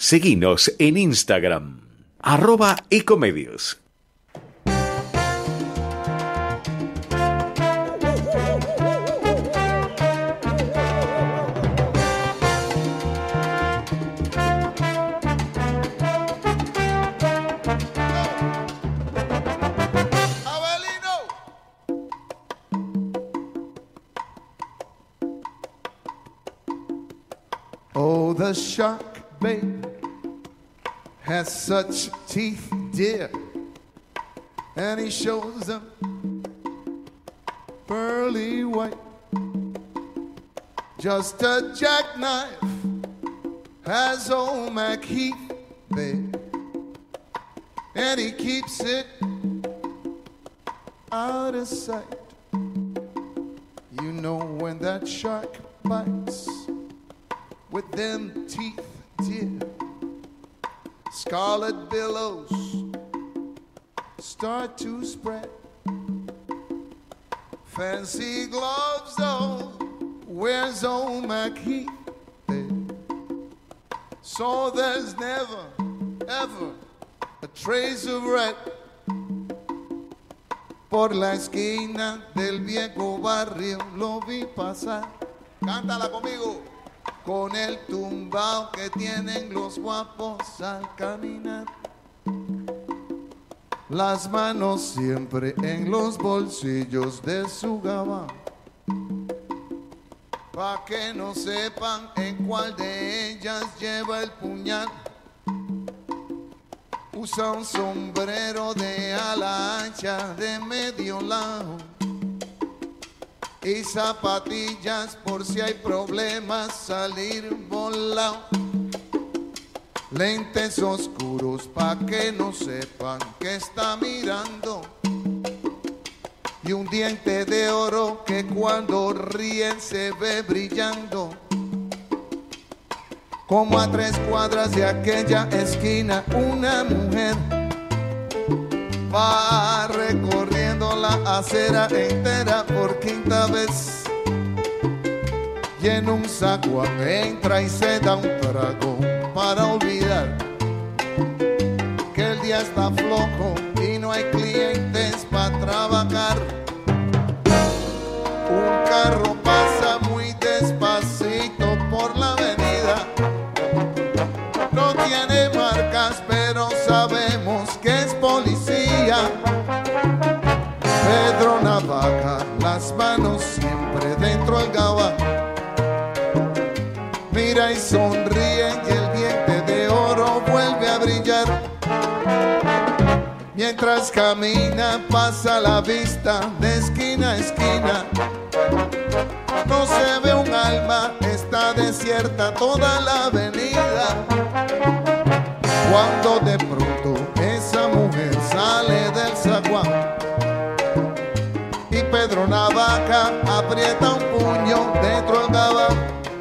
Seguinos en Instagram, @ecomedios. Oh, the shark, babe, has such teeth, dear, and he shows them pearly white. Just a jackknife has old MacHeath, babe, and he keeps it out of sight. You know when that shark bites with them teeth, dear, scarlet billows start to spread. Fancy gloves, oh, where's old MacHeath, babe? So there's never, ever a trace of red. Por la esquina del viejo barrio lo vi pasar. Cántala conmigo. Con el tumbao que tienen los guapos al caminar. Las manos siempre en los bolsillos de su gabán, pa' que no sepan en cuál de ellas lleva el puñal. Usa un sombrero de ala ancha de medio lado y zapatillas por si hay problemas salir volado. Lentes oscuros pa' que no sepan que está mirando, y un diente de oro que cuando ríen se ve brillando. Como a 3 cuadras de aquella esquina una mujer va recorriendo la acera entera por 5ª vez, y en un zaguán entra y se da un trago para olvidar que el día está flojo y no hay clientes para trabajar. Un carro pasa muy despacito por la avenida, no tiene marcas pero sabemos que es policía. Pedro Navaja, las manos siempre dentro del gabán, mira y sonríe y el diente de oro vuelve a brillar. Mientras camina pasa la vista de esquina a esquina, no se ve un alma, está desierta toda la avenida. Cuando de pronto esa mujer sale del zaguán y Pedro Navaja aprieta un puño dentro del gabán.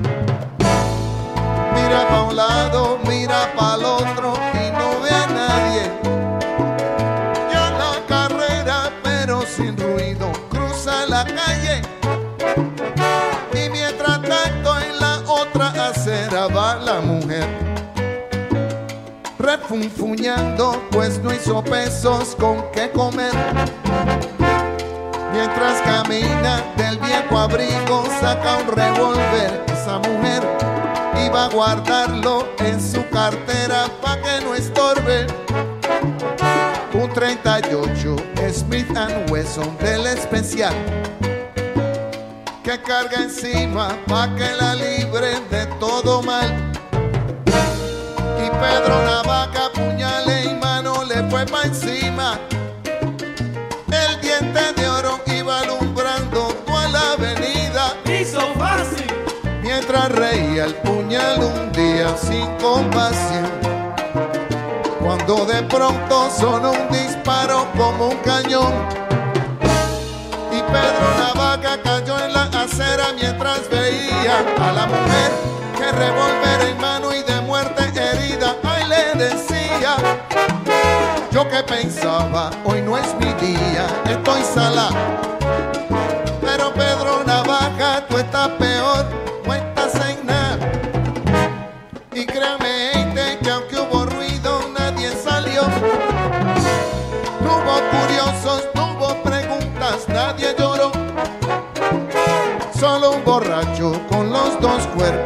Mira pa' un lado, mira pa' el otro y no ve a nadie. Ya la carrera pero sin ruido cruza la calle, y mientras tanto en la otra acera va la mujer refunfuñando, pues no hizo pesos con qué comer. Mientras camina del viejo abrigo saca un revólver. Esa mujer iba a guardarlo en su cartera pa' que no estorbe. Un 38 Smith & Wesson del especial que carga encima pa' que la libre de todo mal. Y Pedro Navaja, puñale y mano le fue pa' encima. El diente de oro iba alumbrando toda la avenida. Hizo fácil. Mientras reía el puñal un día sin compasión, cuando de pronto sonó un disparo como un cañón. Y Pedro Navaja cayó en la acera mientras veía a la mujer que revólver en mano y de muerte herida, ay, le decía: yo que pensaba, hoy no es mi día, estoy salado. Pero Pedro Navaja, tú estás peor, no estás en nada. Y créame, gente, que aunque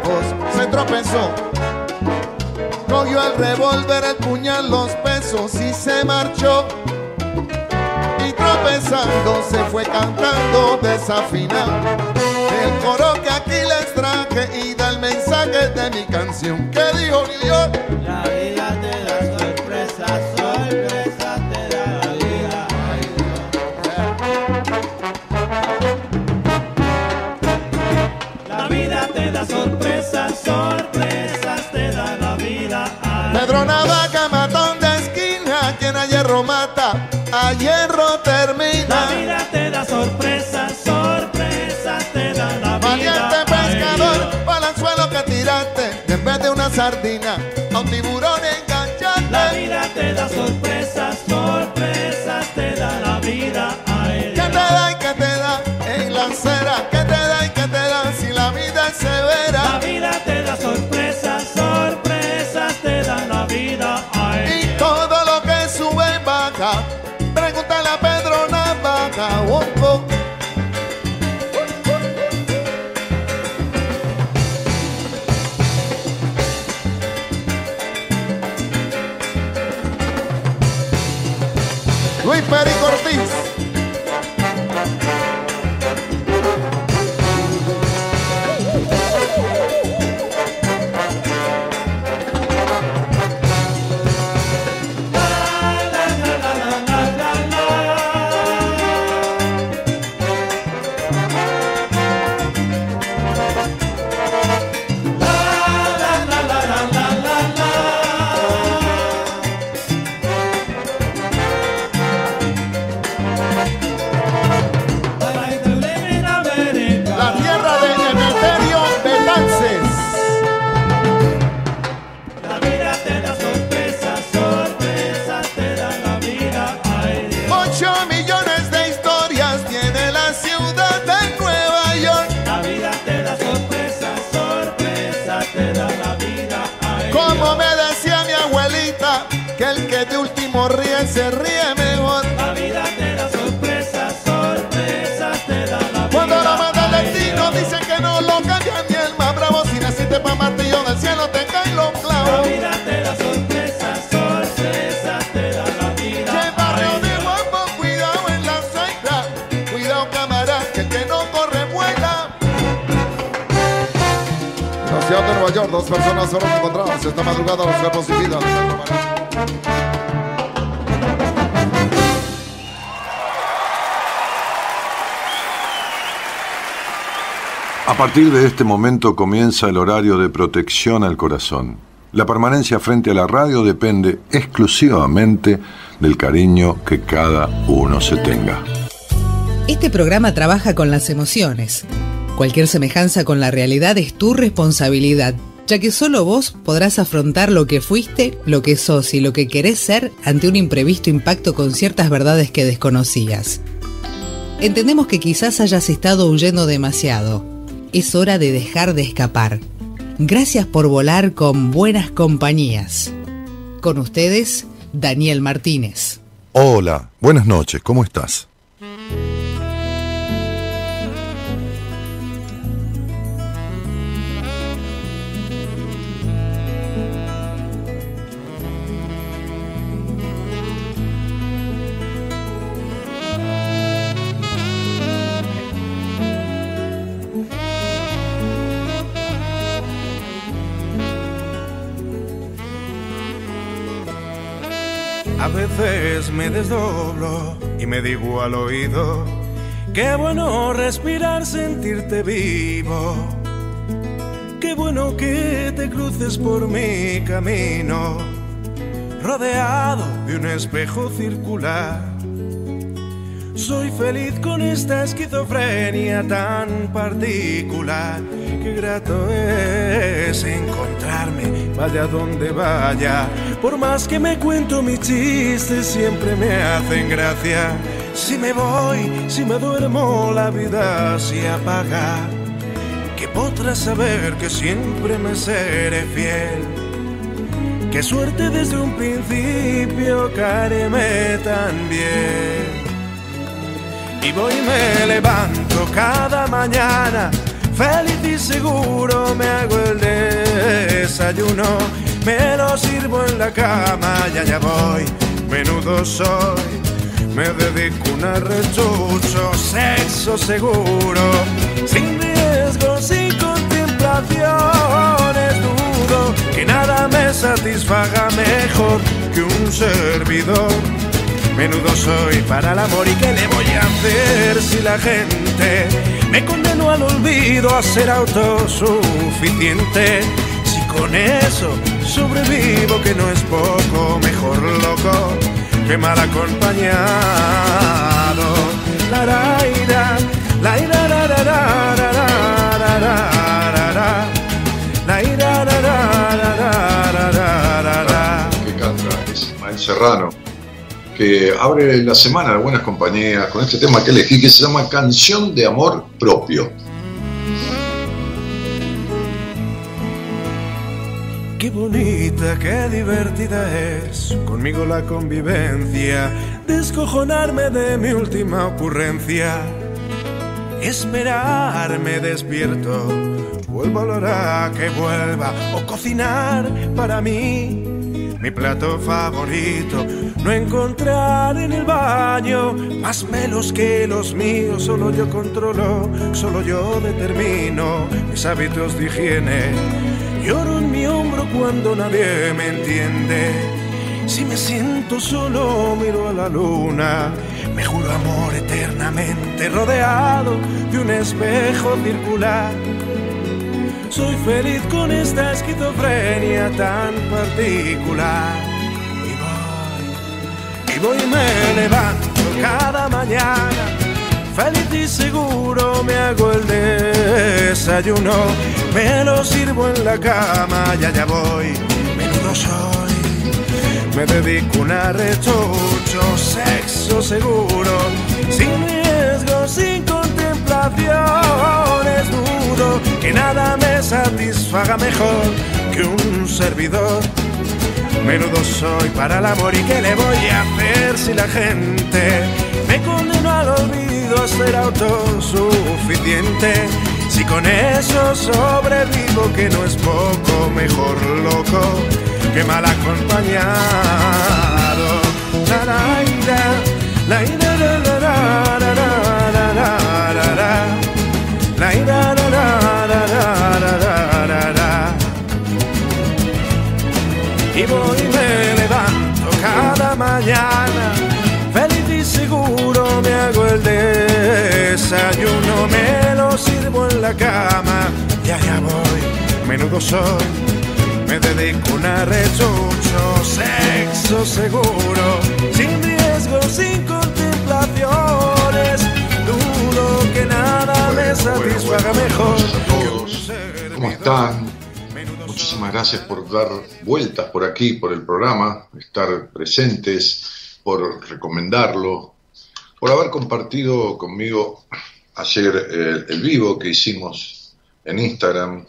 tiempos se tropezó. Cogió el revólver, el puñal, los pesos y se marchó. Y tropezando se fue cantando desafinado el coro que aquí les traje y da el mensaje de mi canción que dijo New York. La vida te da sorpresas, sorpresas te da la vida. Ay, Dios. La vida te da sorpresas, sorpresas te da la vida. Ay. Pedro Navaja, matón de esquina, quien a hierro mata, a hierro termina. La vida te da sorpresas, sorpresas te da la vida. Valiente pescador, balanzuelo que tiraste, en vez de una sardina, a un tiburón enganchaste. La vida te da sorpresas, sorpresas te da la vida. Ay, ¿qué te da y qué te da en la acera? ¿Qué te da y qué te da si la vida es severa? la vida te da sorpresas, sorpresas te da la vida. Ay, Y todo lo que sube y baja, pregúntale a Pedro Navaja. Oh, oh. Luis Perico Ortiz. La tierra de Emeterio Betances. la vida te da sorpresas, sorpresas te da la vida. Ay, Dios. 8 millones de historias tiene la ciudad de Nueva York. La vida te da sorpresas, sorpresas te da la vida. Ay, Como me decía mi abuelita, que el que de último ríe se ríe mejor. la vida te da sorpresas, sorpresas te da la vida. Cuando lo manda el Ay, destino, Dios. dicen que no lo cambia ni el más bravo. Si naciste pa' martillo del cielo, te caen los La clavos. vida te da sorpresas, sorpresas te da la vida. Que barrio Ay, de Dios. Guapo, cuidado en la aceira. Cuidado, camarada, que el que no corre vuela. En la ciudad de Nueva York, 2 personas fueron encontradas esta madrugada, los cuerpos sin vida. A partir de este momento comienza el horario de protección al corazón. La permanencia frente a la radio depende exclusivamente del cariño que cada uno se tenga. Este programa trabaja con las emociones. Cualquier semejanza con la realidad es tu responsabilidad, ya que solo vos podrás afrontar lo que fuiste, lo que sos y lo que querés ser ante un imprevisto impacto con ciertas verdades que desconocías. Entendemos que quizás hayas estado huyendo demasiado. Es hora de dejar de escapar. Gracias por volar con buenas compañías. Con ustedes, Daniel Martínez. Hola, buenas noches, ¿cómo estás? A veces me desdoblo y me digo al oído: qué bueno respirar, sentirte vivo. Qué bueno que te cruces por mi camino, rodeado de un espejo circular. Soy feliz con esta esquizofrenia tan particular. Qué grato es encontrarme, vaya donde vaya. Por más que me cuento mis chistes, siempre me hacen gracia. Si me voy, si me duermo, la vida se apaga. Que podrás saber que siempre me seré fiel. Qué suerte desde un principio caerme tan bien. Y voy y me levanto cada mañana Feliz y seguro me hago el desayuno, me lo sirvo en la cama y allá voy. Menudo soy, me dedico un arrechucho, sexo seguro, sin riesgo, sin contemplaciones. Dudo que nada me satisfaga mejor que un servidor. Menudo soy para el amor, ¿y qué le voy a hacer si la gente me condenó al olvido, a ser autosuficiente? Si con eso sobrevivo, que no es poco, mejor loco que mal acompañado. La ra ira, la ira ra ra ra ra ra ra ra, la ira ra ra ra ra ra ra. Que canta es Ismael Serrano, que abre la semana de Buenas Compañías con este tema que elegí, que se llama Canción de Amor Propio. Qué bonita, qué divertida es conmigo la convivencia, descojonarme de mi última ocurrencia, esperarme despierto, vuelvo a la hora que vuelva, o cocinar para mí mi plato favorito, no encontrar en el baño más melos que los míos. Solo yo controlo, solo yo determino mis hábitos de higiene. Lloro en mi hombro cuando nadie me entiende. Si me siento solo, miro a la luna, me juro amor eternamente rodeado de un espejo circular. Soy feliz con esta esquizofrenia tan particular. Y voy y me levanto cada mañana, feliz y seguro me hago el desayuno, me lo sirvo en la cama y allá voy. Menudo soy, me dedico un arrechucho, sexo seguro, sin riesgo, sin contemplaciones. Dudo que nada me satisfaga mejor que un servidor. Menudo soy para el amor, ¿y qué le voy a hacer si la gente me condenó al olvido, a ser autosuficiente? Si con eso sobrevivo, que no es poco, mejor loco que mal acompañado. La la ira, la ira la la la la la la la, la ira la la la la la la. Y voy y me levanto cada mañana, feliz y seguro me hago el desayuno, me lo sirvo en la cama y allá voy. Menudo soy, me dedico un arrechucho, sexo seguro, sin riesgo, sin contemplaciones. Dudo que nada me satisfaga mejor. ¿Cómo están? Muchísimas gracias por dar vueltas por aquí, por el programa, estar presentes, por recomendarlo, por haber compartido conmigo ayer el vivo que hicimos en Instagram,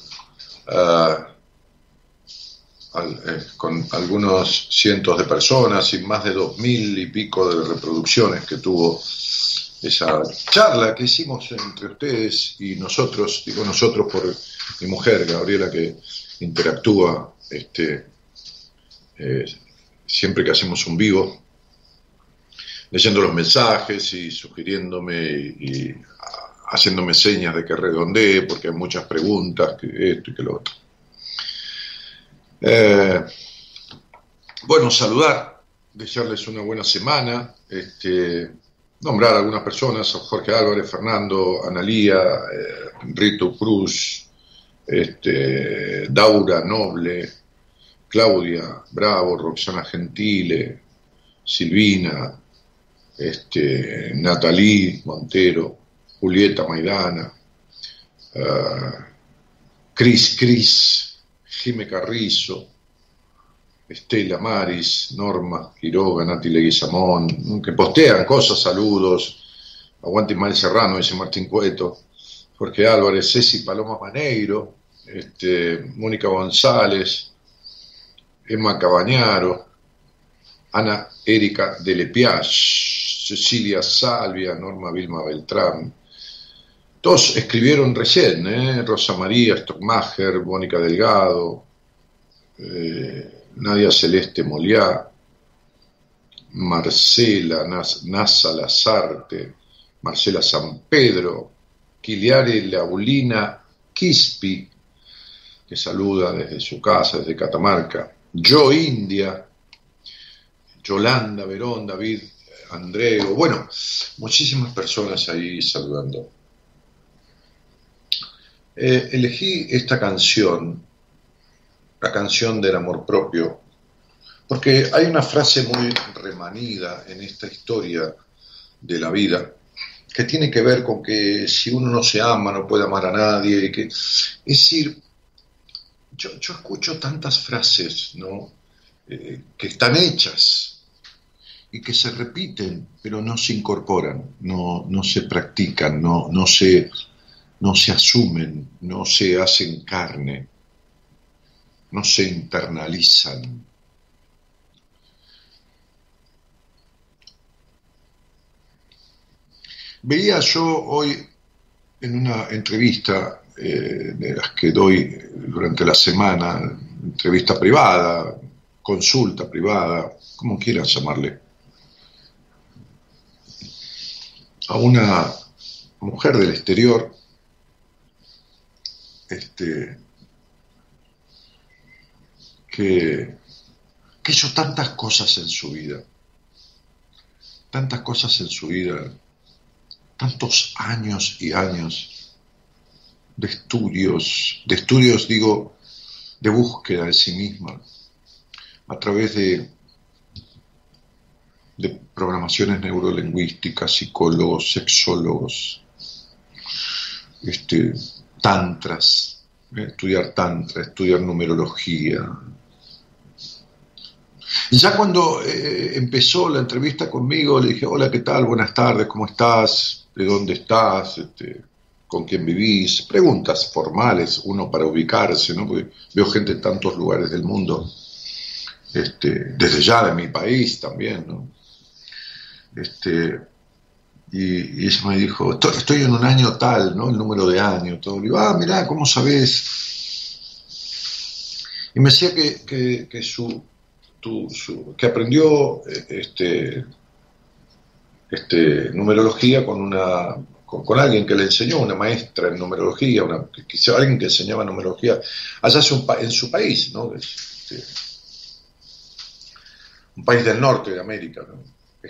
con algunos cientos de personas y más de 2000 y pico de reproducciones que tuvo esa charla que hicimos entre ustedes y nosotros. Digo nosotros por mi mujer, Gabriela, que interactúa siempre que hacemos un vivo, leyendo los mensajes y sugiriéndome y haciéndome señas de que redondee, porque hay muchas preguntas, que esto y que lo otro. Bueno, saludar, desearles una buena semana, nombrar a algunas personas, a Jorge Álvarez, Fernando, Analía, Rito Cruz, Daura Noble, Claudia Bravo, Roxana Gentile, Silvina, Natalí Montero, Julieta Maidana, Cris, Jime Carrizo, Estela Maris, Norma Quiroga, Nati Leguizamón, que postean cosas, saludos. Aguante Ismael Serrano, dice Martín Cueto, Jorge Álvarez, Ceci Paloma Maneiro, Mónica González, Emma Cabañaro, Ana Erika de Lepiage, Cecilia Salvia, Norma Vilma Beltrán, Todos escribieron recién, Rosa María Stockmacher, Mónica Delgado, Nadia Celeste Moliá, Marcela Nasa Lazarte, Marcela San Pedro, Quiliare Laulina Quispi, que saluda desde su casa, desde Catamarca, Yo India, Yolanda Verón, David Andrego, bueno, muchísimas personas ahí saludando. Elegí esta canción, la canción del amor propio, porque hay una frase muy remanida en esta historia de la vida que tiene que ver con que si uno no se ama no puede amar a nadie. Es decir, yo escucho tantas frases, ¿no? Que están hechas y que se repiten, pero no se incorporan, no se practican, no se asumen, no se hacen carne, no se internalizan. Veía yo hoy en una entrevista de las que doy durante la semana, entrevista privada, consulta privada, como quieran llamarle, a una mujer del exterior que hizo tantas cosas en su vida, tantos años y años de estudios digo, de búsqueda de sí misma, a través de programaciones neurolingüísticas, psicólogos, sexólogos, tantras, estudiar tantra, estudiar numerología. Y ya cuando empezó la entrevista conmigo, le dije, hola, ¿qué tal? Buenas tardes, ¿cómo estás? ¿De dónde estás? ¿Con quién vivís? Preguntas formales, uno para ubicarse, ¿no? Porque veo gente en tantos lugares del mundo, desde ya de mi país también, ¿no? Y ella me dijo, estoy en un año tal, ¿no? El número de año, todo. Le digo, mirá, ¿cómo sabés? Y me decía que aprendió numerología con alguien que le enseñó, una maestra en numerología, alguien que enseñaba numerología allá en su país, ¿no? Un país del norte de América, ¿no?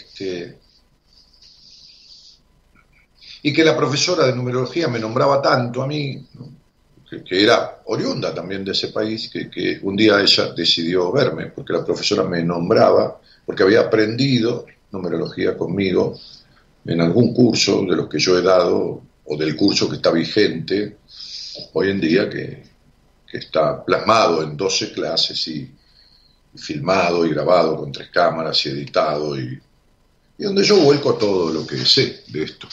Y que la profesora de numerología me nombraba tanto a mí, ¿no? que era oriunda también de ese país, que un día ella decidió verme, porque la profesora me nombraba, porque había aprendido numerología conmigo en algún curso de los que yo he dado, o del curso que está vigente hoy en día, que está plasmado en 12 clases y filmado y grabado con 3 cámaras y editado, y donde yo vuelco todo lo que sé de esto.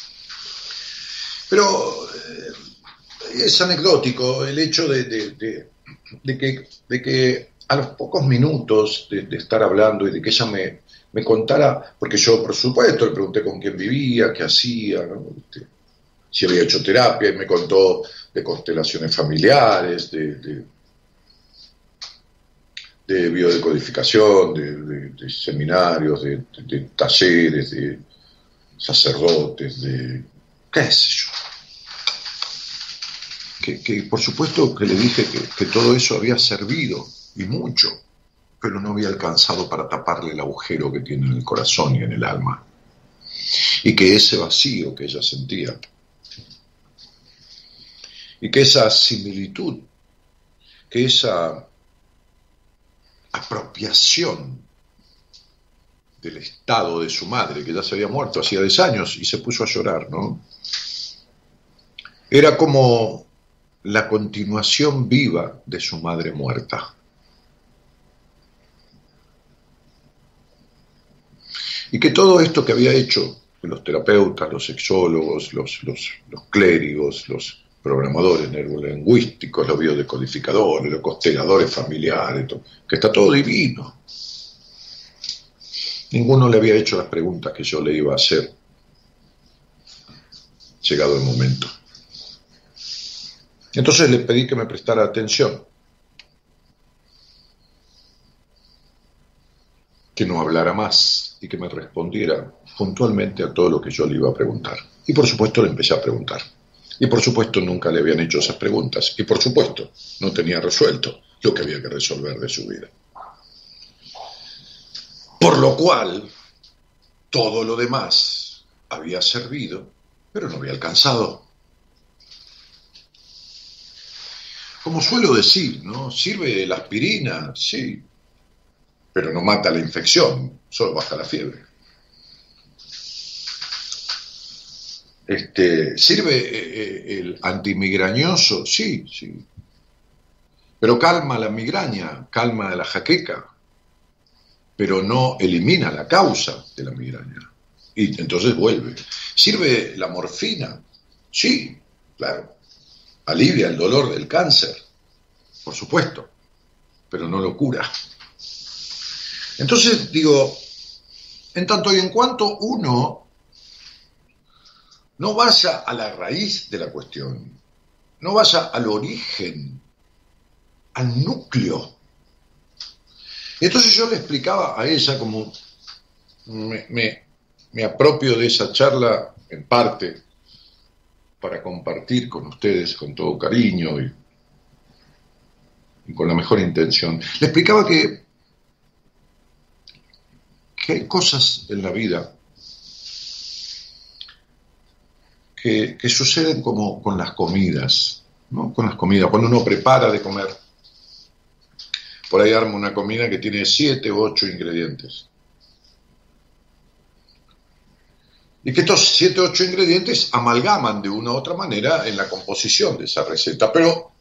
Pero es anecdótico el hecho de que a los pocos minutos de estar hablando y de que ella me contara, porque yo por supuesto le pregunté con quién vivía, qué hacía, ¿no? Si había hecho terapia, y me contó de constelaciones familiares, de biodecodificación, de seminarios, de talleres, de sacerdotes, de qué sé yo. Que por supuesto que le dije que todo eso había servido, y mucho, pero no había alcanzado para taparle el agujero que tiene en el corazón y en el alma, y que ese vacío que ella sentía, y que esa similitud, que esa apropiación del estado de su madre, que ya se había muerto hacía 10 años, y se puso a llorar, ¿no? Era como la continuación viva de su madre muerta. Y que todo esto que había hecho los terapeutas, los sexólogos, los clérigos, los programadores neurolingüísticos, los biodecodificadores, los consteladores familiares, que está todo divino. Ninguno le había hecho las preguntas que yo le iba a hacer, llegado el momento. Entonces le pedí que me prestara atención, que no hablara más y que me respondiera puntualmente a todo lo que yo le iba a preguntar. Y por supuesto le empecé a preguntar. Y por supuesto nunca le habían hecho esas preguntas. Y por supuesto no tenía resuelto lo que había que resolver de su vida. Por lo cual, todo lo demás había servido, pero no había alcanzado. Como suelo decir, ¿no? ¿Sirve la aspirina? Sí, pero no mata la infección, solo baja la fiebre. ¿Sirve el antimigrañoso? Sí, sí. Pero calma la migraña, calma la jaqueca, pero no elimina la causa de la migraña. Y entonces vuelve. ¿Sirve la morfina? Sí, claro. Alivia el dolor del cáncer, por supuesto, pero no lo cura. Entonces digo, en tanto y en cuanto uno no vaya a la raíz de la cuestión, no vaya al origen, al núcleo. Entonces yo le explicaba a ella, como me apropio de esa charla en parte para compartir con ustedes con todo cariño y con la mejor intención. Le explicaba que hay cosas en la vida que suceden como con las comidas, ¿no? Con las comidas, cuando uno prepara de comer. Por ahí arma una comida que tiene 7 u 8 ingredientes. Y que estos 7 u 8 ingredientes amalgaman de una u otra manera en la composición de esa receta. Pero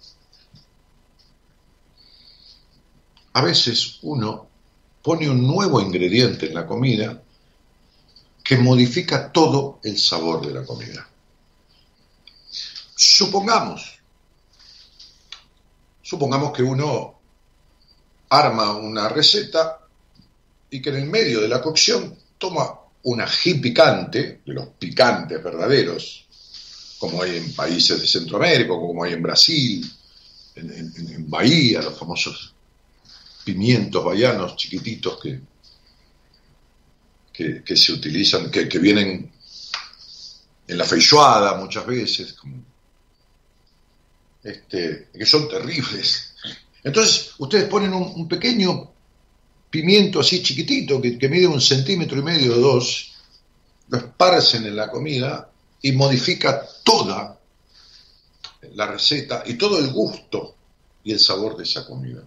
a veces uno pone un nuevo ingrediente en la comida que modifica todo el sabor de la comida. Supongamos que uno arma una receta y que en el medio de la cocción toma un ají picante, de los picantes verdaderos, como hay en países de Centroamérica, como hay en Brasil, en Bahía, los famosos pimientos bahianos chiquititos que se utilizan, que vienen en la feijoada muchas veces, que son terribles. Entonces ustedes ponen un pequeño pimiento así chiquitito que mide 1,5 centímetros o 2, lo esparcen en la comida y modifica toda la receta y todo el gusto y el sabor de esa comida.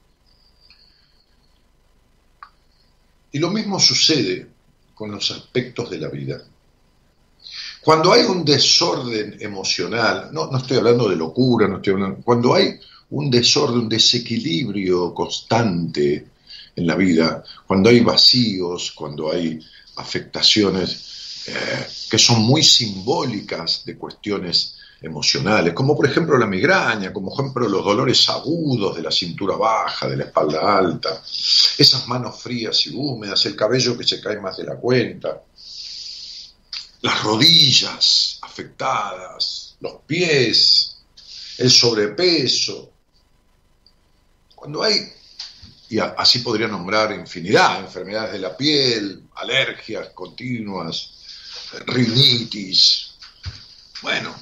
Y lo mismo sucede con los aspectos de la vida. Cuando hay un desorden emocional, no estoy hablando de locura, cuando hay un desorden, un desequilibrio constante en la vida, cuando hay vacíos, cuando hay afectaciones que son muy simbólicas de cuestiones emocionales, como por ejemplo la migraña, como por ejemplo los dolores agudos de la cintura baja, de la espalda alta, esas manos frías y húmedas, el cabello que se cae más de la cuenta, las rodillas afectadas, los pies, el sobrepeso. Cuando hay, y así podría nombrar infinidad, enfermedades de la piel, alergias continuas, rinitis, bueno,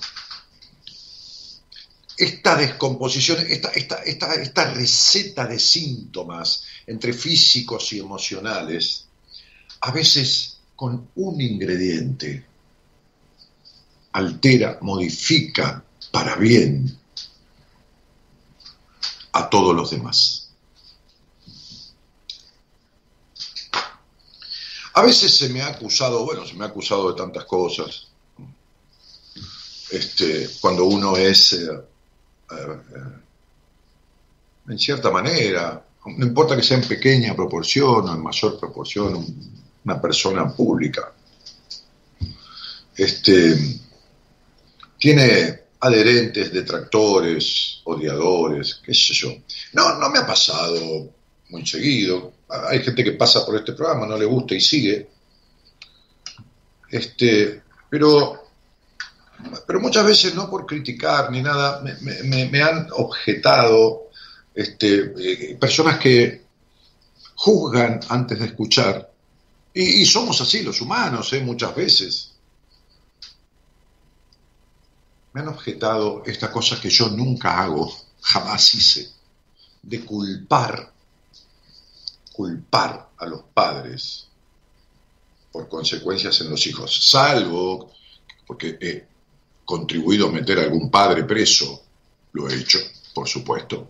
esta descomposición, esta receta de síntomas entre físicos y emocionales, a veces con un ingrediente, altera, modifica para bien a todos los demás. A veces se me ha acusado de tantas cosas, cuando uno es, en cierta manera, no importa que sea en pequeña proporción o en mayor proporción, una persona pública, tiene adherentes, detractores, odiadores, qué sé yo. No me ha pasado muy seguido. Hay gente que pasa por este programa, no le gusta y sigue. Pero Pero muchas veces no por criticar ni nada, me han objetado personas que juzgan antes de escuchar, y somos así los humanos, muchas veces. Me han objetado esta cosa que yo nunca hago, jamás hice, de culpar a los padres por consecuencias en los hijos, salvo porque he contribuido a meter a algún padre preso, lo he hecho, por supuesto,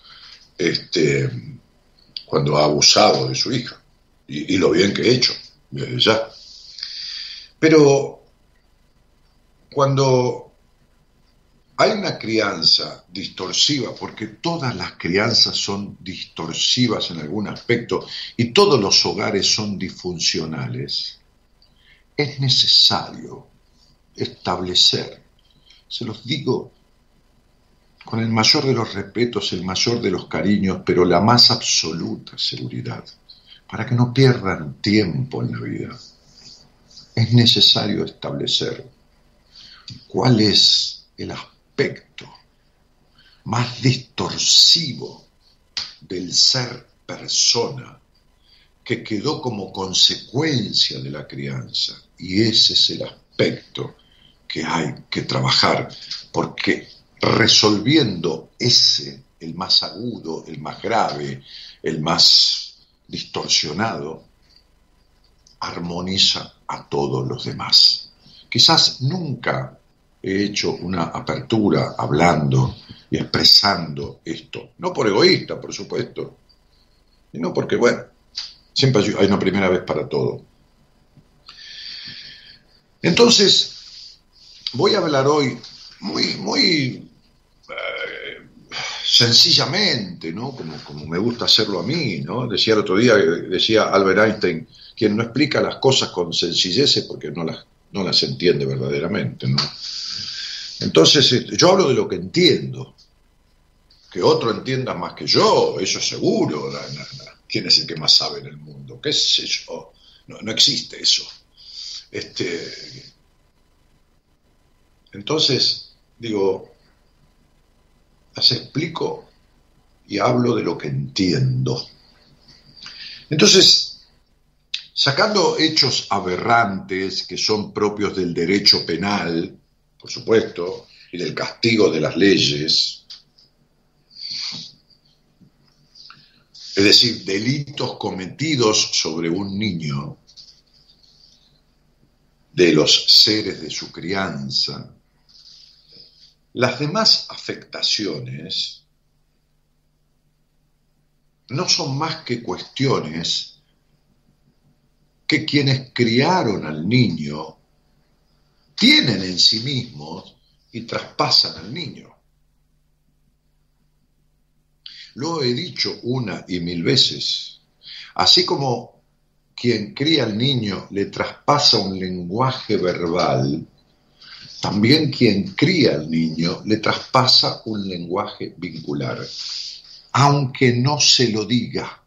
cuando ha abusado de su hija, y lo bien que he hecho, desde ya. Pero cuando hay una crianza distorsiva, porque todas las crianzas son distorsivas en algún aspecto y todos los hogares son disfuncionales, es necesario establecer, se los digo con el mayor de los respetos, el mayor de los cariños, pero la más absoluta seguridad, para que no pierdan tiempo en la vida. Es necesario establecer cuál es el aspecto más distorsivo del ser persona que quedó como consecuencia de la crianza, y ese es el aspecto que hay que trabajar, porque resolviendo ese, el más agudo, el más grave, el más distorsionado, armoniza a todos los demás. Quizás nunca he hecho una apertura hablando y expresando esto, no por egoísta, por supuesto, sino porque, bueno, siempre hay una primera vez para todo. Entonces, voy a hablar hoy muy sencillamente, ¿no? Como me gusta hacerlo a mí, ¿no? Decía el otro día, decía Albert Einstein, quien no explica las cosas con sencillez es porque no las entiende verdaderamente, ¿no? Entonces, yo hablo de lo que entiendo. Que otro entienda más que yo, eso es seguro. ¿Quién es el que más sabe en el mundo? ¿Qué sé yo? No existe eso. Entonces, digo, las explico y hablo de lo que entiendo. Entonces, sacando hechos aberrantes que son propios del derecho penal, por supuesto, y del castigo de las leyes, es decir, delitos cometidos sobre un niño, de los seres de su crianza, las demás afectaciones no son más que cuestiones que quienes criaron al niño tienen en sí mismos y traspasan al niño. Lo he dicho una y mil veces. Así como quien cría al niño le traspasa un lenguaje verbal, también quien cría al niño le traspasa un lenguaje vincular, aunque no se lo diga.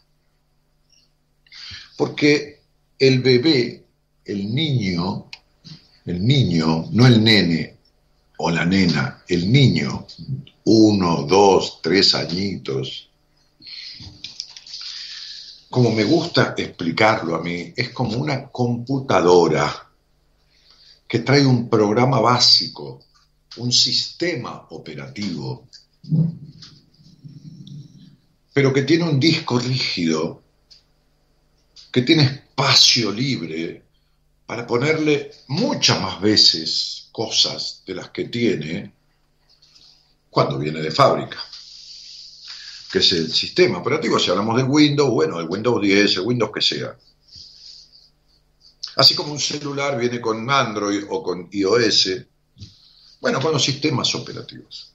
Porque el bebé, el niño, no el nene o la nena, el niño, 1, 2, 3 añitos, como me gusta explicarlo a mí, es como una computadora que trae un programa básico, un sistema operativo, pero que tiene un disco rígido, que tiene espacio libre para ponerle muchas más veces cosas de las que tiene cuando viene de fábrica, que es el sistema operativo. Si hablamos de Windows, bueno, el Windows 10, el Windows que sea. Así como un celular viene con Android o con iOS, bueno, con los sistemas operativos.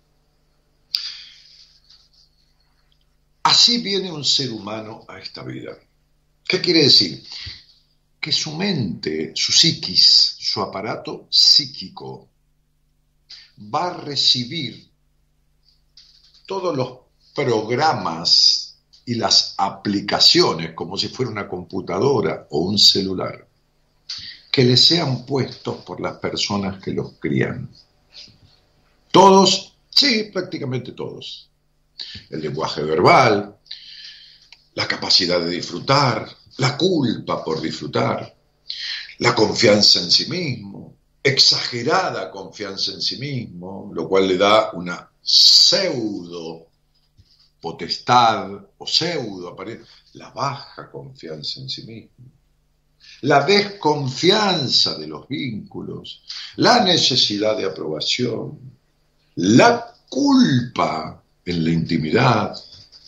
Así viene un ser humano a esta vida. ¿Qué quiere decir? Que su mente, su psiquis, su aparato psíquico, va a recibir todos los programas y las aplicaciones, como si fuera una computadora o un celular, que que les sean puestos por las personas que los crían. Todos, sí, prácticamente todos. El lenguaje verbal, la capacidad de disfrutar, la culpa por disfrutar, la confianza en sí mismo, exagerada confianza en sí mismo, lo cual le da una pseudo potestad o pseudo apariencia, la baja confianza en sí mismo, la desconfianza de los vínculos, la necesidad de aprobación, la culpa en la intimidad,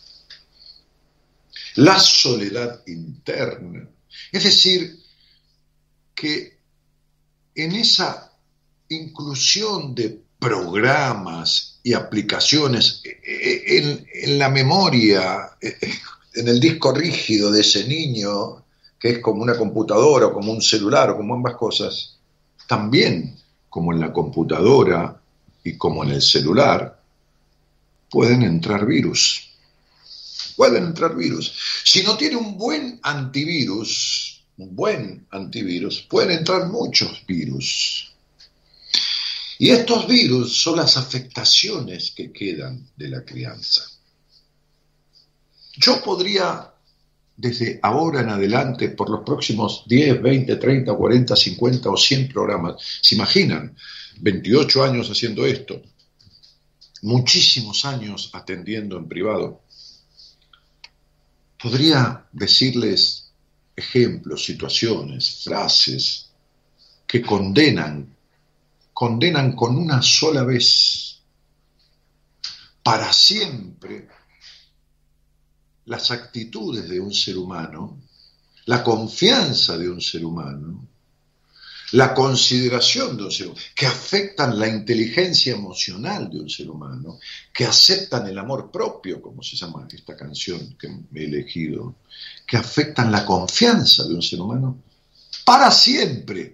la soledad interna. Es decir, que en esa inclusión de programas y aplicaciones en la memoria, en el disco rígido de ese niño, que es como una computadora o como un celular o como ambas cosas, también como en la computadora y como en el celular, pueden entrar virus. Pueden entrar virus. Si no tiene un buen antivirus, pueden entrar muchos virus. Y estos virus son las afectaciones que quedan de la crianza. Yo podría, desde ahora en adelante, por los próximos 10, 20, 30, 40, 50 o 100 programas, ¿se imaginan? 28 años haciendo esto, muchísimos años atendiendo en privado. Podría decirles ejemplos, situaciones, frases que condenan con una sola vez, para siempre, las actitudes de un ser humano, la confianza de un ser humano, la consideración de un ser humano, que afectan la inteligencia emocional de un ser humano, que aceptan el amor propio, como se llama esta canción que he elegido, que afectan la confianza de un ser humano para siempre.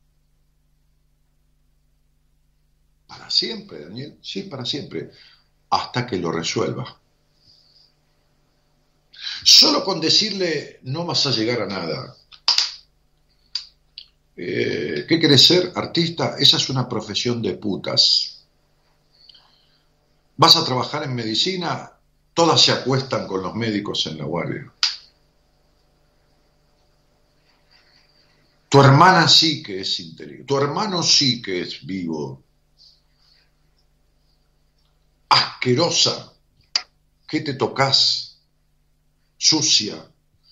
Para siempre, Daniel, sí, para siempre, hasta que lo resuelva. Solo con decirle no vas a llegar a nada. ¿Qué querés ser? Artista. Esa es una profesión de putas. ¿Vas a trabajar en medicina? Todas se acuestan con los médicos en la guardia. Tu hermana sí que es inteligente. Tu hermano sí que es vivo. Asquerosa. ¿Qué te tocas? Sucia.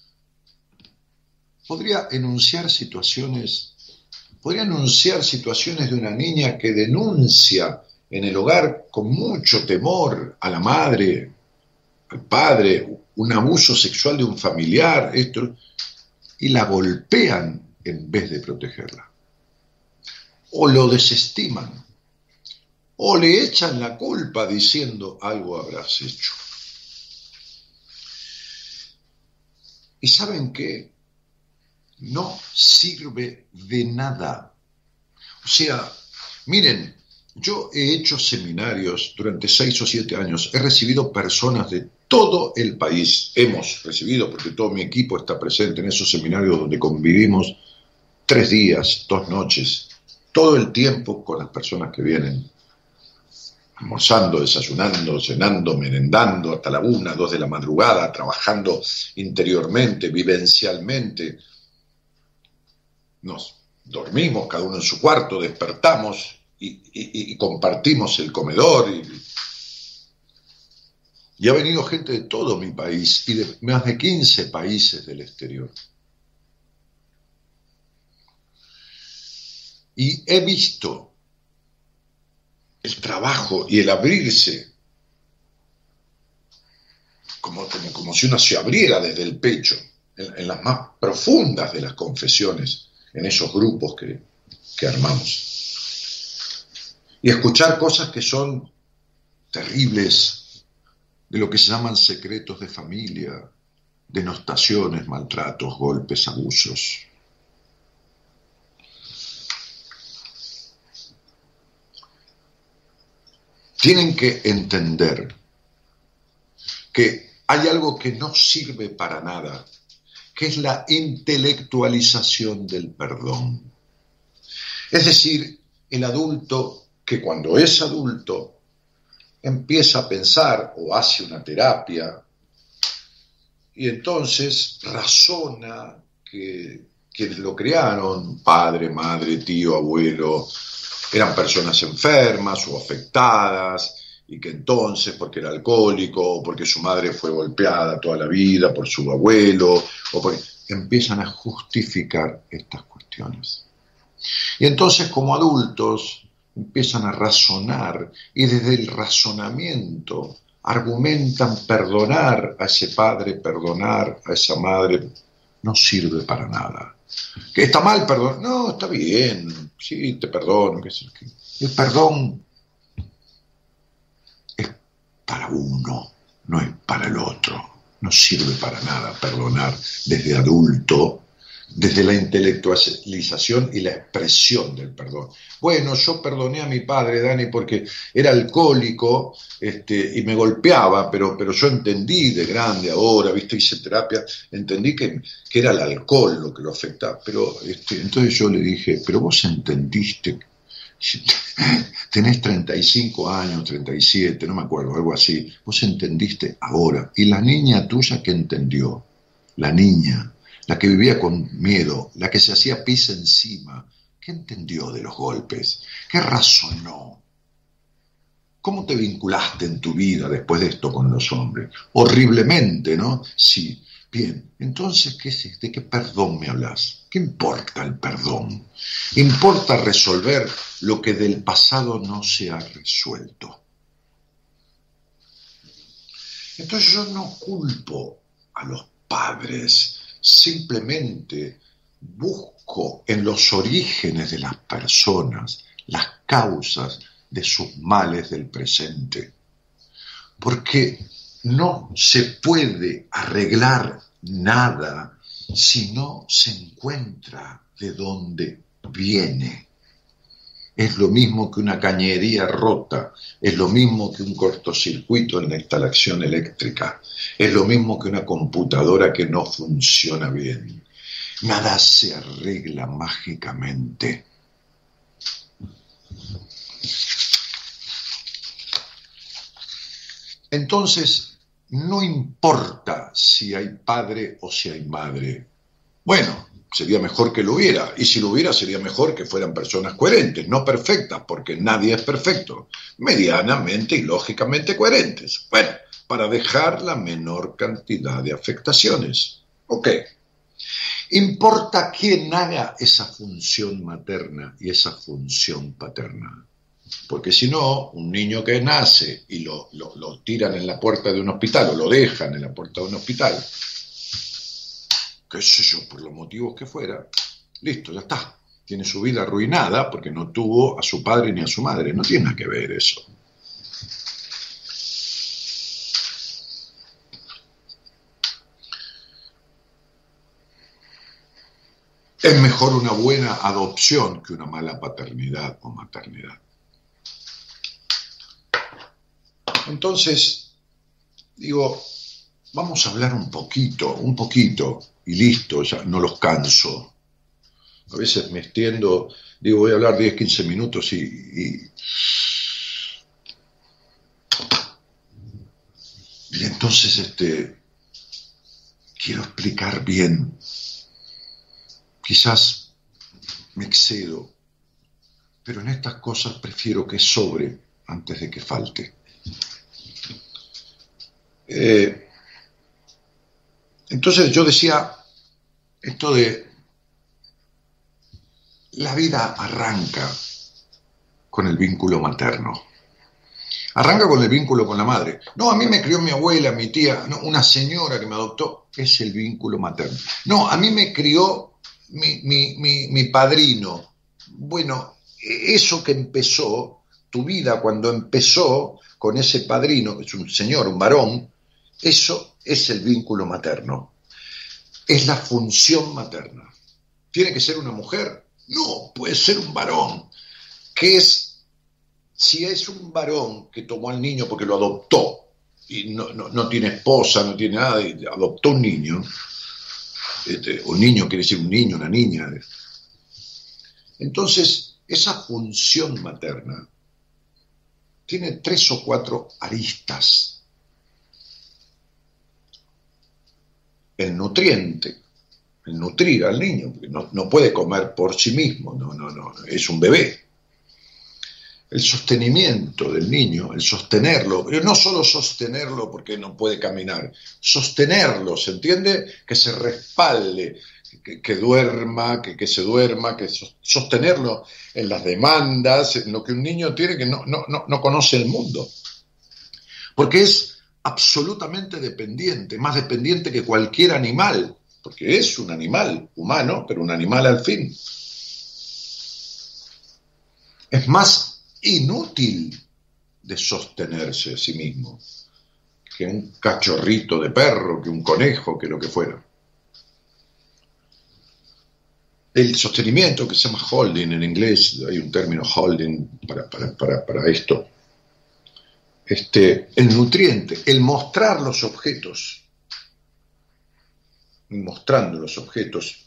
Podría enunciar situaciones de una niña que denuncia en el hogar con mucho temor a la madre, al padre, un abuso sexual de un familiar, y la golpean en vez de protegerla. O lo desestiman, o le echan la culpa diciendo algo habrás hecho. ¿Y saben qué? No sirve de nada. O sea, miren, yo he hecho seminarios durante 6 o 7 años, he recibido personas de todo el país, hemos recibido, porque todo mi equipo está presente en esos seminarios donde convivimos 3 días, 2 noches, todo el tiempo con las personas que vienen, almorzando, desayunando, cenando, merendando, hasta la 1, 2 de la madrugada, trabajando interiormente, vivencialmente. Nos dormimos cada uno en su cuarto, despertamos y compartimos el comedor. Y ha venido gente de todo mi país y de más de 15 países del exterior. Y he visto el trabajo y el abrirse, como si uno se abriera desde el pecho, en las más profundas de las confesiones, en esos grupos que armamos. Y escuchar cosas que son terribles, de lo que se llaman secretos de familia, denostaciones, maltratos, golpes, abusos. Tienen que entender que hay algo que no sirve para nada, que es la intelectualización del perdón. Es decir, el adulto que cuando es adulto empieza a pensar o hace una terapia y entonces razona que lo criaron, padre, madre, tío, abuelo, eran personas enfermas o afectadas y que entonces, porque era alcohólico o porque su madre fue golpeada toda la vida por su abuelo, empiezan a justificar estas cuestiones. Y entonces como adultos empiezan a razonar y desde el razonamiento argumentan perdonar a ese padre, perdonar a esa madre, no sirve para nada. ¿Que está mal perdonar? No, está bien, sí, te perdono. El perdón es para uno, no es para el otro. No sirve para nada perdonar desde adulto, desde la intelectualización y la expresión del perdón. Bueno, yo perdoné a mi padre, Dani, porque era alcohólico y me golpeaba, pero yo entendí de grande ahora, hice terapia, entendí que era el alcohol lo que lo afectaba. Pero entonces yo le dije, pero vos entendiste, tenés 35 años, 37, no me acuerdo, algo así, vos entendiste ahora. ¿Y la niña tuya qué entendió? La niña, la que vivía con miedo, la que se hacía pis encima, ¿qué entendió de los golpes? ¿Qué razonó? ¿Cómo te vinculaste en tu vida después de esto con los hombres? Horriblemente, ¿no? Sí. Bien, entonces, ¿de qué perdón me hablas? ¿Qué importa el perdón? Importa resolver lo que del pasado no se ha resuelto. Entonces yo no culpo a los padres, simplemente busco en los orígenes de las personas las causas de sus males del presente. Porque no se puede arreglar nada si no se encuentra de dónde viene. Es lo mismo que una cañería rota, es lo mismo que un cortocircuito en la instalación eléctrica, es lo mismo que una computadora que no funciona bien. Nada se arregla mágicamente. Entonces, no importa si hay padre o si hay madre. Bueno, sería mejor que lo hubiera, y si lo hubiera sería mejor que fueran personas coherentes, no perfectas, porque nadie es perfecto, medianamente y lógicamente coherentes. Bueno, para dejar la menor cantidad de afectaciones. Ok. Importa quién haga esa función materna y esa función paterna. Porque si no, un niño que nace y lo tiran en la puerta de un hospital o lo dejan en la puerta de un hospital, qué sé yo, por los motivos que fuera, listo, ya está. Tiene su vida arruinada porque no tuvo a su padre ni a su madre. No tiene nada que ver eso. Es mejor una buena adopción que una mala paternidad o maternidad. Entonces, digo, vamos a hablar un poquito, y listo, ya no los canso. A veces me extiendo, digo, voy a hablar 10, 15 minutos y entonces quiero explicar bien. Quizás me excedo, pero en estas cosas prefiero que sobre antes de que falte. Entonces yo decía esto de la vida arranca con el vínculo materno. Arranca con el vínculo con la madre. No, a mí me crió mi abuela, mi tía, no, una señora que me adoptó, es el vínculo materno. No, a mí me crió mi padrino. Bueno, eso que empezó, tu vida cuando empezó con ese padrino, que es un señor, un varón, eso es el vínculo materno. Es la función materna. ¿Tiene que ser una mujer? No, puede ser un varón. Si es un varón que tomó al niño porque lo adoptó, y no tiene esposa, no tiene nada, y adoptó un niño, un niño quiere decir un niño, una niña. Entonces, esa función materna tiene 3 o 4 aristas. El nutriente, el nutrir al niño, porque no puede comer por sí mismo, no, es un bebé. El sostenimiento del niño, el sostenerlo, pero no solo sostenerlo porque no puede caminar, sostenerlo, ¿se entiende? Que se respalde, que duerma, que se duerma, que sostenerlo en las demandas, en lo que un niño tiene que no conoce el mundo. Porque es absolutamente dependiente, más dependiente que cualquier animal, porque es un animal humano, pero un animal al fin. Es más inútil de sostenerse a sí mismo que un cachorrito de perro, que un conejo, que lo que fuera. El sostenimiento, que se llama holding en inglés, hay un término holding para esto. El nutriente, el mostrar los objetos, mostrando los objetos,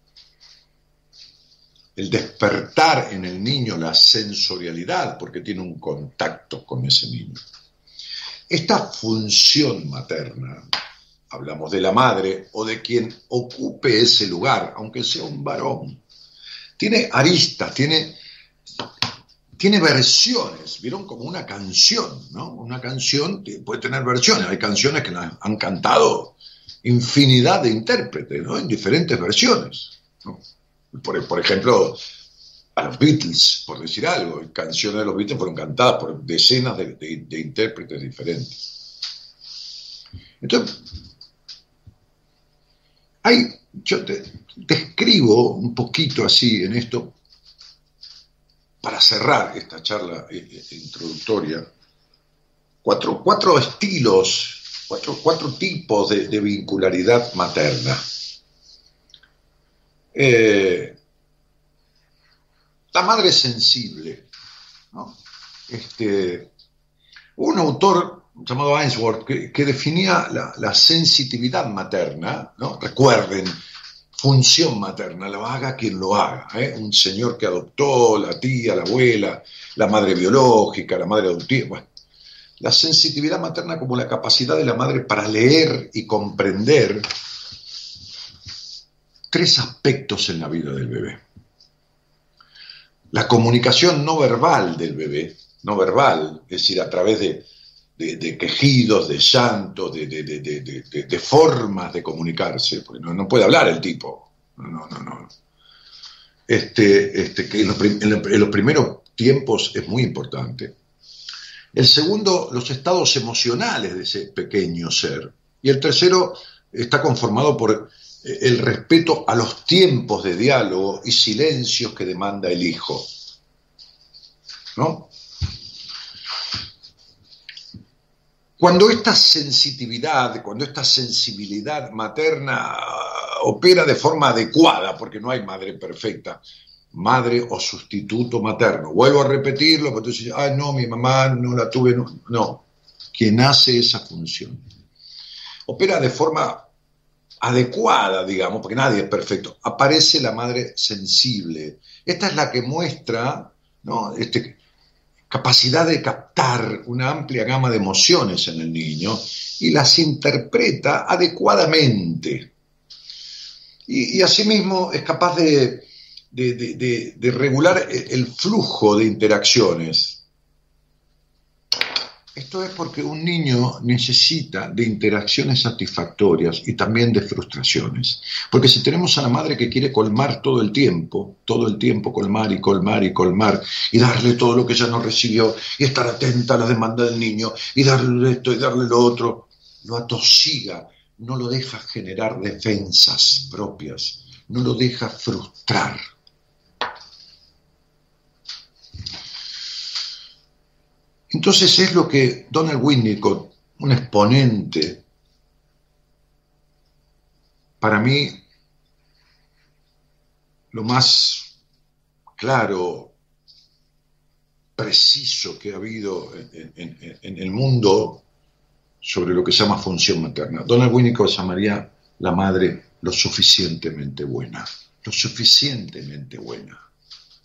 el despertar en el niño la sensorialidad, porque tiene un contacto con ese niño. Esta función materna, hablamos de la madre o de quien ocupe ese lugar, aunque sea un varón, tiene aristas, tiene versiones, ¿vieron? Como una canción, ¿no? Una canción puede tener versiones, hay canciones que las han cantado infinidad de intérpretes, ¿no? En diferentes versiones, ¿no? Por ejemplo, a los Beatles, por decir algo, canciones de los Beatles fueron cantadas por decenas de intérpretes diferentes. Entonces, yo te escribo un poquito así en esto, para cerrar esta charla introductoria, cuatro estilos, cuatro tipos de vincularidad materna. La madre sensible, ¿no? Un autor llamado Ainsworth que definía la sensitividad materna, ¿no? Recuerden, función materna, lo haga quien lo haga, un señor que adoptó, la tía, la abuela, la madre biológica, la madre adoptiva. Bueno, la sensitividad materna como la capacidad de la madre para leer y comprender 3 aspectos en la vida del bebé. La comunicación no verbal del bebé, no verbal, es decir, a través de quejidos, de llantos, de formas de comunicarse, porque no puede hablar el tipo, no. Que en los primeros tiempos es muy importante. El segundo, los estados emocionales de ese pequeño ser. Y el tercero está conformado por el respeto a los tiempos de diálogo y silencios que demanda el hijo, ¿no? Cuando esta sensitividad, cuando esta sensibilidad materna opera de forma adecuada, porque no hay madre perfecta, madre o sustituto materno, vuelvo a repetirlo, porque tú dices, no, mi mamá no la tuve, no, quien hace esa función opera de forma adecuada, digamos, porque nadie es perfecto, aparece la madre sensible. Esta es la que muestra, ¿no? Capacidad de captar una amplia gama de emociones en el niño y las interpreta adecuadamente. Y asimismo es capaz de regular el flujo de interacciones. Esto es porque un niño necesita de interacciones satisfactorias y también de frustraciones. Porque si tenemos a la madre que quiere colmar todo el tiempo colmar y colmar y colmar, y darle todo lo que ella no recibió, y estar atenta a la demanda del niño, y darle esto y darle lo otro, lo atosiga, no lo deja generar defensas propias, no lo deja frustrar. Entonces es lo que Donald Winnicott, un exponente, para mí, lo más claro, preciso que ha habido en el mundo sobre lo que se llama función materna. Donald Winnicott llamaría la madre lo suficientemente buena, lo suficientemente buena.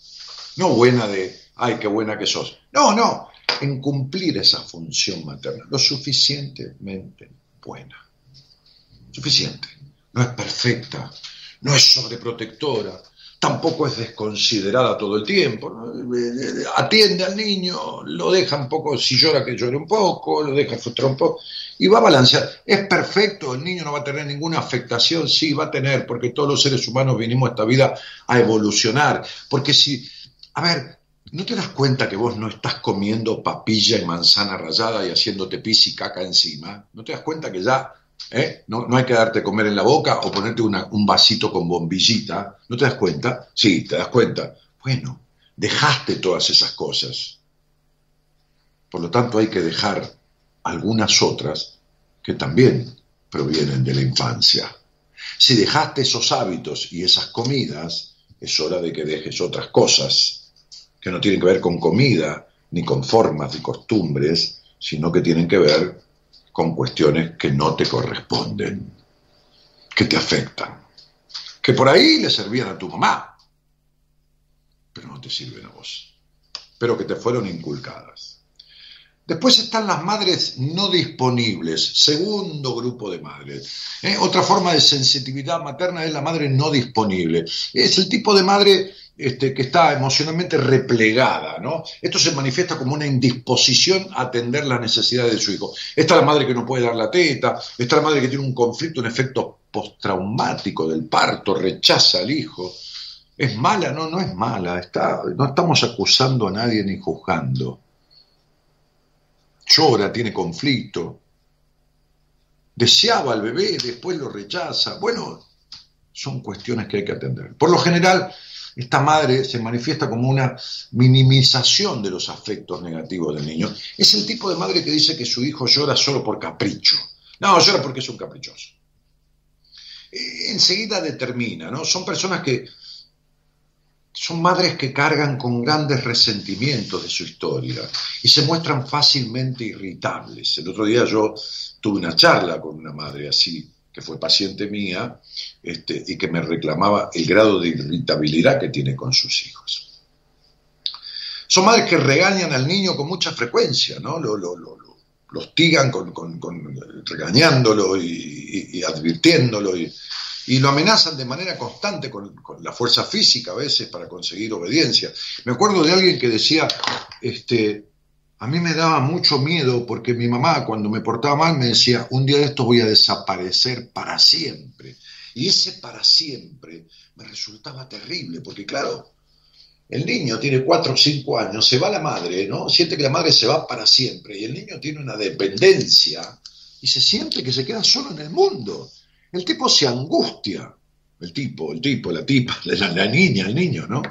No buena de, ay, qué buena que sos. No, en cumplir esa función materna, lo suficientemente buena. Suficiente. No es perfecta, no es sobreprotectora, tampoco es desconsiderada todo el tiempo, ¿no? Atiende al niño, lo deja un poco, si llora que llore un poco, lo deja frustrar un poco, y va a balancear. ¿Es perfecto? ¿El niño no va a tener ninguna afectación? Sí, va a tener, porque todos los seres humanos vinimos a esta vida a evolucionar. Porque ¿no te das cuenta que vos no estás comiendo papilla y manzana rallada y haciéndote pis y caca encima? ¿No te das cuenta que ya no hay que darte comer en la boca o ponerte un vasito con bombillita? ¿No te das cuenta? Sí, te das cuenta. Bueno, dejaste todas esas cosas. Por lo tanto, hay que dejar algunas otras que también provienen de la infancia. Si dejaste esos hábitos y esas comidas, es hora de que dejes otras cosas que no tienen que ver con comida, ni con formas ni costumbres, sino que tienen que ver con cuestiones que no te corresponden, que te afectan, que por ahí le servían a tu mamá, pero no te sirven a vos, pero que te fueron inculcadas. Después están las madres no disponibles, segundo grupo de madres. Otra forma de sensitividad materna es la madre no disponible. Es el tipo de madre que está emocionalmente replegada, ¿no? Esto se manifiesta como una indisposición a atender las necesidades de su hijo. Está la madre que no puede dar la teta, está la madre que tiene un conflicto, un efecto postraumático del parto, rechaza al hijo. ¿Es mala? No es mala. No estamos acusando a nadie ni juzgando. Llora, tiene conflicto, deseaba al bebé, después lo rechaza. Bueno, son cuestiones que hay que atender. Por lo general, esta madre se manifiesta como una minimización de los afectos negativos del niño. Es el tipo de madre que dice que su hijo llora solo por capricho. No, llora porque es un caprichoso. Enseguida determina, ¿no? Son personas que son madres que cargan con grandes resentimientos de su historia y se muestran fácilmente irritables. El otro día yo tuve una charla con una madre así, que fue paciente mía, y que me reclamaba el grado de irritabilidad que tiene con sus hijos. Son madres que regañan al niño con mucha frecuencia, ¿no? Lo hostigan regañándolo y advirtiéndolo y lo amenazan de manera constante con la fuerza física a veces para conseguir obediencia. Me acuerdo de alguien que decía, a mí me daba mucho miedo porque mi mamá cuando me portaba mal me decía, un día de estos voy a desaparecer para siempre. Y ese para siempre me resultaba terrible porque claro, el niño tiene 4 o 5 años, se va la madre, ¿no? Siente que la madre se va para siempre y el niño tiene una dependencia y se siente que se queda solo en el mundo. El tipo se angustia, la tipa, la niña, el niño, ¿no?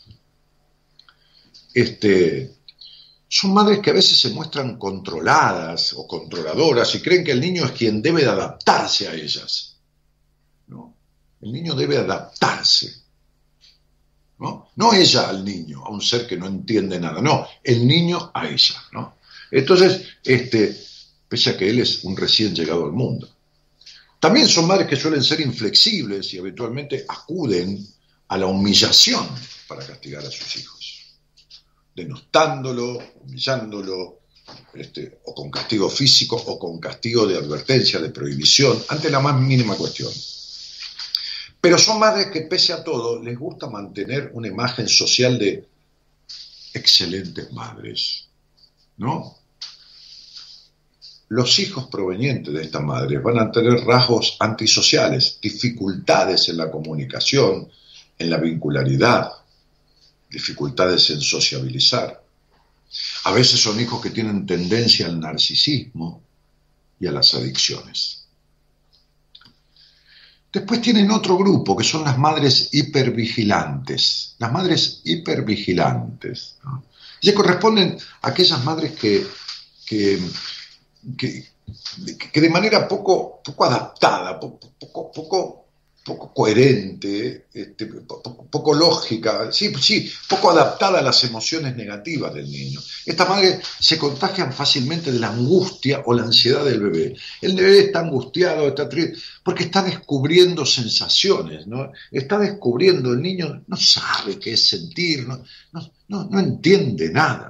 Son madres que a veces se muestran controladas o controladoras y creen que el niño es quien debe de adaptarse a ellas, ¿no? El niño debe adaptarse, ¿no? No ella al niño, a un ser que no entiende nada, no, el niño a ella, ¿no? Entonces, pese a que él es un recién llegado al mundo. También son madres que suelen ser inflexibles y habitualmente acuden a la humillación para castigar a sus hijos, denostándolo, humillándolo, o con castigo físico o con castigo de advertencia, de prohibición, ante la más mínima cuestión. Pero son madres que pese a todo les gusta mantener una imagen social de excelentes madres, ¿no? Los hijos provenientes de estas madres van a tener rasgos antisociales, dificultades en la comunicación, en la vincularidad, dificultades en sociabilizar. A veces son hijos que tienen tendencia al narcisismo y a las adicciones. Después tienen otro grupo, que son las madres hipervigilantes. Las madres hipervigilantes, ¿no? Y corresponden a aquellas madres que de manera poco adaptada, poco poco coherente, poco lógica, sí, poco adaptada a las emociones negativas del niño. Estas madres se contagian fácilmente de la angustia o la ansiedad del bebé. El bebé está angustiado, está triste, porque está descubriendo sensaciones, ¿no? Está descubriendo, el niño no sabe qué es sentir, no entiende nada.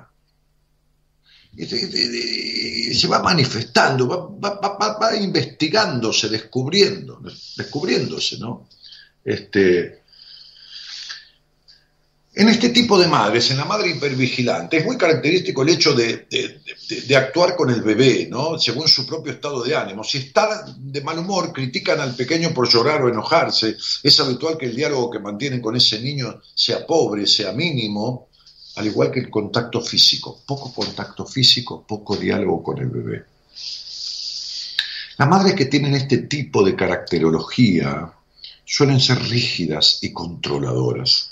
Se va manifestando, va investigándose, descubriéndose, ¿no? En este tipo de madres, en la madre hipervigilante, es muy característico el hecho de actuar con el bebé, ¿no? Según su propio estado de ánimo. Si está de mal humor, critican al pequeño por llorar o enojarse. Es habitual que el diálogo que mantienen con ese niño sea pobre, sea mínimo, al igual que el contacto físico. Poco contacto físico, poco diálogo con el bebé. Las madres que tienen este tipo de caracterología suelen ser rígidas y controladoras.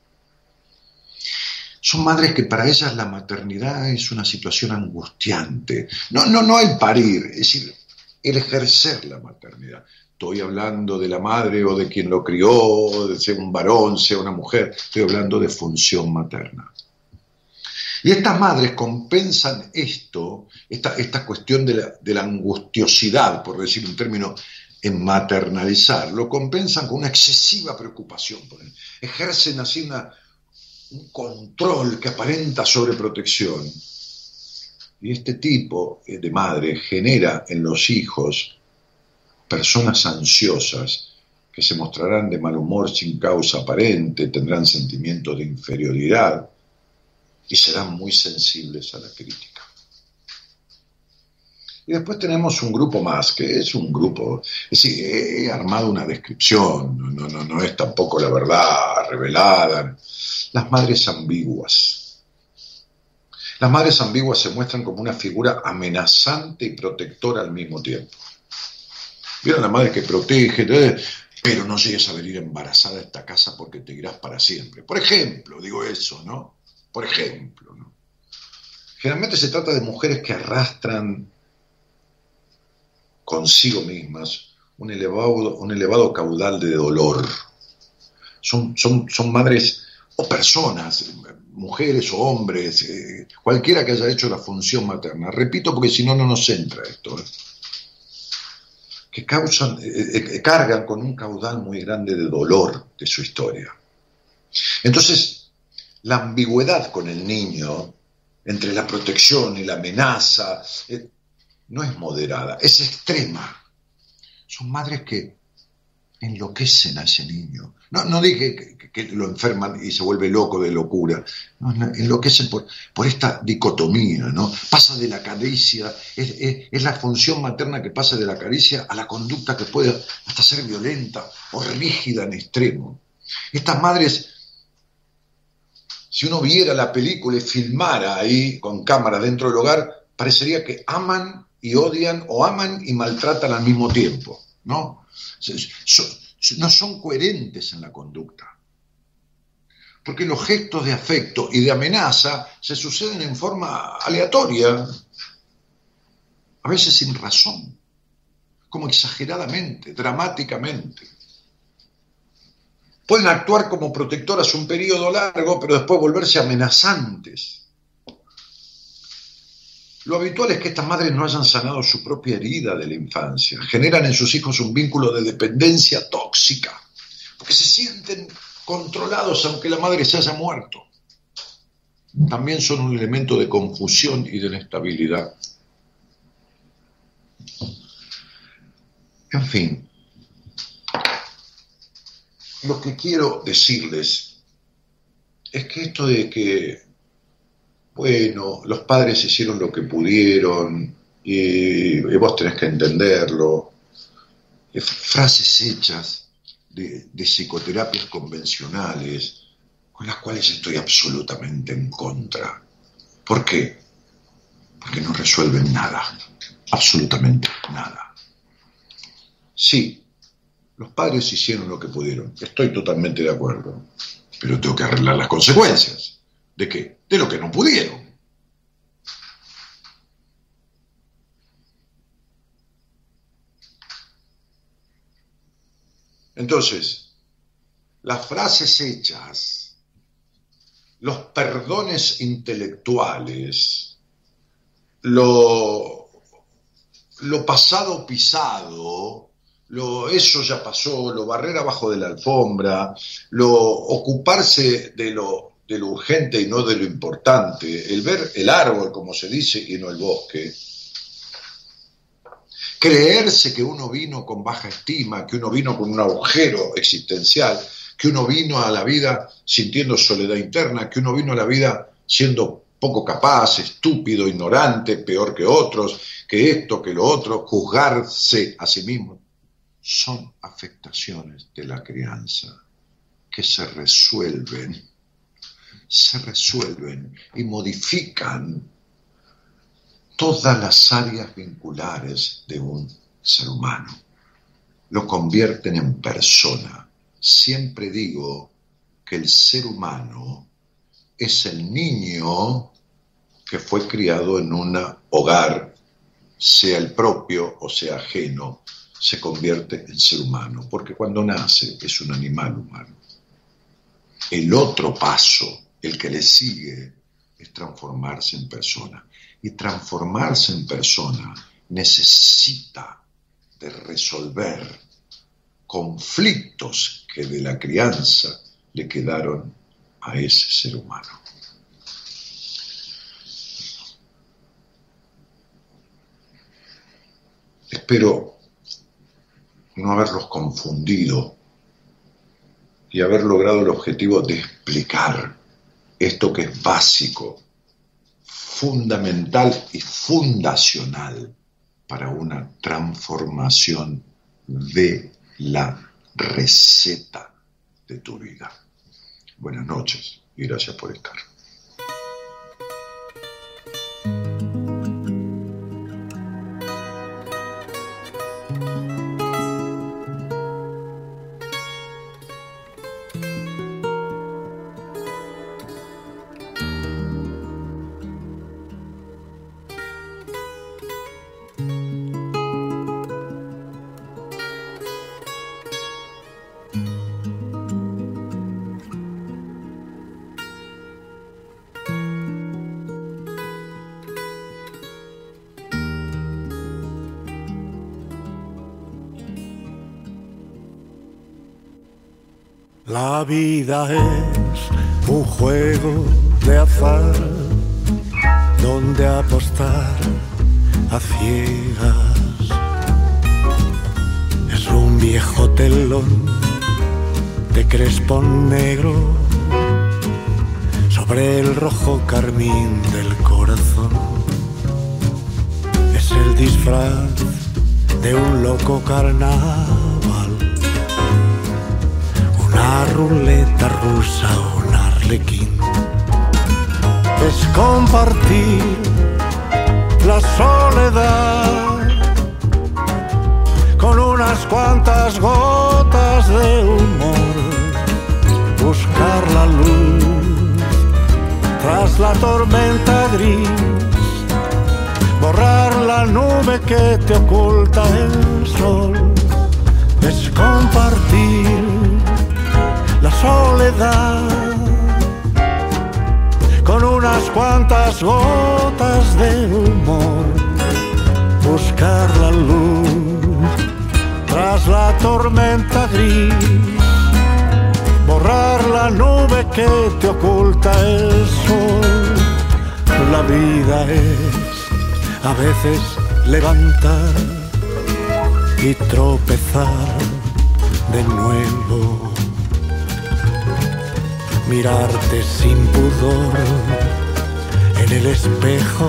Son madres que para ellas la maternidad es una situación angustiante. No el parir, es decir, el ejercer la maternidad. Estoy hablando de la madre o de quien lo crió, sea un varón, sea una mujer. Estoy hablando de función materna. Y estas madres compensan esta cuestión de la angustiosidad, por decir un término, en maternalizar, lo compensan con una excesiva preocupación. Ejercen así un control que aparenta sobreprotección. Y este tipo de madre genera en los hijos personas ansiosas que se mostrarán de mal humor sin causa aparente, tendrán sentimientos de inferioridad y serán muy sensibles a la crítica. Y después tenemos un grupo más, que es un grupo, es decir, he armado una descripción, no es tampoco la verdad revelada. Las madres ambiguas. Las madres ambiguas se muestran como una figura amenazante y protectora al mismo tiempo. ¿Vieron la madre que protege? Pero no llegues a venir embarazada a esta casa porque te irás para siempre. Por ejemplo, digo eso, ¿no? Por ejemplo, ¿no? Generalmente se trata de mujeres que arrastran consigo mismas un elevado caudal de dolor. Son madres o personas, mujeres o hombres, cualquiera que haya hecho la función materna. Repito porque si no nos entra esto. Que cargan con un caudal muy grande de dolor de su historia. Entonces, la ambigüedad con el niño, entre la protección y la amenaza, no es moderada, es extrema. Son madres que enloquecen a ese niño. No dije que lo enferman y se vuelve loco de locura. No, enloquecen por esta dicotomía, ¿no? Pasa de la caricia, es la función materna que pasa de la caricia a la conducta que puede hasta ser violenta o rígida en extremo. Estas madres, si uno viera la película y filmara ahí con cámara dentro del hogar, parecería que aman y odian o aman y maltratan al mismo tiempo, ¿no? No son coherentes en la conducta. Porque los gestos de afecto y de amenaza se suceden en forma aleatoria, a veces sin razón, como exageradamente, dramáticamente. Pueden actuar como protectoras un periodo largo, pero después volverse amenazantes. Lo habitual es que estas madres no hayan sanado su propia herida de la infancia. Generan en sus hijos un vínculo de dependencia tóxica, porque se sienten controlados aunque la madre se haya muerto. También son un elemento de confusión y de inestabilidad. En fin, lo que quiero decirles es que esto de que, bueno, los padres hicieron lo que pudieron y vos tenés que entenderlo, frases hechas de psicoterapias convencionales con las cuales estoy absolutamente en contra. ¿Por qué? Porque no resuelven nada, absolutamente nada. Sí, los padres hicieron lo que pudieron, estoy totalmente de acuerdo, pero tengo que arreglar las consecuencias. ¿De qué? De lo que no pudieron. Entonces, las frases hechas, los perdones intelectuales, lo pasado pisado, eso ya pasó, lo barrer abajo de la alfombra, lo ocuparse de lo urgente y no de lo importante, el ver el árbol, como se dice, y no el bosque, creerse que uno vino con baja estima, que uno vino con un agujero existencial, que uno vino a la vida sintiendo soledad interna, que uno vino a la vida siendo poco capaz, estúpido, ignorante, peor que otros, que esto, que lo otro, juzgarse a sí mismo, son afectaciones de la crianza que se resuelven y modifican todas las áreas vinculares de un ser humano. Lo convierten en persona. Siempre digo que el ser humano es el niño que fue criado en un hogar, sea el propio o sea ajeno, se convierte en ser humano, porque cuando nace es un animal humano. El otro paso, el que le sigue, es transformarse en persona. Y transformarse en persona necesita de resolver conflictos que de la crianza le quedaron a ese ser humano. Espero no haberlos confundido y haber logrado el objetivo de explicar esto que es básico, fundamental y fundacional para una transformación de la receta de tu vida. Buenas noches y gracias por estar. La vida es un juego de azar donde apostar a ciegas es un viejo telón de crespón negro sobre el rojo carmín del corazón. Es el disfraz de un loco carnaval, una ruleta rusa, un arlequín. Es compartir la soledad con unas cuantas gotas de humor, buscar la luz tras la tormenta gris, borrar la nube que te oculta el sol. Es compartir la soledad con unas cuantas gotas de humor, buscar la luz tras la tormenta gris, borrar la nube que te oculta el sol. La vida es a veces levantar y tropezar de nuevo, mirarte sin pudor en el espejo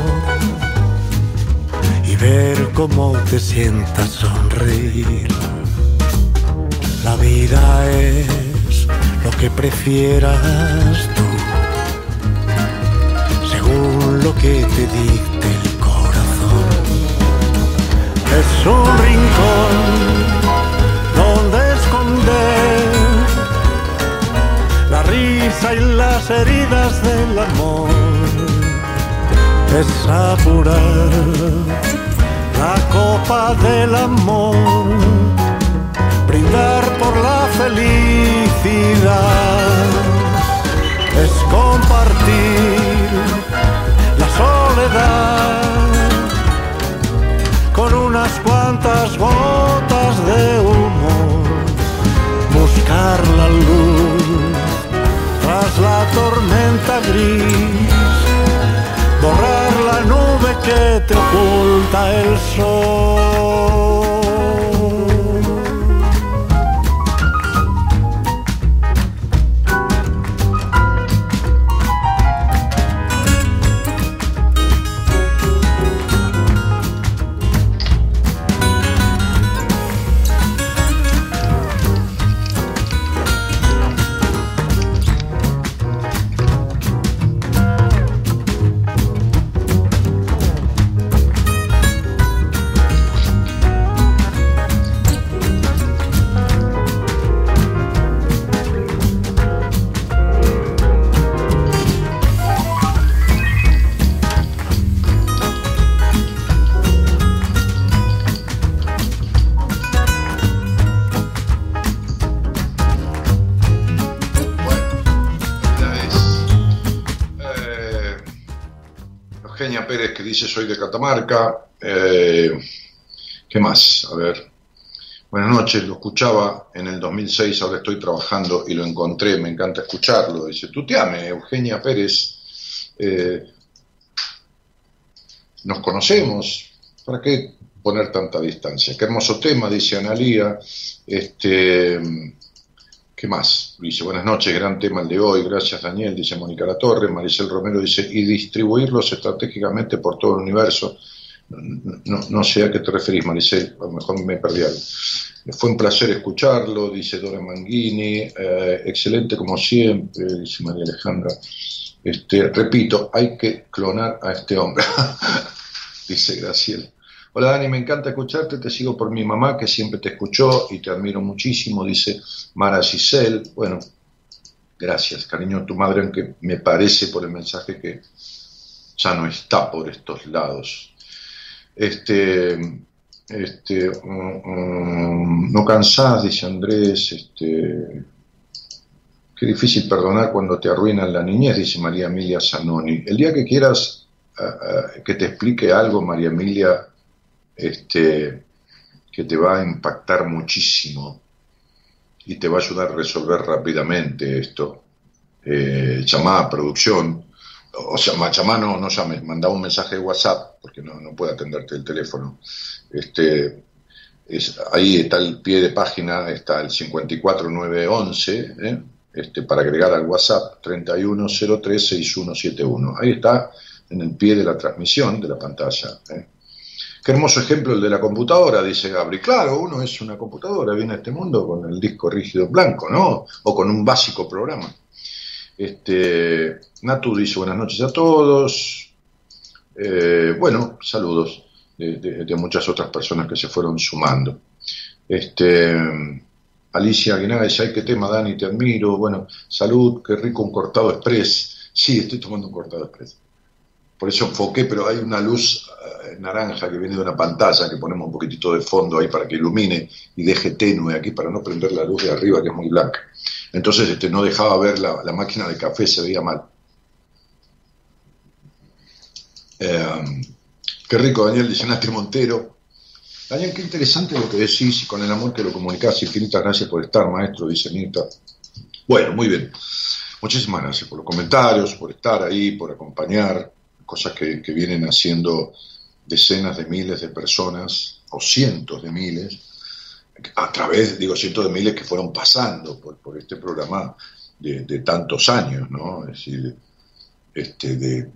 y ver cómo te sientas sonreír. La vida es lo que prefieras tú, según lo que te dicte el corazón. Es un rincón donde esconder la risa y las heridas del amor. Es apurar la copa del amor, brindar brindar por la felicidad, es compartir la soledad con unas cuantas gotas de humor, buscar la luz tras la tormenta gris, borrar la nube que te oculta el sol. Pérez, que dice soy de Catamarca. ¿Qué más? A ver. Buenas noches, lo escuchaba en el 2006, ahora estoy trabajando y lo encontré, me encanta escucharlo. Dice, tuteame, Eugenia Pérez. Nos conocemos, ¿para qué poner tanta distancia? Qué hermoso tema, dice Analía. ¿Qué más? Dice, buenas noches, gran tema el de hoy, gracias Daniel, dice Mónica Latorre. Maricel Romero dice, y distribuirlos estratégicamente por todo el universo. No sé a qué te referís, Maricel, a lo mejor me perdí algo. Fue un placer escucharlo, dice Dora Manghini. Excelente como siempre, dice María Alejandra. Repito, hay que clonar a este hombre, dice Graciela. Hola Dani, me encanta escucharte, te sigo por mi mamá que siempre te escuchó y te admiro muchísimo, dice Mara Giselle. Bueno, gracias, cariño, tu madre, aunque me parece por el mensaje que ya no está por estos lados. No cansás, dice Andrés, qué difícil perdonar cuando te arruinan la niñez, dice María Emilia Zanoni. El día que quieras que te explique algo, María Emilia, que te va a impactar muchísimo y te va a ayudar a resolver rápidamente esto, llamá a producción, o sea, llamá, no llames, mandá un mensaje de WhatsApp, porque no puede atenderte el teléfono. Ahí está el pie de página, está el 54911, para agregar al WhatsApp 31036171. Ahí está en el pie de la transmisión de la pantalla. Qué hermoso ejemplo el de la computadora, dice Gabri. Claro, uno es una computadora, viene a este mundo con el disco rígido blanco, ¿no? O con un básico programa. Natu dice buenas noches a todos. Bueno, saludos de muchas otras personas que se fueron sumando. Alicia Aguinaga dice, ay, qué tema, Dani, te admiro. Bueno, salud, qué rico un cortado express. Sí, estoy tomando un cortado express. Por eso enfoqué, pero hay una luz naranja que viene de una pantalla que ponemos un poquitito de fondo ahí para que ilumine y deje tenue aquí para no prender la luz de arriba que es muy blanca. Entonces no dejaba ver la máquina de café, se veía mal. Qué rico, Daniel, dice Nati Montero. Daniel, qué interesante lo que decís y con el amor que lo comunicás. Infinitas gracias por estar, maestro, dice Mirta. Bueno, muy bien. Muchísimas gracias por los comentarios, por estar ahí, por acompañar. Cosas que vienen haciendo decenas de miles de personas, o cientos de miles, a través, cientos de miles que fueron pasando por este programa de tantos años, ¿no? Es decir, de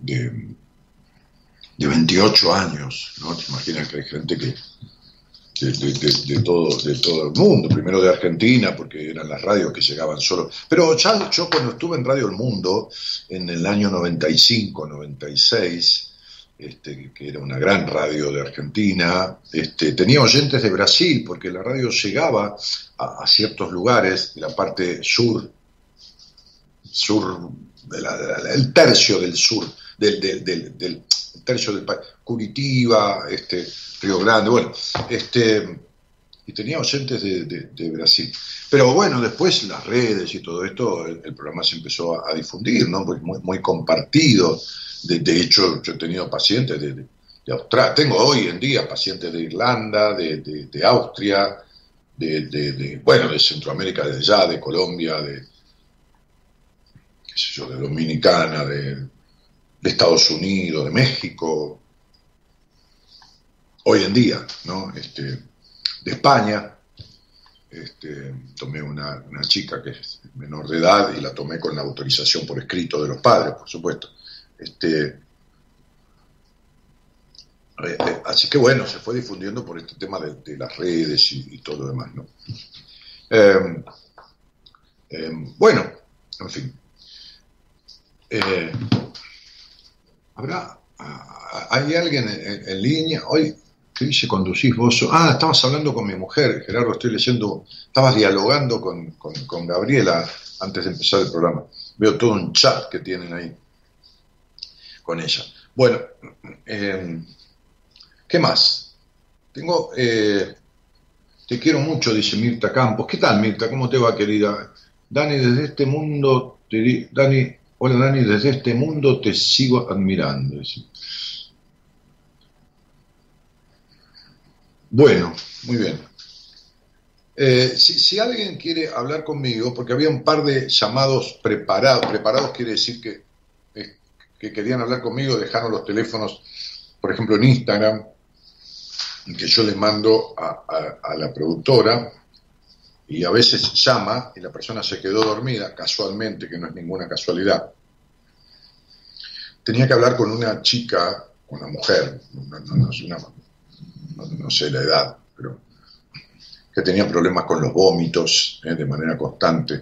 28 años, ¿no? Te imaginas que hay gente que de todo el mundo, primero de Argentina, porque eran las radios que llegaban solo. Pero ya yo cuando estuve en Radio El Mundo, en el año 95, 96, que era una gran radio de Argentina, tenía oyentes de Brasil, porque la radio llegaba a ciertos lugares de la parte sur, el tercio del sur, del tercio del país, Curitiba, Río Grande, bueno, y tenía oyentes de Brasil. Pero bueno, después las redes y todo esto, el programa se empezó a difundir, ¿no? Pues muy compartido. De hecho, yo he tenido pacientes de Australia, tengo hoy en día pacientes de Irlanda, de Austria, bueno, de Centroamérica, de allá, de Colombia, qué sé yo, de Dominicana, de Estados Unidos, de México, hoy en día, ¿no? De España. Tomé una chica que es menor de edad y la tomé con la autorización por escrito de los padres, por supuesto. Así que bueno, se fue difundiendo por este tema de las redes y todo lo demás, ¿no? Bueno, en fin. ¿Hay alguien en línea? Hoy, ¿qué dice conducís vos? Estabas hablando con mi mujer, Gerardo, estoy leyendo, estabas dialogando con Gabriela antes de empezar el programa. Veo todo un chat que tienen ahí con ella. Bueno, ¿qué más? Te quiero mucho, dice Mirta Campos. ¿Qué tal, Mirta? ¿Cómo te va, querida? Dani, desde este mundo, hola, Dani, desde este mundo te sigo admirando. Dice. Bueno, muy bien. Si alguien quiere hablar conmigo, porque había un par de llamados preparados quiere decir que querían hablar conmigo, dejaron los teléfonos, por ejemplo, en Instagram, que yo les mando a la productora, y a veces llama y la persona se quedó dormida, casualmente, que no es ninguna casualidad. Tenía que hablar con una chica, una mujer, no sé la edad, pero que tenía problemas con los vómitos de manera constante,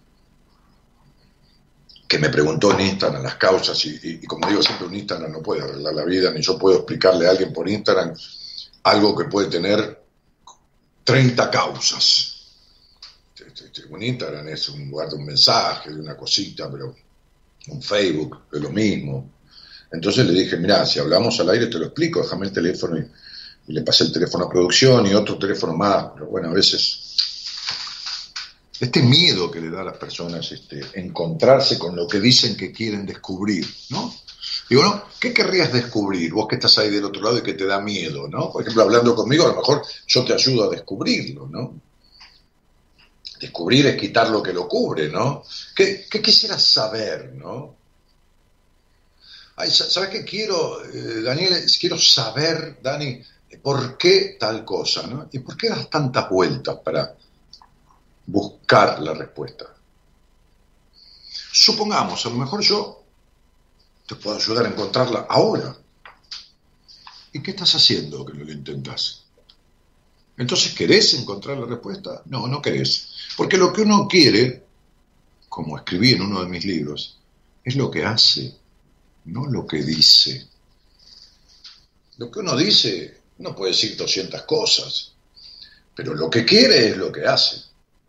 que me preguntó en Instagram las causas, y como digo siempre, un Instagram no puede arreglar la vida, ni yo puedo explicarle a alguien por Instagram algo que puede tener 30 causas. Un Instagram es un lugar de un mensaje, de una cosita, pero un Facebook es lo mismo. Entonces le dije, mirá, si hablamos al aire te lo explico, déjame el teléfono, y le pasé el teléfono a producción y otro teléfono más, pero bueno, a veces este miedo que le da a las personas encontrarse con lo que dicen que quieren descubrir, ¿no? Digo, ¿no? ¿Qué querrías descubrir? Vos que estás ahí del otro lado y que te da miedo, ¿no? Por ejemplo, hablando conmigo, a lo mejor yo te ayudo a descubrirlo, ¿no? Descubrir es quitar lo que lo cubre, ¿no? ¿Qué quisieras saber, no? Ay, ¿sabes qué quiero, Daniel? Quiero saber, Dani, por qué tal cosa, ¿no? ¿Y por qué das tantas vueltas para buscar la respuesta? Supongamos, a lo mejor yo te puedo ayudar a encontrarla ahora. ¿Y qué estás haciendo que no lo intentás? Entonces, ¿querés encontrar la respuesta? No, no querés. Porque lo que uno quiere, como escribí en uno de mis libros, es lo que hace, no lo que dice. Lo que uno dice, uno puede decir 200 cosas, pero lo que quiere es lo que hace.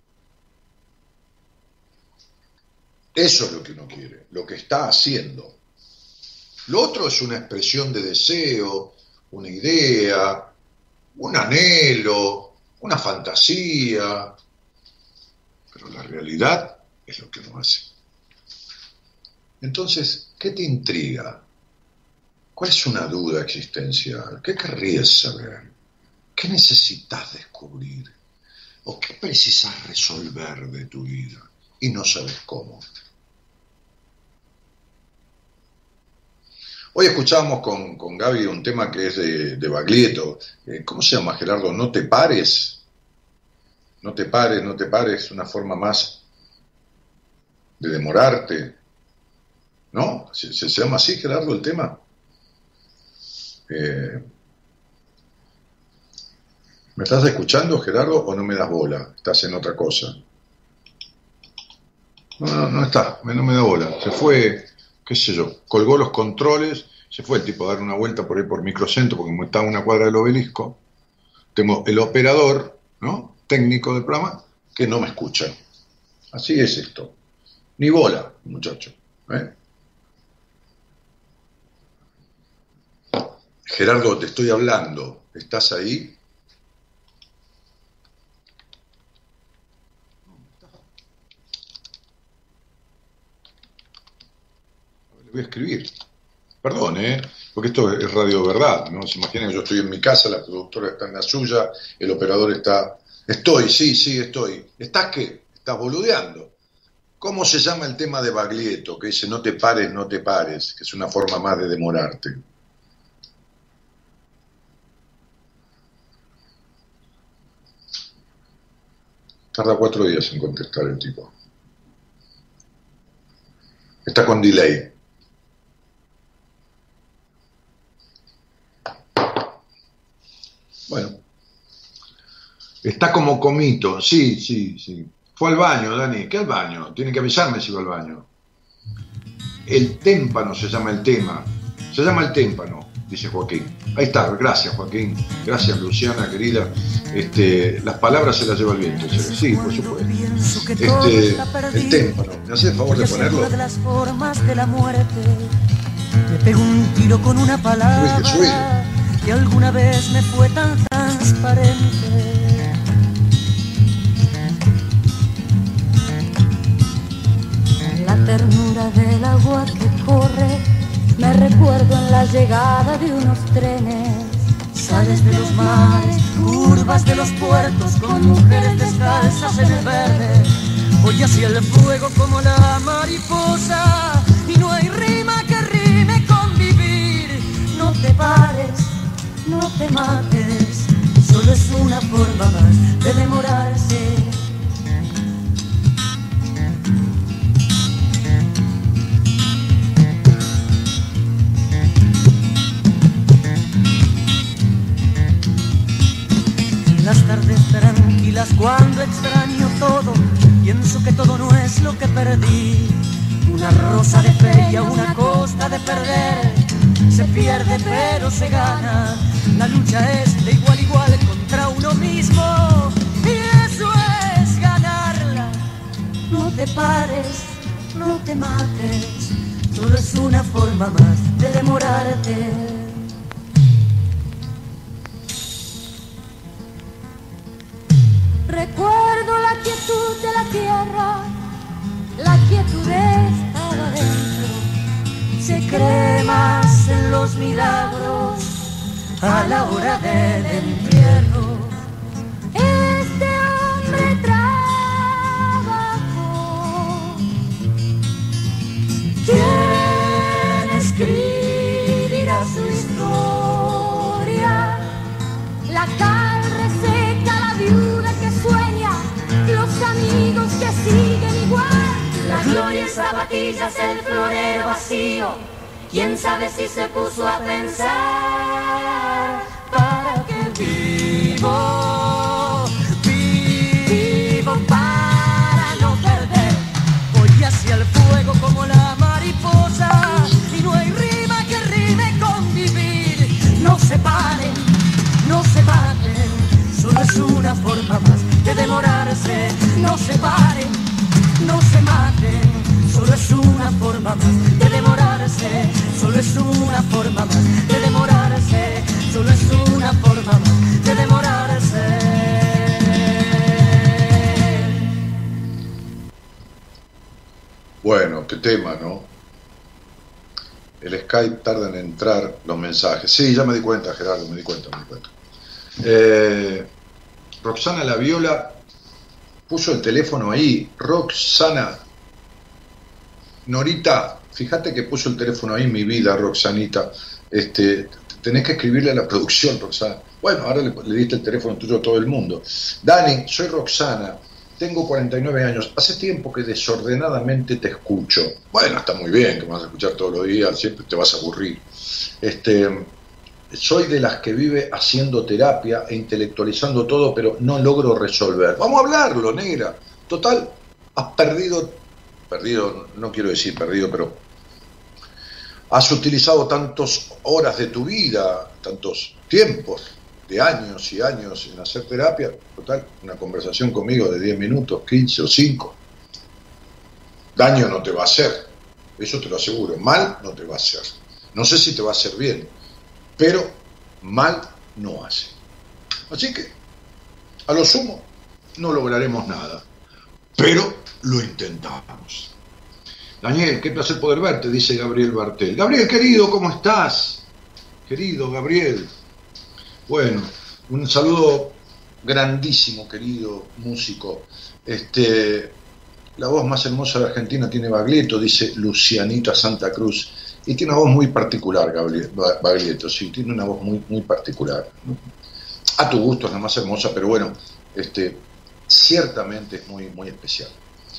Eso es lo que uno quiere, lo que está haciendo. Lo otro es una expresión de deseo, una idea, un anhelo, una fantasía, pero la realidad es lo que uno hace. Entonces, ¿qué te intriga? ¿Cuál es una duda existencial? ¿Qué querrías saber? ¿Qué necesitas descubrir? ¿O qué precisas resolver de tu vida y no sabes cómo? Hoy escuchábamos con Gaby un tema que es de Baglietto. ¿Cómo se llama, Gerardo? No te pares. No te pares, no te pares. Una forma más de demorarte. ¿No? ¿Se llama así, Gerardo, el tema? ¿Me estás escuchando, Gerardo, o no me das bola? ¿Estás en otra cosa? No está. No me da bola. Se fue... qué sé yo, colgó los controles, se fue el tipo a dar una vuelta por ahí por Microcentro, porque como está a una cuadra del Obelisco, tengo el operador, ¿no?, técnico del programa, que no me escucha. Así es esto. Ni bola, muchacho. Gerardo, te estoy hablando. ¿Estás ahí? Le voy a escribir. Perdón, porque esto es radio verdad, ¿no? Se imaginan que yo estoy en mi casa, la productora está en la suya, el operador está... Estoy, sí, estoy. ¿Estás qué? Estás boludeando. ¿Cómo se llama el tema de Baglietto? Que dice no te pares, que es una forma más de demorarte. Tarda 4 días en contestar el tipo. Está con delay. Bueno. Está como comito. Sí. Fue al baño, Dani. ¿Qué al baño? Tiene que avisarme si va al baño. El témpano se llama el tema. Se llama el témpano, dice Joaquín. Ahí está. Gracias, Joaquín. Gracias, Luciana, querida. Las palabras se las lleva el viento. Sí, por supuesto. El témpano. ¿Me haces el favor de ponerlo? Una de las formas de la muerte. Me pego un tiro con una palabra que alguna vez me fue tan transparente. La ternura del agua que corre, me recuerdo en la llegada de unos trenes. Sales de los mares, curvas de los puertos, con mujeres descalzas en el verde. Voy hacia el fuego como la mariposa, y no hay rima que rime con vivir. No te pares, no te mates, solo es una forma más de demorarse. Las tardes tranquilas cuando extraño todo, pienso que todo no es lo que perdí. Una rosa de feria, una costa de perder, se pierde pero se gana. La lucha es de igual a igual contra uno mismo, y eso es ganarla. No te pares, no te mates, solo es una forma más de demorarte. Recuerdo la quietud de la tierra, la quietud estaba dentro. Se cree más en los milagros a la hora del entierro. Este hombre trabajó. ¿Quién escribirá su historia? La cal reseca, la viuda que sueña, los amigos que siguen igual. La gloria en zapatillas, el florero vacío. ¿Quién sabe si se puso a pensar? ¿Para qué vivo? Vivo para no perder. Voy hacia el fuego como la mariposa, y no hay rima que rime con vivir. No se paren, no se maten, solo es una forma más de demorarse. No se paren, no se maten, solo es una forma más de demorarse. Solo es una forma más de demorarse. Solo es una forma más de demorarse. Bueno, qué tema, ¿no? El Skype tarda en entrar los mensajes. Sí, ya me di cuenta, Gerardo, me di cuenta. Roxana La Viola puso el teléfono ahí. Roxana, Norita, fíjate que puso el teléfono ahí, mi vida, Roxanita. Tenés que escribirle a la producción, Roxana. Bueno, ahora le diste el teléfono tuyo a todo el mundo. Dani, soy Roxana, tengo 49 años. Hace tiempo que desordenadamente te escucho. Bueno, está muy bien que me vas a escuchar todos los días, siempre te vas a aburrir. Soy de las que vive haciendo terapia e intelectualizando todo, pero no logro resolver. Vamos a hablarlo, negra. Total, has perdido, no quiero decir perdido, pero has utilizado tantas horas de tu vida, tantos tiempos, de años y años en hacer terapia. Total, una conversación conmigo de 10 minutos, 15 o 5. Daño no te va a hacer, eso te lo aseguro. Mal no te va a hacer. No sé si te va a hacer bien, pero mal no hace. Así que, a lo sumo, no lograremos nada, pero lo intentamos. Daniel, qué placer poder verte, dice Gabriel Bartel. Gabriel, querido, ¿cómo estás? Querido Gabriel. Bueno, un saludo grandísimo, querido músico. La voz más hermosa de Argentina tiene Baglietto, dice Lucianita Santa Cruz. Y tiene una voz muy particular, Baglietto, sí, tiene una voz muy, muy particular. A tu gusto es la más hermosa, pero bueno, ciertamente es muy, muy especial.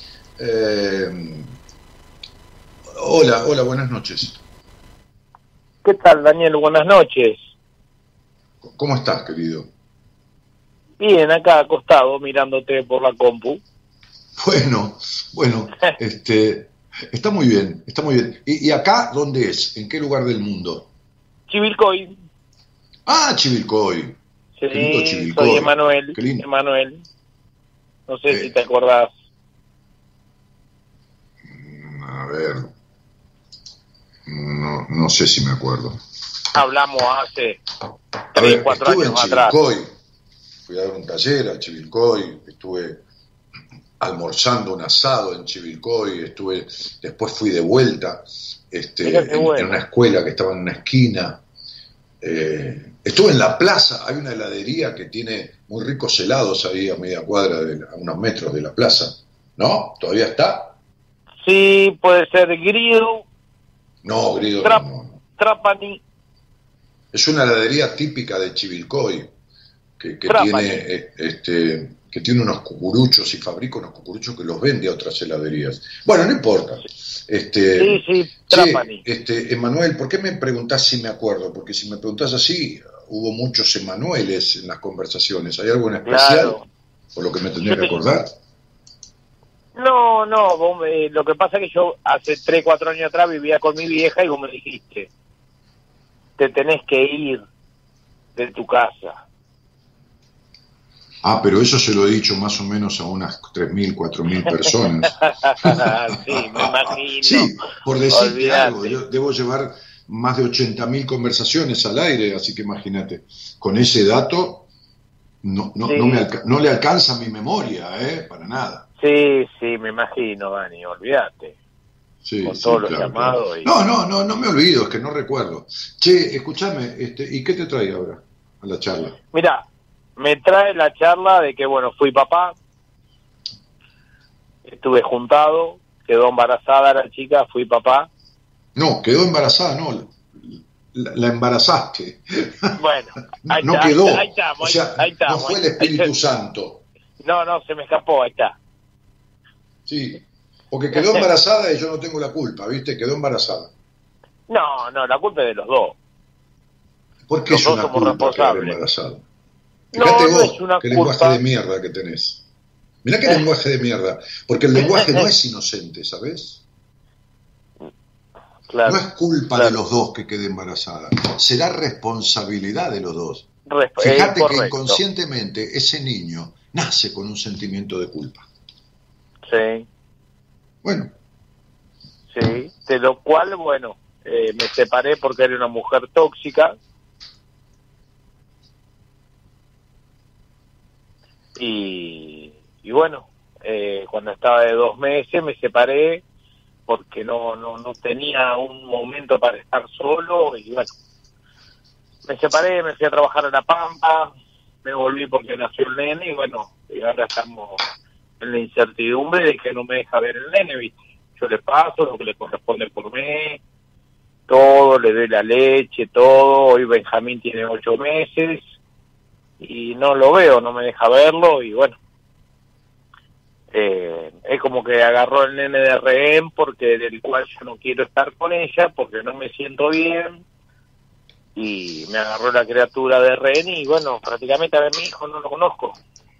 Hola, buenas noches. ¿Qué tal, Daniel? Buenas noches. ¿Cómo estás, querido? Bien, acá acostado, mirándote por la compu. Bueno, está muy bien, está muy bien. ¿Y acá dónde es? ¿En qué lugar del mundo? Chivilcoy. Ah, Chivilcoy. Sí, Qué lindo Chivilcoy. soy Emanuel. Qué lindo. Emanuel. No sé si te acordás. A ver. No sé si me acuerdo. Hablamos hace 3, 4 años atrás. Estuve en Chivilcoy. Fui a dar un taller a Chivilcoy. Estuve almorzando un asado en Chivilcoy. Después fui de vuelta en una escuela que estaba en una esquina. Estuve en la plaza. Hay una heladería que tiene muy ricos helados ahí a media cuadra, a unos metros de la plaza. ¿No? ¿Todavía está? Sí, puede ser Grido. No, Grido no. Trapani. Es una heladería típica de Chivilcoy que tiene unos cucuruchos y fabrica unos cucuruchos que los vende a otras heladerías. Bueno, no importa. Sí, Trapani. Emanuel, ¿por qué me preguntás si me acuerdo? Porque si me preguntás así, hubo muchos Emanueles en las conversaciones. ¿Hay algo en especial? Claro. ¿Por lo que me tendría que acordar? No, lo que pasa es que yo hace 3, 4 años atrás vivía con mi vieja y vos me dijiste, te tenés que ir de tu casa. Ah, pero eso se lo he dicho más o menos a unas 3.000, 4.000 personas. Sí, me imagino. Sí, por decirte algo, yo debo llevar más de 80.000 conversaciones al aire, así que imagínate, con ese dato no le alcanza mi memoria, para nada. Sí, me imagino, Dani, olvídate. Sí, con todos los llamados. Claro. No me olvido, es que no recuerdo. Che, escúchame, ¿y qué te trae ahora a la charla? Mira, me trae la charla de que, bueno, fui papá, estuve juntado, quedó embarazada la chica, fui papá. No, quedó embarazada, no, la embarazaste. Bueno, ahí no está, quedó, ahí estamos, o sea, ahí estamos, no fue el Espíritu Santo. No, se me escapó, ahí está. Sí, porque quedó embarazada y yo no tengo la culpa, ¿viste? Quedó embarazada. No, la culpa es de los dos. ¿Por qué es una culpa quedar embarazada? Fíjate vos qué lenguaje de mierda que tenés. Mirá qué lenguaje de mierda, porque el lenguaje no es inocente, ¿sabés? Claro, no es culpa de los dos que quede embarazada, será responsabilidad de los dos. Fíjate que inconscientemente ese niño nace con un sentimiento de culpa. Sí. Bueno. Sí, de lo cual, bueno, me separé porque era una mujer tóxica. Y bueno, cuando estaba de 2 meses me separé porque no tenía un momento para estar solo y bueno, me separé, me fui a trabajar a La Pampa, me volví porque nació el nene y bueno, y ahora estamos en la incertidumbre de que no me deja ver el nene, ¿viste? Yo le paso lo que le corresponde por mes, todo, le doy la leche, todo. Hoy Benjamín tiene 8 meses y no lo veo, no me deja verlo y bueno, es como que agarró el nene de rehén porque del cual yo no quiero estar con ella porque no me siento bien y me agarró la criatura de rehén y bueno, prácticamente a ver mi hijo no lo conozco.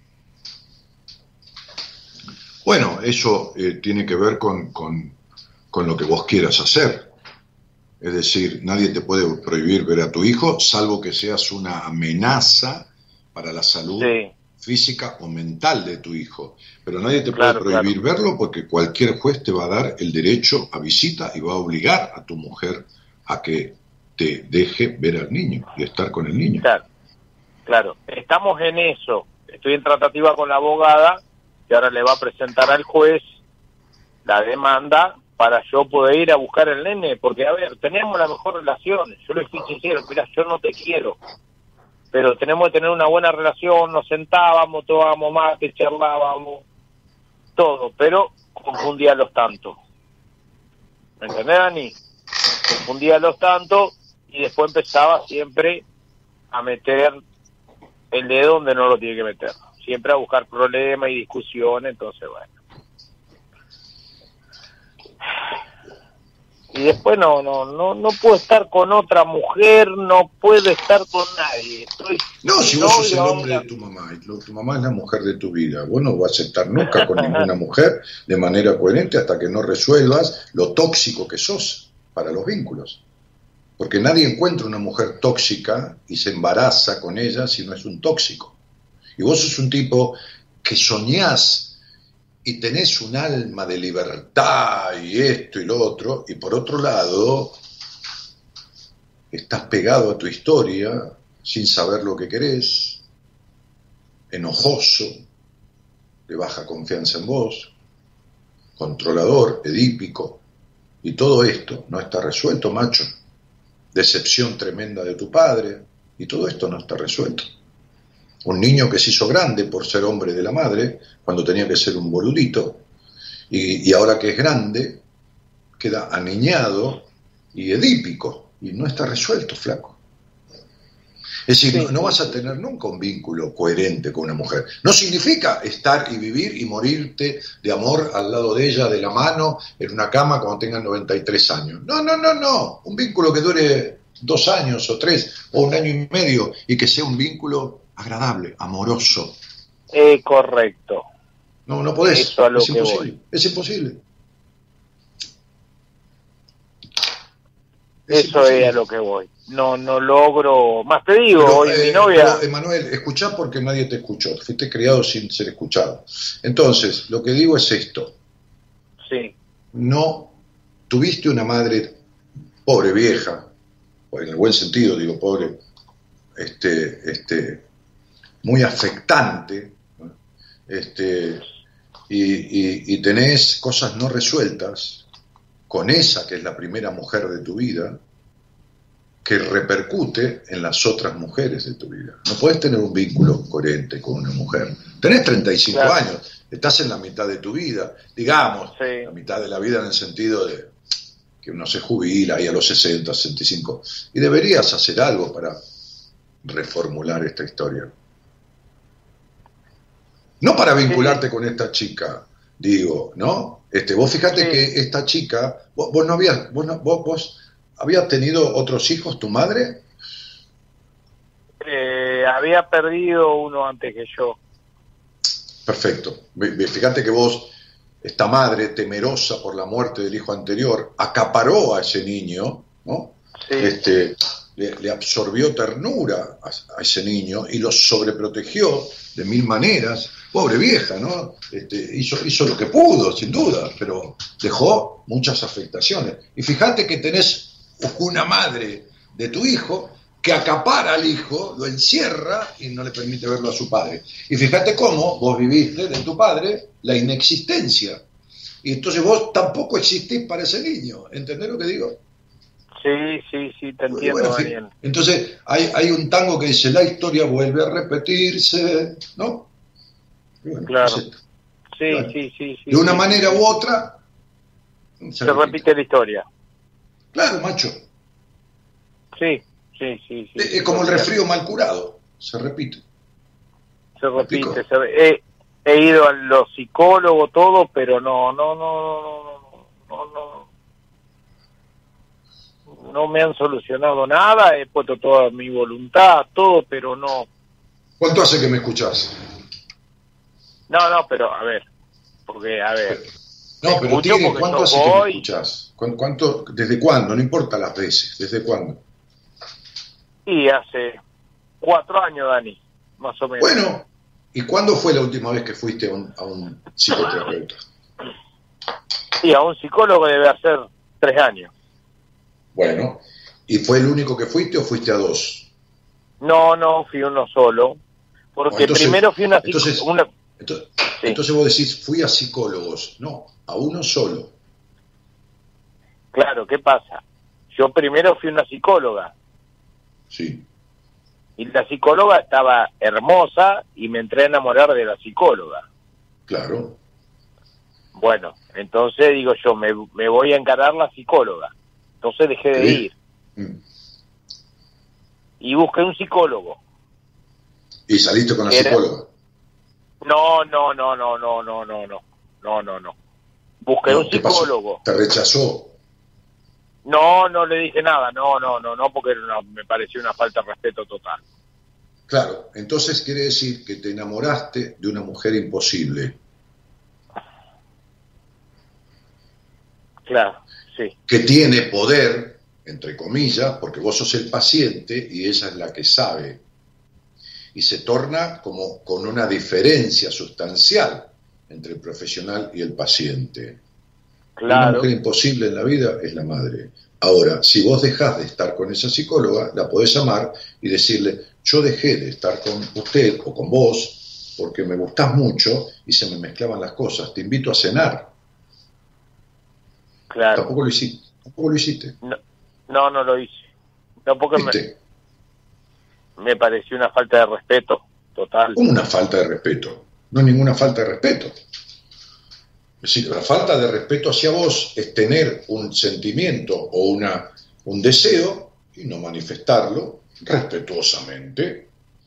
Bueno, eso tiene que ver con lo que vos quieras hacer. Es decir, nadie te puede prohibir ver a tu hijo, salvo que seas una amenaza para la salud física o mental de tu hijo. Pero nadie te puede prohibir verlo porque cualquier juez te va a dar el derecho a visita y va a obligar a tu mujer a que te deje ver al niño y estar con el niño. Claro. Estamos en eso. Estoy en tratativa con la abogada y ahora le va a presentar al juez la demanda para yo poder ir a buscar al nene, porque a ver, tenemos la mejor relación, yo le fui sincero, mirá, yo no te quiero, pero tenemos que tener una buena relación, nos sentábamos, tomábamos mate, charlábamos, todo, pero confundía los tantos. ¿Me entendés, Dani? Confundía los tantos y después empezaba siempre a meter el dedo donde no lo tiene que meter. Siempre a buscar problemas y discusiones, entonces bueno. Y después no puedo estar con otra mujer, no puedo estar con nadie. No, si vos sos el hombre de tu mamá, y tu mamá es la mujer de tu vida, vos no vas a aceptar nunca con ninguna mujer de manera coherente hasta que no resuelvas lo tóxico que sos para los vínculos. Porque nadie encuentra una mujer tóxica y se embaraza con ella si no es un tóxico. Y vos sos un tipo que soñás y tenés un alma de libertad y esto y lo otro, y por otro lado estás pegado a tu historia sin saber lo que querés, enojoso, de baja confianza en vos, controlador, edípico, y todo esto no está resuelto, macho. Decepción tremenda de tu padre, y todo esto no está resuelto. Un niño que se hizo grande por ser hombre de la madre, cuando tenía que ser un boludito, y ahora que es grande, queda aniñado y edípico, y no está resuelto, flaco. Es decir, no vas a tener nunca un vínculo coherente con una mujer. No significa estar y vivir y morirte de amor al lado de ella, de la mano, en una cama cuando tengan 93 años. No. Un vínculo que dure 2 años o 3 o 1 año y medio y que sea un vínculo agradable, amoroso. Correcto. No podés. Eso a lo es que imposible. voy. Es imposible. Eso es a lo que voy. No logro. Más te digo, Pero, hoy mi novia. Pero, Emanuel, escuchá porque nadie te escuchó. Fuiste criado sin ser escuchado. Entonces, lo que digo es esto. Sí. No tuviste una madre pobre, vieja, en el buen sentido, digo, pobre, muy afectante, ¿no? Y tenés cosas no resueltas con esa que es la primera mujer de tu vida, que repercute en las otras mujeres de tu vida. No podés tener un vínculo coherente con una mujer. Tenés 35 años, estás en la mitad de tu vida, digamos, la mitad de la vida en el sentido de que uno se jubila ahí a los 60, 65, y deberías hacer algo para reformular esta historia. No para vincularte con esta chica, digo, ¿no? Vos fíjate que esta chica, vos habías tenido otros hijos, tu madre. Había perdido uno antes que yo. Perfecto. Fíjate que vos, esta madre temerosa por la muerte del hijo anterior, acaparó a ese niño, ¿no? Sí. Le absorbió ternura a ese niño y lo sobreprotegió de 1000 maneras. Pobre vieja, ¿no? Hizo lo que pudo, sin duda, pero dejó muchas afectaciones. Y fíjate que tenés una madre de tu hijo que acapara al hijo, lo encierra y no le permite verlo a su padre. Y fíjate cómo vos viviste de tu padre la inexistencia. Y entonces vos tampoco existís para ese niño. ¿Entendés lo que digo? Sí, te entiendo, bueno, Daniel. Entonces hay un tango que dice, la historia vuelve a repetirse, ¿no? Bueno, claro. Sí. De una manera u otra se repite la historia. Claro, macho. Sí. Es como el resfrío mal curado, se repite. Se repite. He ido a los psicólogos, todo, pero no me han solucionado nada. He puesto toda mi voluntad, todo, pero no. ¿Cuánto hace que me escuchás? No, pero a ver, porque a ver. No, pero Tigre, ¿cuánto hace que me escuchás? ¿Desde cuándo? No importa las veces, ¿desde cuándo? Y hace 4 años, Dani, más o menos. Bueno, ¿y cuándo fue la última vez que fuiste a un psicoterapeuta? Y a un psicólogo debe hacer 3 años. Bueno, ¿y fue el único que fuiste o fuiste a 2? No, fui uno solo. Porque primero fui una psicóloga. Entonces vos decís, fui a psicólogos. No, a uno solo. Claro, ¿qué pasa? Yo primero fui una psicóloga. Sí. Y la psicóloga estaba hermosa y me entré a enamorar de la psicóloga. Claro. Bueno, entonces digo yo, me voy a encarar la psicóloga. Entonces dejé de ir. Y busqué un psicólogo. ¿Y saliste con la psicóloga? No. Busqué un psicólogo. ¿Te rechazó? No le dije nada, no, porque me pareció una falta de respeto total. Claro, entonces quiere decir que te enamoraste de una mujer imposible. Claro, sí. Que tiene poder, entre comillas, porque vos sos el paciente y ella es la que sabe. Y se torna como con una diferencia sustancial entre el profesional y el paciente. Claro. Una mujer imposible en la vida es la madre. Ahora, si vos dejás de estar con esa psicóloga, la podés llamar y decirle, yo dejé de estar con usted o con vos porque me gustás mucho y se me mezclaban las cosas, te invito a cenar. Claro. Tampoco lo hiciste. No lo hice. No, porque me pareció una falta de respeto total. ¿Cómo una falta de respeto? No es ninguna falta de respeto. Es decir, la falta de respeto hacia vos es tener un sentimiento o un deseo y no manifestarlo respetuosamente.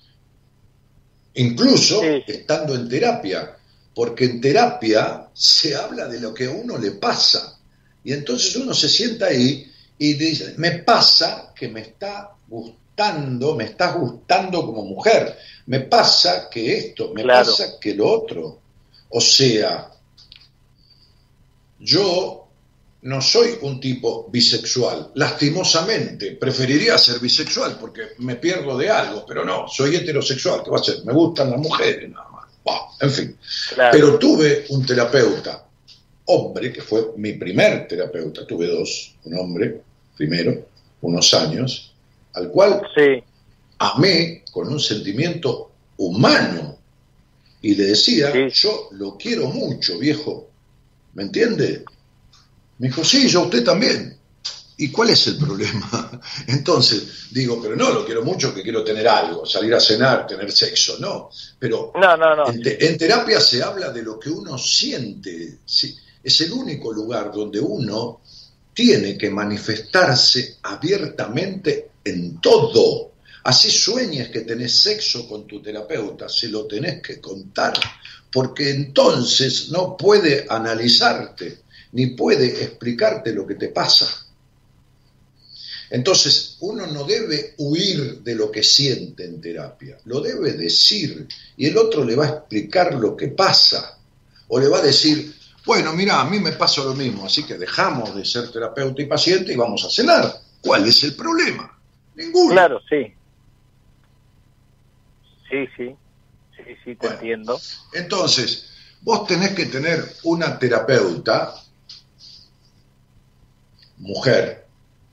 Incluso estando en terapia, porque en terapia se habla de lo que a uno le pasa. Y entonces uno se sienta ahí y dice, me pasa que me estás gustando como mujer, me pasa que esto, me pasa que lo otro. O sea, yo no soy un tipo bisexual, lastimosamente, preferiría ser bisexual porque me pierdo de algo, pero no, soy heterosexual, ¿qué va a ser? Me gustan las mujeres, nada más. En fin, pero tuve un terapeuta, hombre, que fue mi primer terapeuta, tuve dos, un hombre, primero, unos años, al cual amé con un sentimiento humano, y le decía, yo lo quiero mucho, viejo, ¿me entiende? Me dijo, sí, yo a usted también. ¿Y cuál es el problema? Entonces, digo, pero no, lo quiero mucho, que quiero tener algo, salir a cenar, tener sexo, no. Pero no. En terapia se habla de lo que uno siente. Sí, es el único lugar donde uno tiene que manifestarse abiertamente en todo. Así sueñes que tenés sexo con tu terapeuta, se lo tenés que contar, porque entonces no puede analizarte, ni puede explicarte lo que te pasa. Entonces, uno no debe huir de lo que siente en terapia, lo debe decir, y el otro le va a explicar lo que pasa, o le va a decir, bueno, mira, a mí me pasa lo mismo, así que dejamos de ser terapeuta y paciente y vamos a cenar. ¿Cuál es el problema? Ninguno. Claro, sí. Sí, te entiendo. Entonces, vos tenés que tener una terapeuta, mujer,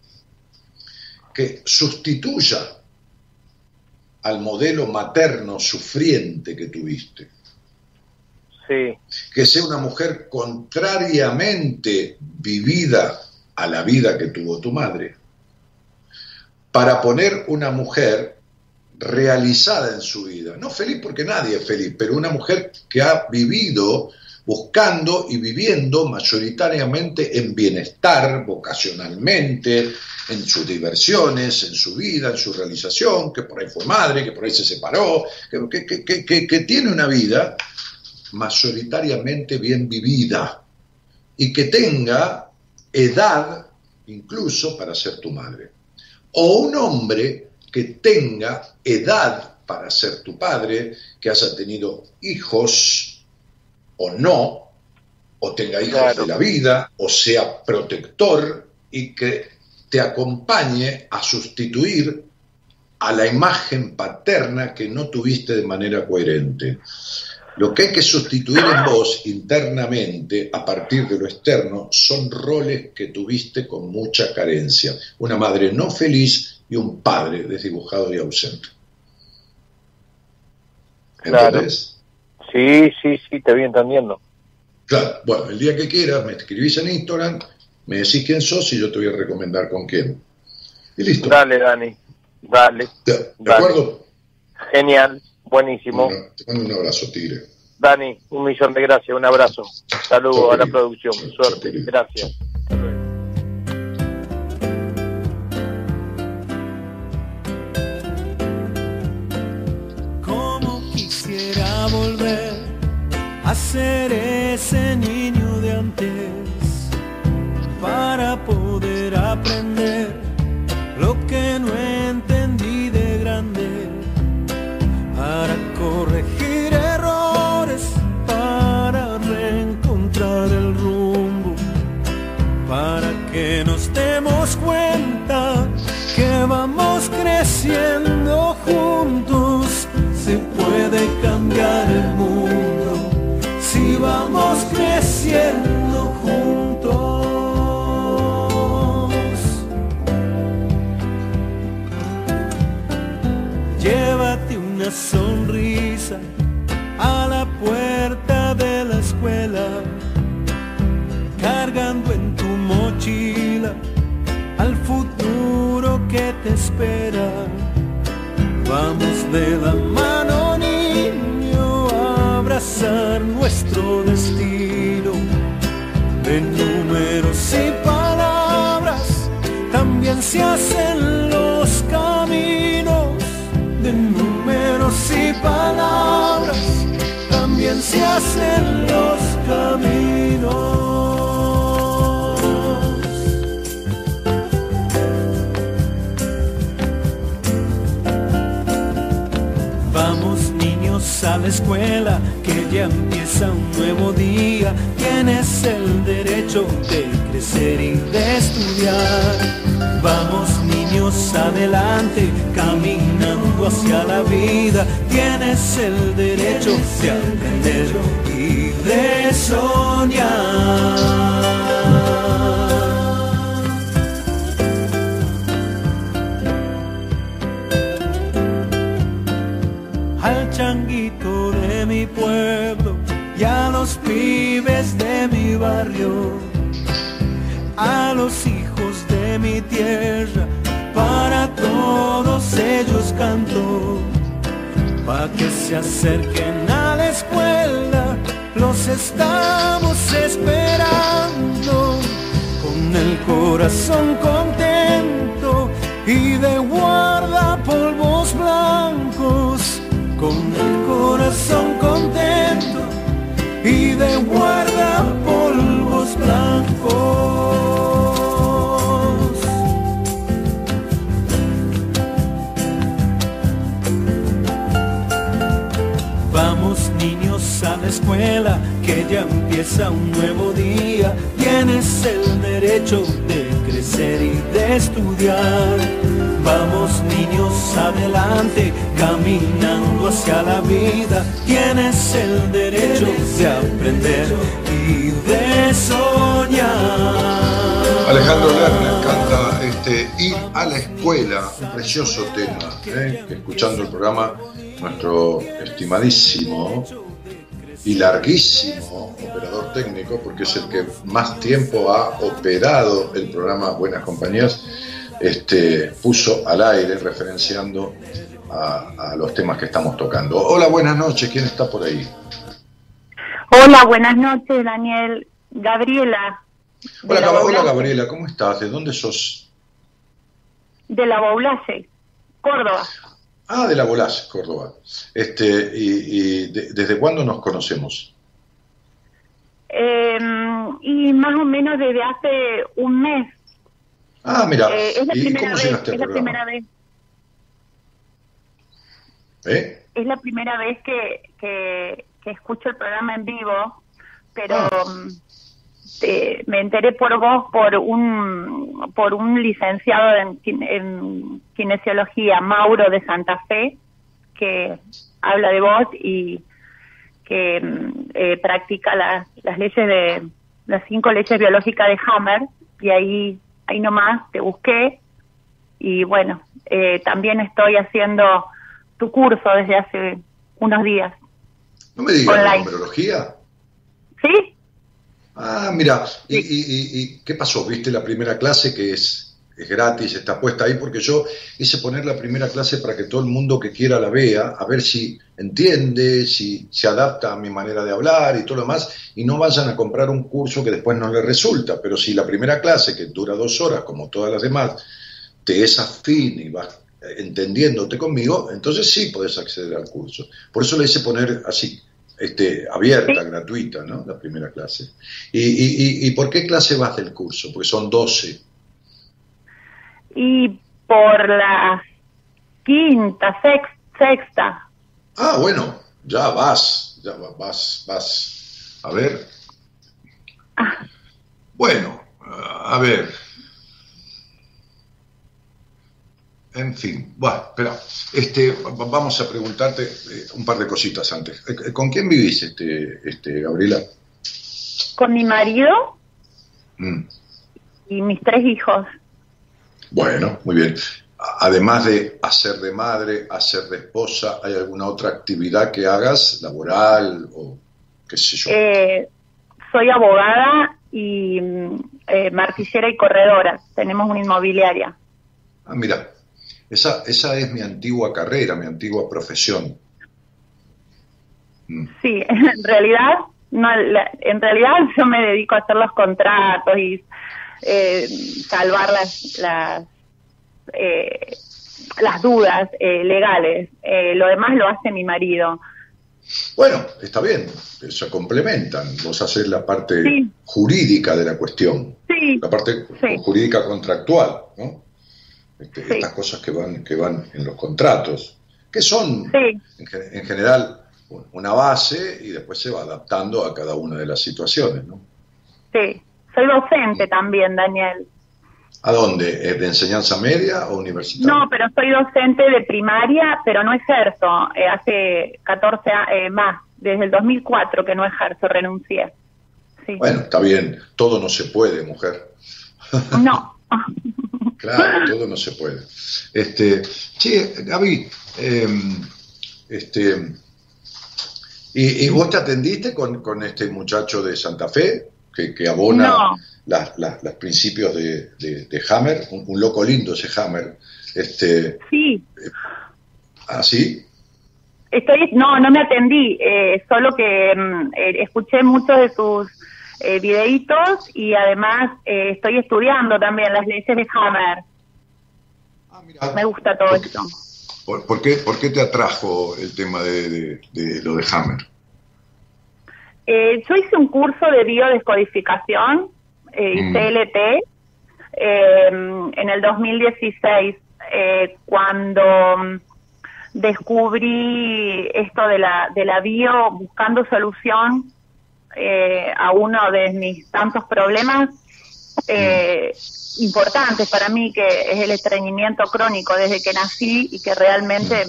que sustituya al modelo materno sufriente que tuviste. Sí. Que sea una mujer contrariamente vivida a la vida que tuvo tu madre, para poner una mujer realizada en su vida, no feliz porque nadie es feliz, pero una mujer que ha vivido buscando y viviendo mayoritariamente en bienestar, vocacionalmente, en sus diversiones, en su vida, en su realización, que por ahí fue madre, que por ahí se separó, que tiene una vida mayoritariamente bien vivida y que tenga edad incluso para ser tu madre. O un hombre que tenga edad para ser tu padre, que haya tenido hijos o no, o tenga hijos de la vida, o sea protector y que te acompañe a sustituir a la imagen paterna que no tuviste de manera coherente. Lo que hay que sustituir en vos internamente, a partir de lo externo, son roles que tuviste con mucha carencia. Una madre no feliz y un padre desdibujado y ausente. ¿Entendés? Sí, te voy entendiendo. Claro, bueno, el día que quieras me escribís en Instagram, me decís quién sos y yo te voy a recomendar con quién. Y listo. Dale, Dani, dale. ¿De dale. acuerdo? Genial, buenísimo. Bueno, te mando un abrazo, Tigre. Dani, 1.000.000 de gracias, un abrazo. Saludos Chau, a la querido. producción, suerte, querido. gracias. Como quisiera volver a ser ese niño de antes, para poder aprender lo que no entendí de grande, para corregir errores, para reencontrar el rumbo, para que nos demos cuenta que vamos creciendo juntos. Se puede cambiar el mundo si vamos creciendo juntos. Llévate una sonrisa a la puerta de la escuela, cargando en tu mochila al futuro que te espera. Vamos de la mano, niño, a abrazar nuestro destino. De números y palabras también se hacen los caminos. De números y palabras también se hacen los caminos. Vamos, niños, a la escuela, que ya empieza un nuevo día. Tienes el derecho de crecer y de estudiar. Vamos, niños, adelante, caminando hacia la vida. Tienes el derecho de aprender y de soñar. Al changuito de mi pueblo y a los pibes de mi barrio, a los hijos de mi tierra, para todos ellos canto, pa' que se acerquen a la escuela, los estamos esperando, con el corazón contento y de guardapolvos blancos, con el corazón contento y de guardapolvos blancos. Vamos, niños, a la escuela, que ya empieza un nuevo día. Tienes el derecho de crecer y de estudiar. Vamos, niños, adelante, caminando hacia la vida. Tienes el derecho de aprender y de soñar. Alejandro Lerner canta Ir a la escuela, un precioso tema, que escuchando el programa, nuestro estimadísimo y larguísimo operador técnico, porque es el que más tiempo ha operado el programa Buenas Compañías, puso al aire referenciando a los temas que estamos tocando. Hola, buenas noches, ¿quién está por ahí? Hola, buenas noches, Daniel. Gabriela. Hola, Gabriela, ¿cómo estás? ¿De dónde sos? De la Boulaye, Córdoba. Ah, de la Boulaye, Córdoba. ¿Desde cuándo nos conocemos? Y más o menos desde hace un mes. Ah, mira, es la ¿y primera cómo vez, llegaste al es la programa? primera vez. Es la primera vez que escucho el programa en vivo, pero me enteré por vos por un licenciado en kinesiología, Mauro de Santa Fe, que habla de vos y que practica las leyes de las 5 leyes biológicas de Hammer, y ahí nomás te busqué, y bueno, también estoy haciendo tu curso desde hace unos días. No me digas, ¿de online. numerología? ¿Sí? Ah, mira, ¿y qué pasó? ¿Viste la primera clase que es gratis, está puesta ahí? Porque yo hice poner la primera clase para que todo el mundo que quiera la vea, a ver si entiende, si se adapta a mi manera de hablar y todo lo demás, y no vayan a comprar un curso que después no les resulta. Pero si la primera clase, que dura 2 horas, como todas las demás, te es afín y vas entendiéndote conmigo, entonces sí podés acceder al curso. Por eso le hice poner así, abierta, gratuita, ¿no? La primera clase. ¿Y por qué clase vas del curso? Porque son 12. Y por la quinta, sexta. Ah, bueno, ya vas. A ver. Bueno, a ver. En fin, bueno, espera, vamos a preguntarte un par de cositas antes. ¿Con quién vivís, Gabriela? Con mi marido y mis 3 hijos. Bueno, muy bien. Además de hacer de madre, hacer de esposa, ¿hay alguna otra actividad que hagas, laboral o qué sé yo? Soy abogada y martillera y corredora. Tenemos una inmobiliaria. Ah, mira. Esa es mi antigua carrera, mi antigua profesión. Sí, en realidad yo me dedico a hacer los contratos y salvar las dudas legales. Lo demás lo hace mi marido. Bueno, está bien, se complementan. Vos haces la parte jurídica de la cuestión, la parte jurídica contractual, ¿no? Estas cosas que van en los contratos, que son en general una base y después se va adaptando a cada una de las situaciones, ¿no? Sí, soy docente también, Daniel. ¿A dónde? ¿De enseñanza media o universitaria? No, pero soy docente de primaria, pero no ejerzo. Hace 14 más, desde el 2004 que no ejerzo, renuncié. Sí. Bueno, está bien, todo no se puede, mujer. No. Claro, todo no se puede. Che, Gaby, ¿y vos te atendiste con este muchacho de Santa Fe que abona los principios de Hammer? Un loco lindo ese Hammer. Sí. ¿Ah, sí? No me atendí, solo que escuché muchos de sus videitos y además estoy estudiando también las leyes de Hammer. Ah, mira. Me gusta todo esto. ¿Por qué te atrajo el tema de lo de Hammer? Yo hice un curso de biodescodificación y CLT en el 2016 cuando descubrí esto de la bio, buscando solución a uno de mis tantos problemas importantes para mí, que es el estreñimiento crónico desde que nací y que realmente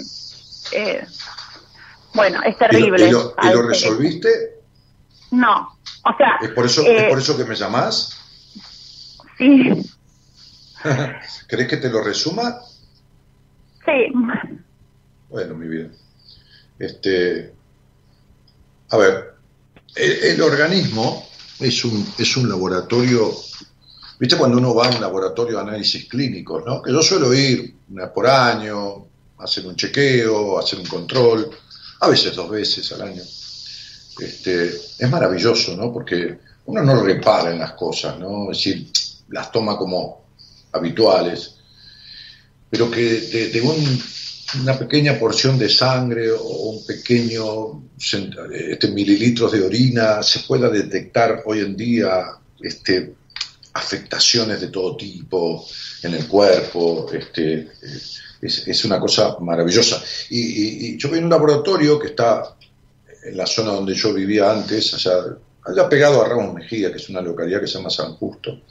es terrible. ¿Y lo resolviste? No, o sea... ¿Es por eso que me llamás? Sí. ¿Querés que te lo resuma? Sí. Bueno, mi vida. A ver, el organismo es un laboratorio. ¿Viste cuando uno va a un laboratorio de análisis clínicos, no? Que yo suelo ir una vez por año, hacer un chequeo, hacer un control, a veces 2 veces al año. Es maravilloso, ¿no? Porque uno no repara en las cosas, ¿no? Es decir, las toma como habituales, pero que de una pequeña porción de sangre o un pequeño mililitros de orina se pueda detectar hoy en día afectaciones de todo tipo en el cuerpo. Es una cosa maravillosa. Y yo voy en un laboratorio que está en la zona donde yo vivía antes, allá pegado a Ramos Mejía, que es una localidad que se llama San Justo,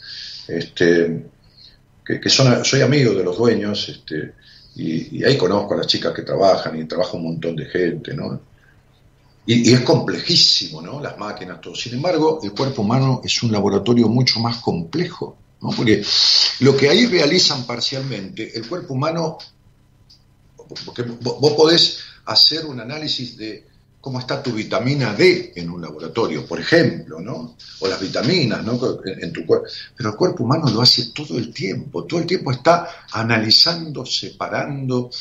soy amigo de los dueños, y ahí conozco a las chicas que trabajan, y trabaja un montón de gente, ¿no? Y es complejísimo, ¿no? Las máquinas, todo. Sin embargo, el cuerpo humano es un laboratorio mucho más complejo, ¿no? Porque lo que ahí realizan parcialmente, el cuerpo humano, porque vos podés hacer un análisis de cómo está tu vitamina D en un laboratorio, por ejemplo, ¿no? O las vitaminas, ¿no? En tu cuerpo. Pero el cuerpo humano lo hace todo el tiempo está analizando, separando,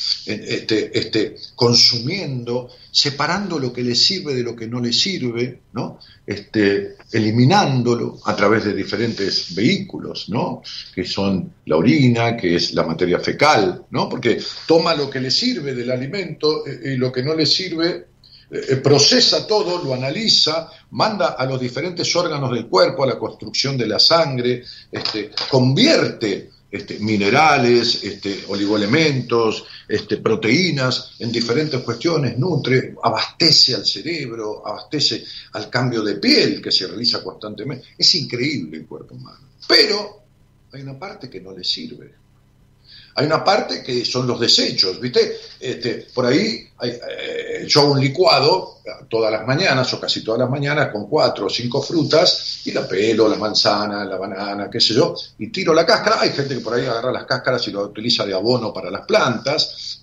consumiendo, separando lo que le sirve de lo que no le sirve, ¿no? Eliminándolo a través de diferentes vehículos, ¿no? Que son la orina, que es la materia fecal, ¿no? Porque toma lo que le sirve del alimento y lo que no le sirve, procesa todo, lo analiza, manda a los diferentes órganos del cuerpo, a la construcción de la sangre, convierte minerales, oligoelementos, proteínas en diferentes cuestiones, nutre, abastece al cerebro, abastece al cambio de piel que se realiza constantemente. Es increíble el cuerpo humano. Pero hay una parte que no le sirve. Hay una parte que son los desechos, ¿viste? Por ahí yo hago un licuado todas las mañanas o casi todas las mañanas con 4 o 5 frutas y la pelo, la manzana, la banana, qué sé yo, y tiro la cáscara. Hay gente que por ahí agarra las cáscaras y lo utiliza de abono para las plantas.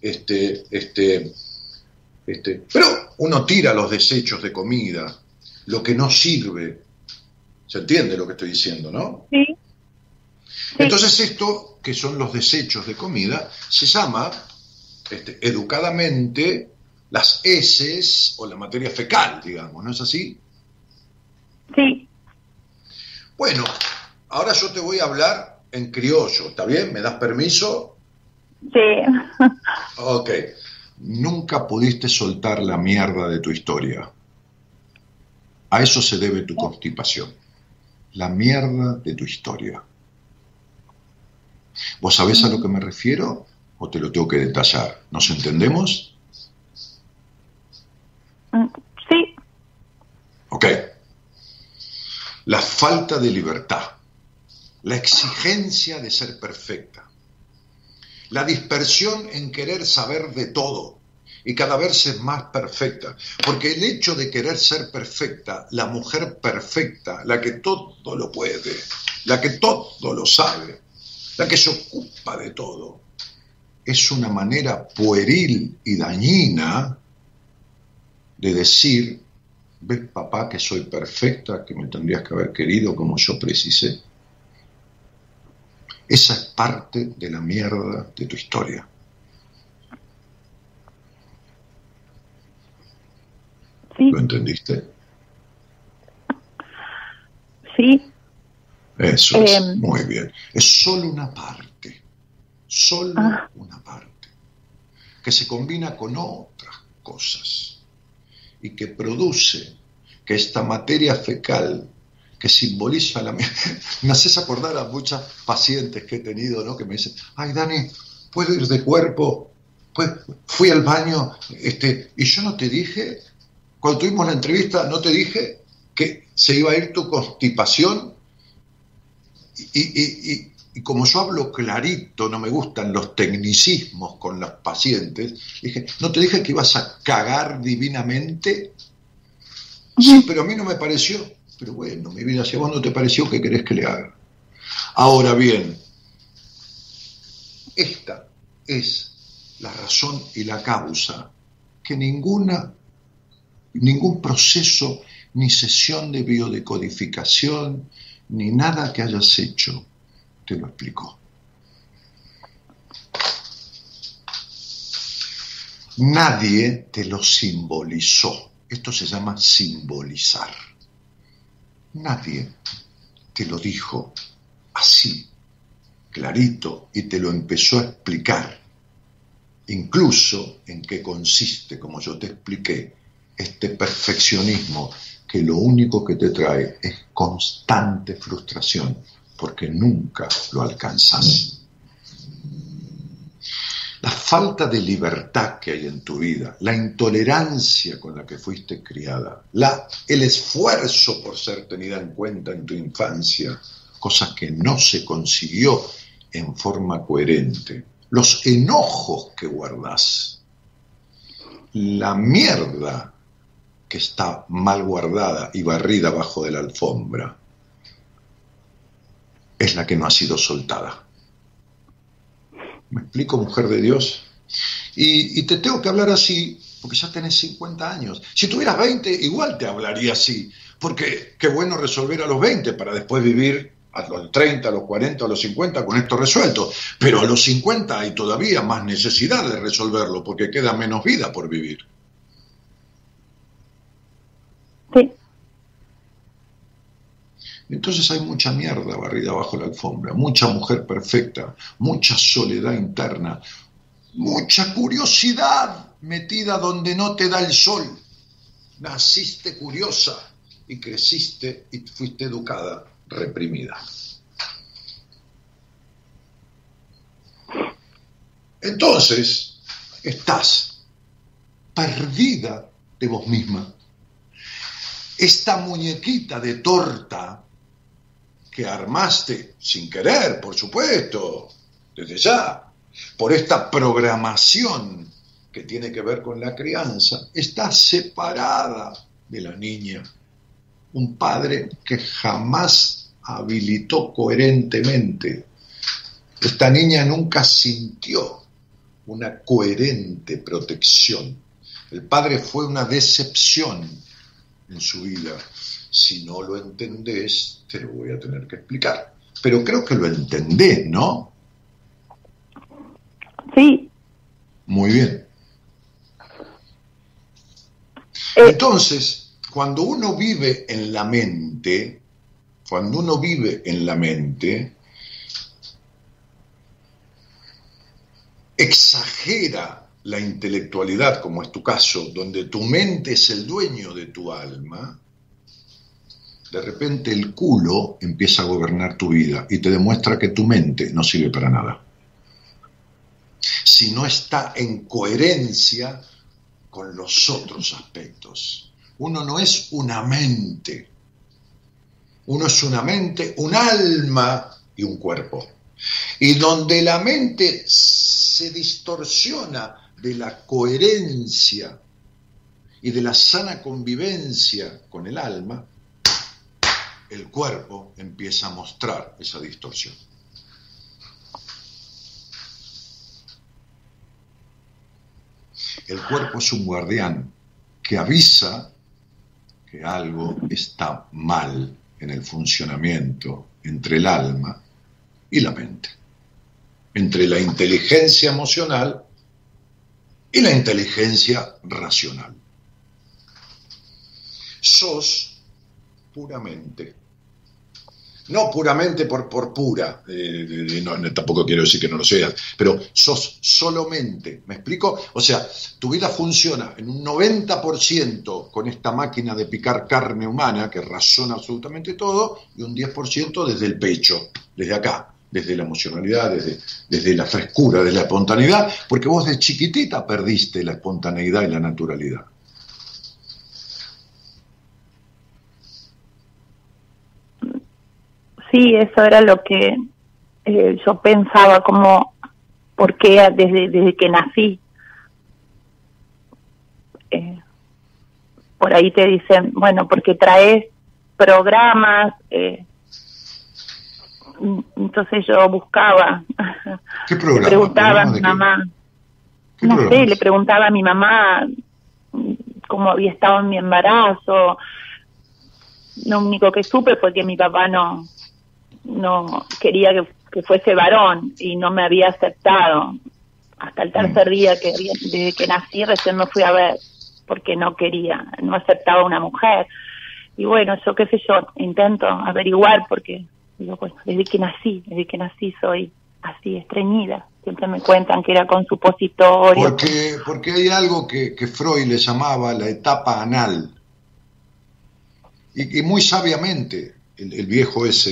Pero uno tira los desechos de comida, lo que no sirve. ¿Se entiende lo que estoy diciendo, no? Sí. Entonces esto, que son los desechos de comida, se llama educadamente las heces o la materia fecal, digamos, ¿no es así? Sí. Bueno, ahora yo te voy a hablar en criollo, ¿está bien? ¿Me das permiso? Sí. Ok. Nunca pudiste soltar la mierda de tu historia. A eso se debe tu constipación. La mierda de tu historia. ¿Vos sabés a lo que me refiero o te lo tengo que detallar? ¿Nos entendemos? Sí. Ok. La falta de libertad, la exigencia de ser perfecta, la dispersión en querer saber de todo y cada vez ser más perfecta, porque el hecho de querer ser perfecta, la mujer perfecta, la que todo lo puede, la que todo lo sabe, la que se ocupa de todo, es una manera pueril y dañina de decir: ¿ves, papá, que soy perfecta, que me tendrías que haber querido como yo precisé? Esa es parte de la mierda de tu historia. Sí. ¿Lo entendiste? Sí. Eso es, muy bien. Es solo una parte, una parte, que se combina con otras cosas y que produce que esta materia fecal que simboliza la mierda. Me haces acordar a muchas pacientes que he tenido, ¿no? Que me dicen: ay, Dani, ¿puedo ir de cuerpo? Pues fui al baño, y yo no te dije, cuando tuvimos la entrevista, no te dije que se iba a ir tu constipación. Y como yo hablo clarito, no me gustan los tecnicismos con los pacientes, dije: ¿no te dije que ibas a cagar divinamente? Sí, pero a mí no me pareció. Pero bueno, mi vida, si a vos no te pareció, ¿qué querés que le haga? Ahora bien, esta es la razón y la causa que ningún proceso ni sesión de biodecodificación ni nada que hayas hecho te lo explicó. Nadie te lo simbolizó. Esto se llama simbolizar. Nadie te lo dijo así, clarito, y te lo empezó a explicar. Incluso en qué consiste, como yo te expliqué, este perfeccionismo que lo único que te trae es constante frustración, porque nunca lo alcanzás. La falta de libertad que hay en tu vida, la intolerancia con la que fuiste criada, el esfuerzo por ser tenida en cuenta en tu infancia, cosas que no se consiguió en forma coherente, los enojos que guardás, la mierda que está mal guardada y barrida abajo de la alfombra, es la que no ha sido soltada. ¿Me explico, mujer de Dios? Y te tengo que hablar así porque ya tenés 50 años. Si tuvieras 20, igual te hablaría así, porque qué bueno resolver a los 20 para después vivir a los 30, a los 40, a los 50 con esto resuelto. Pero a los 50 hay todavía más necesidad de resolverlo, porque queda menos vida por vivir. Sí. Entonces hay mucha mierda barrida bajo la alfombra, mucha mujer perfecta, mucha soledad interna, mucha curiosidad metida donde no te da el sol. Naciste curiosa y creciste y fuiste educada reprimida. Entonces estás perdida de vos misma. Esta muñequita de torta que armaste sin querer, por supuesto, desde ya, por esta programación que tiene que ver con la crianza, está separada de la niña. Un padre que jamás habilitó coherentemente. Esta niña nunca sintió una coherente protección. El padre fue una decepción en su vida. Si no lo entendés, te lo voy a tener que explicar. Pero creo que lo entendés, ¿no? Sí. Muy bien. Entonces, cuando uno vive en la mente, exagera la intelectualidad, como es tu caso, donde tu mente es el dueño de tu alma, de repente el culo empieza a gobernar tu vida y te demuestra que tu mente no sirve para nada. Si no está en coherencia con los otros aspectos. Uno no es una mente. Uno es una mente, un alma y un cuerpo. Y donde la mente se distorsiona de la coherencia y de la sana convivencia con el alma, el cuerpo empieza a mostrar esa distorsión. El cuerpo es un guardián que avisa que algo está mal en el funcionamiento entre el alma y la mente, entre la inteligencia emocional y la inteligencia racional. Sos puramente, no puramente por pura, no, tampoco quiero decir que no lo seas, pero sos solamente, ¿me explico? O sea, tu vida funciona en un 90% con esta máquina de picar carne humana que razona absolutamente todo, y un 10% desde el pecho, desde acá, desde la emocionalidad, desde la frescura, desde la espontaneidad, porque vos de chiquitita perdiste la espontaneidad y la naturalidad. Sí, eso era lo que yo pensaba, como, ¿por qué desde que nací? Por ahí te dicen, bueno, porque traes programas, entonces yo buscaba. ¿Qué programa? Le preguntaba a mi mamá, no sé, le preguntaba a mi mamá cómo había estado en mi embarazo. Lo único que supe fue que mi papá no quería que fuese varón y no me había aceptado. Hasta el tercer día desde que nací recién me fui a ver, porque no aceptaba una mujer. Y bueno, yo qué sé yo, intento averiguar, porque digo, bueno, desde que nací soy así, estreñida. Siempre me cuentan que era con supositorio. Porque hay algo que Freud le llamaba la etapa anal. Y muy sabiamente el viejo ese,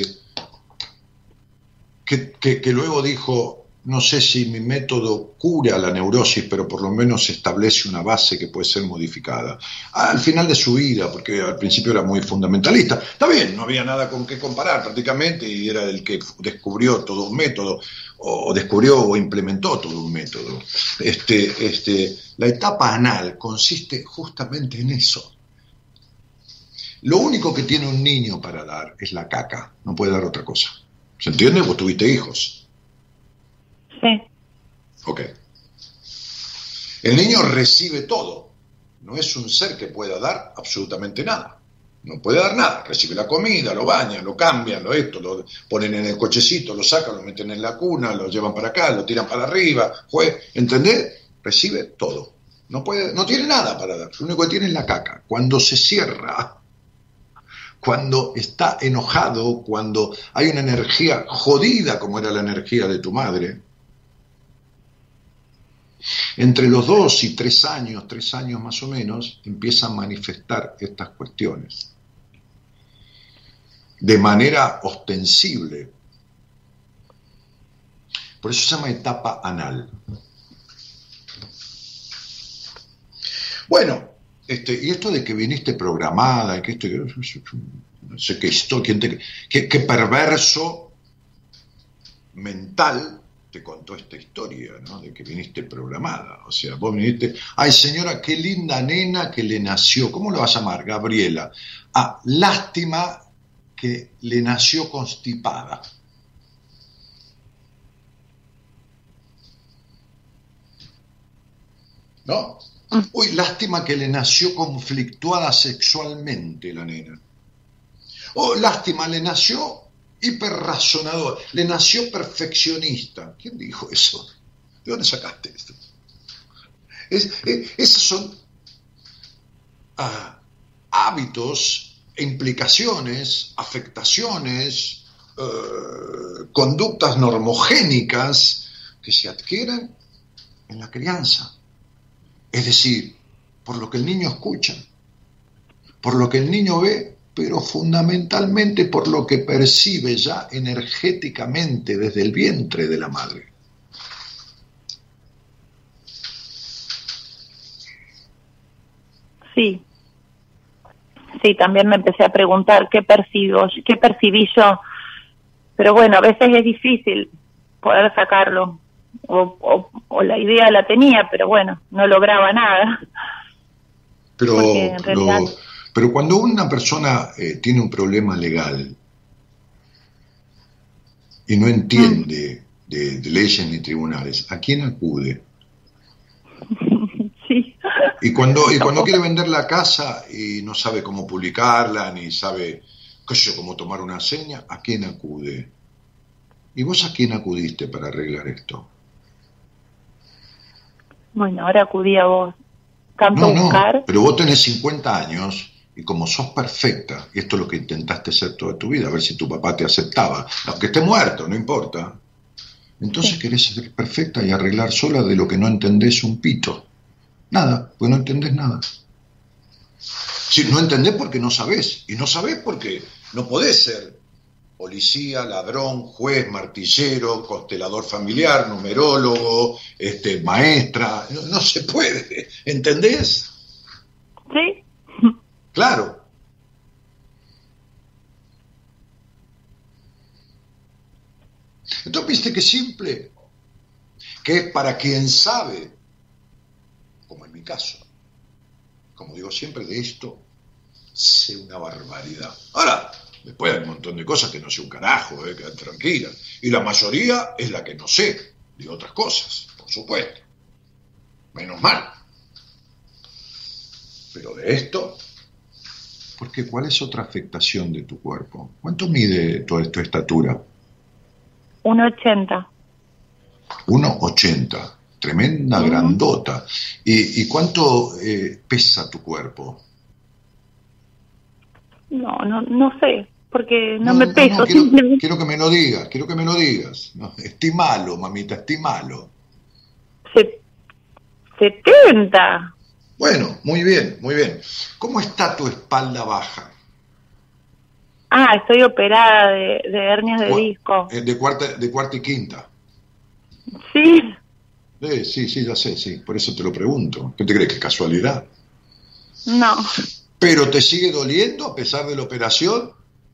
que luego dijo, no sé si mi método cura la neurosis, pero por lo menos establece una base que puede ser modificada. Al final de su vida, porque al principio era muy fundamentalista. Está bien, no había nada con qué comparar prácticamente, y era el que descubrió todo un método, o descubrió o implementó todo un método. La etapa anal consiste justamente en eso. Lo único que tiene un niño para dar es la caca, no puede dar otra cosa. ¿Se entiende? Vos tuviste hijos. Sí. Ok. El niño recibe todo, no es un ser que pueda dar absolutamente nada. No puede dar nada. Recibe la comida, lo bañan, lo cambian, lo ponen en el cochecito, lo sacan, lo meten en la cuna, lo llevan para acá, lo tiran para arriba, ¿entendés? Recibe todo. No tiene nada para dar. Lo único que tiene es la caca. Cuando se cierra, cuando está enojado, cuando hay una energía jodida como era la energía de tu madre, entre los 2 y 3 años más o menos, empiezan a manifestar estas cuestiones de manera ostensible. Por eso se llama etapa anal. Bueno, y esto de que viniste programada, que esto, no sé qué historia, qué perverso mental te contó esta historia, ¿no? De que viniste programada. O sea, vos viniste, ay señora, qué linda nena que le nació. ¿Cómo lo vas a llamar? Gabriela. Ah, lástima que le nació constipada. ¿No? Uy, lástima que le nació conflictuada sexualmente la nena. Oh, lástima, le nació hiperrazonador, le nació perfeccionista. ¿Quién dijo eso? ¿De dónde sacaste esto? Esos son hábitos, implicaciones, afectaciones, conductas normogénicas que se adquieren en la crianza. Es decir, por lo que el niño escucha, por lo que el niño ve, pero fundamentalmente por lo que percibe ya energéticamente desde el vientre de la madre. Sí, también me empecé a preguntar qué percibí yo, pero bueno, a veces es difícil poder sacarlo, o la idea la tenía, pero bueno, no lograba nada. Pero cuando una persona tiene un problema legal y no entiende de leyes ni tribunales, ¿a quién acude? Sí. Y cuando quiere vender la casa y no sabe cómo publicarla, ni sabe cómo tomar una seña, ¿a quién acude? ¿Y vos a quién acudiste para arreglar esto? Bueno, ahora acudí a vos. Tanto buscar. Pero vos tenés 50 años y como sos perfecta, y esto es lo que intentaste hacer toda tu vida, a ver si tu papá te aceptaba, aunque esté muerto, no importa. Entonces querés ser perfecta y arreglar sola de lo que no entendés un pito. Nada, pues no entendés nada. Si no entendés porque no sabés, y no sabés porque no podés ser policía, ladrón, juez, martillero, constelador familiar, numerólogo, maestra, no se puede, ¿entendés? Sí. Claro. Entonces, ¿viste qué simple? Que es para quien sabe, como en mi caso. Como digo siempre, de esto sé una barbaridad. Ahora, después hay un montón de cosas que no sé un carajo, quedad tranquila. Y la mayoría es la que no sé, de otras cosas, por supuesto. Menos mal. Pero de esto... Porque ¿cuál es otra afectación de tu cuerpo? ¿Cuánto mide tu estatura? 1,80. 1,80. Tremenda grandota. ¿Y cuánto pesa tu cuerpo? No sé, porque no me peso. No, quiero que me lo digas. No, estimalo, mamita, estimalo. 70. Bueno, muy bien. ¿Cómo está tu espalda baja? Estoy operada de hernias de disco. De cuarta y quinta. Sí. Sí, ya sé, sí. Por eso te lo pregunto. ¿Qué te crees, que es casualidad? No. ¿Pero te sigue doliendo a pesar de la operación?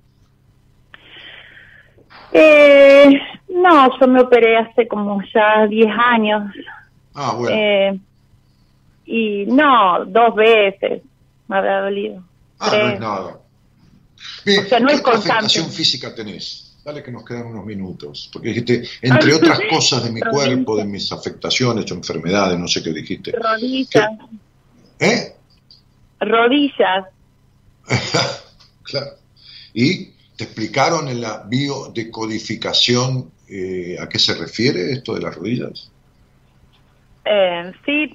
No, yo me operé hace como ya 10 años. Bueno. Y no, 2 veces me habrá dolido. 3. No es nada. Bien, o sea, no ¿qué es constante. afectación física tenés? Dale que nos quedan unos minutos. Porque dijiste, entre otras cosas de mi cuerpo, de mis afectaciones o enfermedades, no sé qué dijiste. Rodillas. ¿Eh? Rodillas. Claro. ¿Y te explicaron en la biodecodificación a qué se refiere esto de las rodillas? Sí,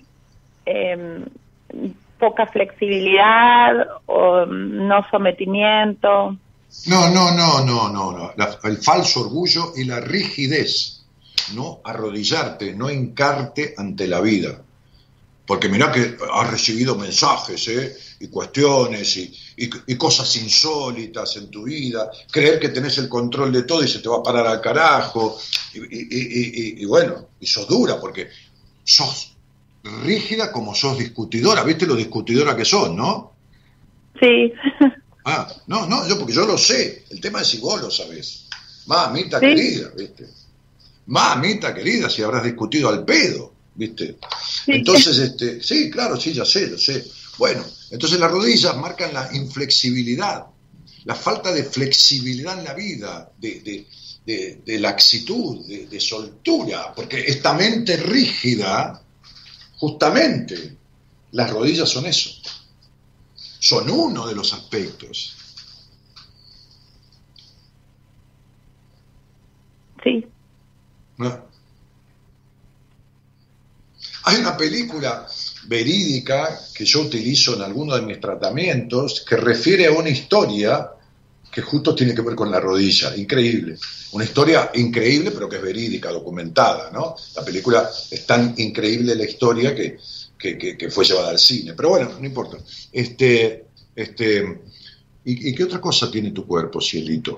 poca flexibilidad o no sometimiento. No. El falso orgullo y la rigidez. No arrodillarte, no hincarte ante la vida. Porque mirá que has recibido mensajes, y cuestiones y cosas insólitas en tu vida, creer que tenés el control de todo y se te va a parar al carajo, y bueno, y sos dura porque sos rígida como sos discutidora, ¿viste lo discutidora que sos, no? Sí. No, porque yo lo sé, el tema es si vos lo sabés. Mamita ¿Sí? querida, ¿viste? Mamita querida, si habrás discutido al pedo, ¿viste? Sí. Entonces, sí, claro, sí, ya sé, lo sé. Bueno, entonces las rodillas marcan la inflexibilidad, la falta de flexibilidad en la vida, de laxitud, de soltura, porque esta mente rígida, justamente, las rodillas son eso, son uno de los aspectos. Sí. ¿No? Hay una película verídica que yo utilizo en alguno de mis tratamientos que refiere a una historia que justo tiene que ver con la rodilla, increíble. Una historia increíble, pero que es verídica, documentada, ¿no? La película es tan increíble la historia que fue llevada al cine. Pero bueno, no importa. ¿Y qué otra cosa tiene tu cuerpo, cielito?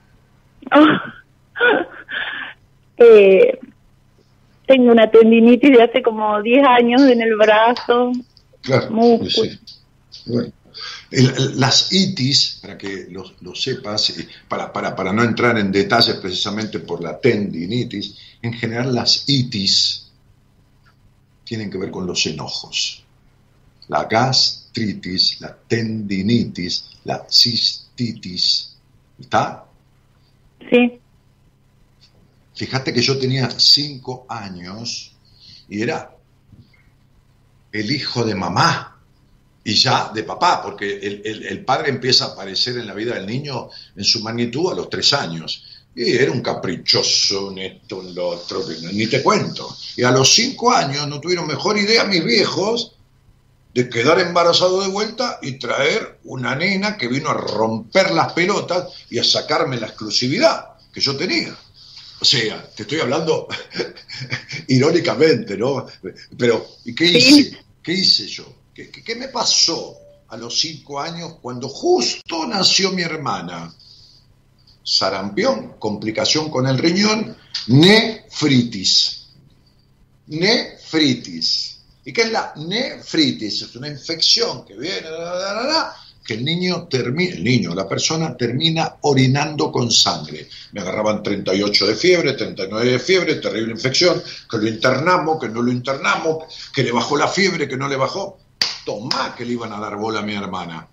Tengo una tendinitis de hace como 10 años en el brazo. Claro, músculo. sí. Bueno, las itis, para que lo sepas, para no entrar en detalles precisamente por la tendinitis, en general las itis tienen que ver con los enojos. La gastritis, la tendinitis, la cistitis. ¿Está? Sí. Fíjate que yo tenía 5 años y era el hijo de mamá y ya de papá, porque el padre empieza a aparecer en la vida del niño en su magnitud a los 3 años. Y era un caprichoso, un esto, un lo otro, ni te cuento. Y a los 5 años no tuvieron mejor idea mis viejos de quedar embarazado de vuelta y traer una nena que vino a romper las pelotas y a sacarme la exclusividad que yo tenía. O sea, te estoy hablando irónicamente, ¿no? Pero, ¿y qué hice? Sí. ¿Qué hice yo? ¿Qué me pasó a los 5 años cuando justo nació mi hermana? Sarampión, complicación con el riñón, nefritis. Nefritis. ¿Y qué es la nefritis? Es una infección que viene, que la persona termina orinando con sangre. Me agarraban 38 de fiebre, 39 de fiebre, terrible infección, que lo internamos, que no lo internamos, que le bajó la fiebre, que no le bajó. Tomá que le iban a dar bola a mi hermana.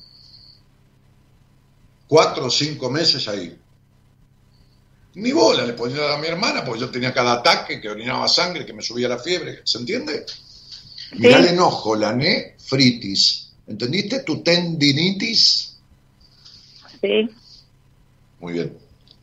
4 o 5 meses ahí. Ni bola le podía dar a mi hermana, porque yo tenía cada ataque, que orinaba sangre, que me subía la fiebre. ¿Se entiende? Sí. Mirá el enojo, la nefritis. ¿Entendiste? ¿Tu tendinitis? Sí. Muy bien.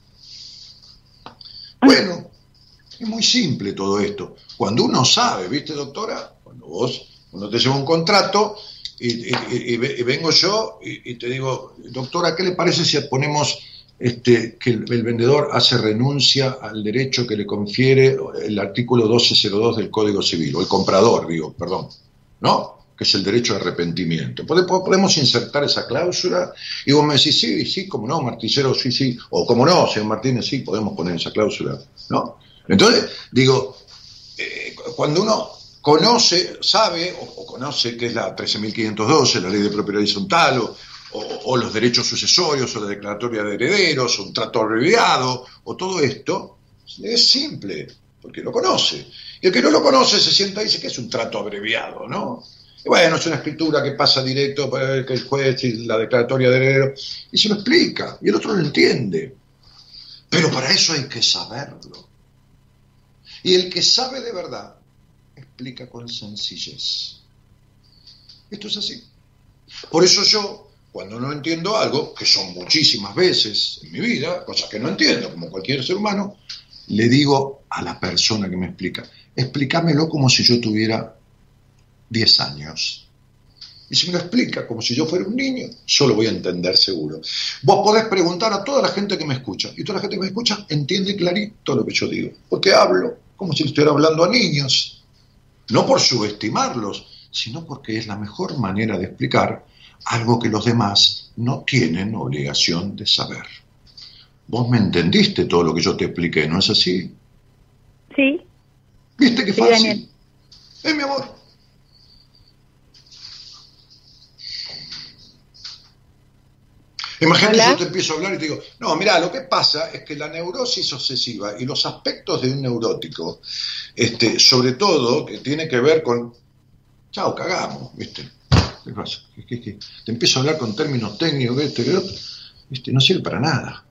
Bueno, es muy simple todo esto. Cuando uno sabe, ¿viste, doctora? Cuando uno te lleva un contrato y vengo yo y te digo, doctora, ¿qué le parece si ponemos que el vendedor hace renuncia al derecho que le confiere el artículo 1202 del Código Civil, o el comprador, perdón, ¿no? Que es el derecho de arrepentimiento. Podemos insertar esa cláusula y vos me decís, sí, como no, Martillero, sí, o como no, señor Martínez, sí, podemos poner esa cláusula, ¿no? Entonces, digo, cuando uno conoce, sabe, o conoce que es la 13.512, la ley de propiedad horizontal, o los derechos sucesorios, o la declaratoria de herederos, o un trato abreviado, o todo esto, es simple, porque lo conoce. Y el que no lo conoce se sienta y dice que es un trato abreviado, ¿no? Y bueno, es una escritura que pasa directo para que el juez y la declaratoria de heredero, y se lo explica, y el otro lo entiende. Pero para eso hay que saberlo. Y el que sabe de verdad, explica con sencillez. Esto es así. Por eso yo, cuando no entiendo algo, que son muchísimas veces en mi vida, cosas que no entiendo, como cualquier ser humano, le digo a la persona que me explica, explícamelo como si yo tuviera 10 años. Y si me lo explica como si yo fuera un niño, yo lo voy a entender seguro. Vos podés preguntar a toda la gente que me escucha, y toda la gente que me escucha entiende clarito lo que yo digo, porque hablo como si estuviera hablando a niños, no por subestimarlos, sino porque es la mejor manera de explicar algo que los demás no tienen obligación de saber. Vos me entendiste todo lo que yo te expliqué, ¿no es así? Sí. ¿Viste qué Sí, fácil? Daniel. Mi amor. Imagínate, ¿Hola? yo te empiezo a hablar y te digo, no, mirá, lo que pasa es que la neurosis obsesiva y los aspectos de un neurótico, sobre todo, que tiene que ver con, chao, cagamos, ¿viste? ¿Qué pasa? ¿Qué? Te empiezo a hablar con términos técnicos, ¿viste? No sirve para nada.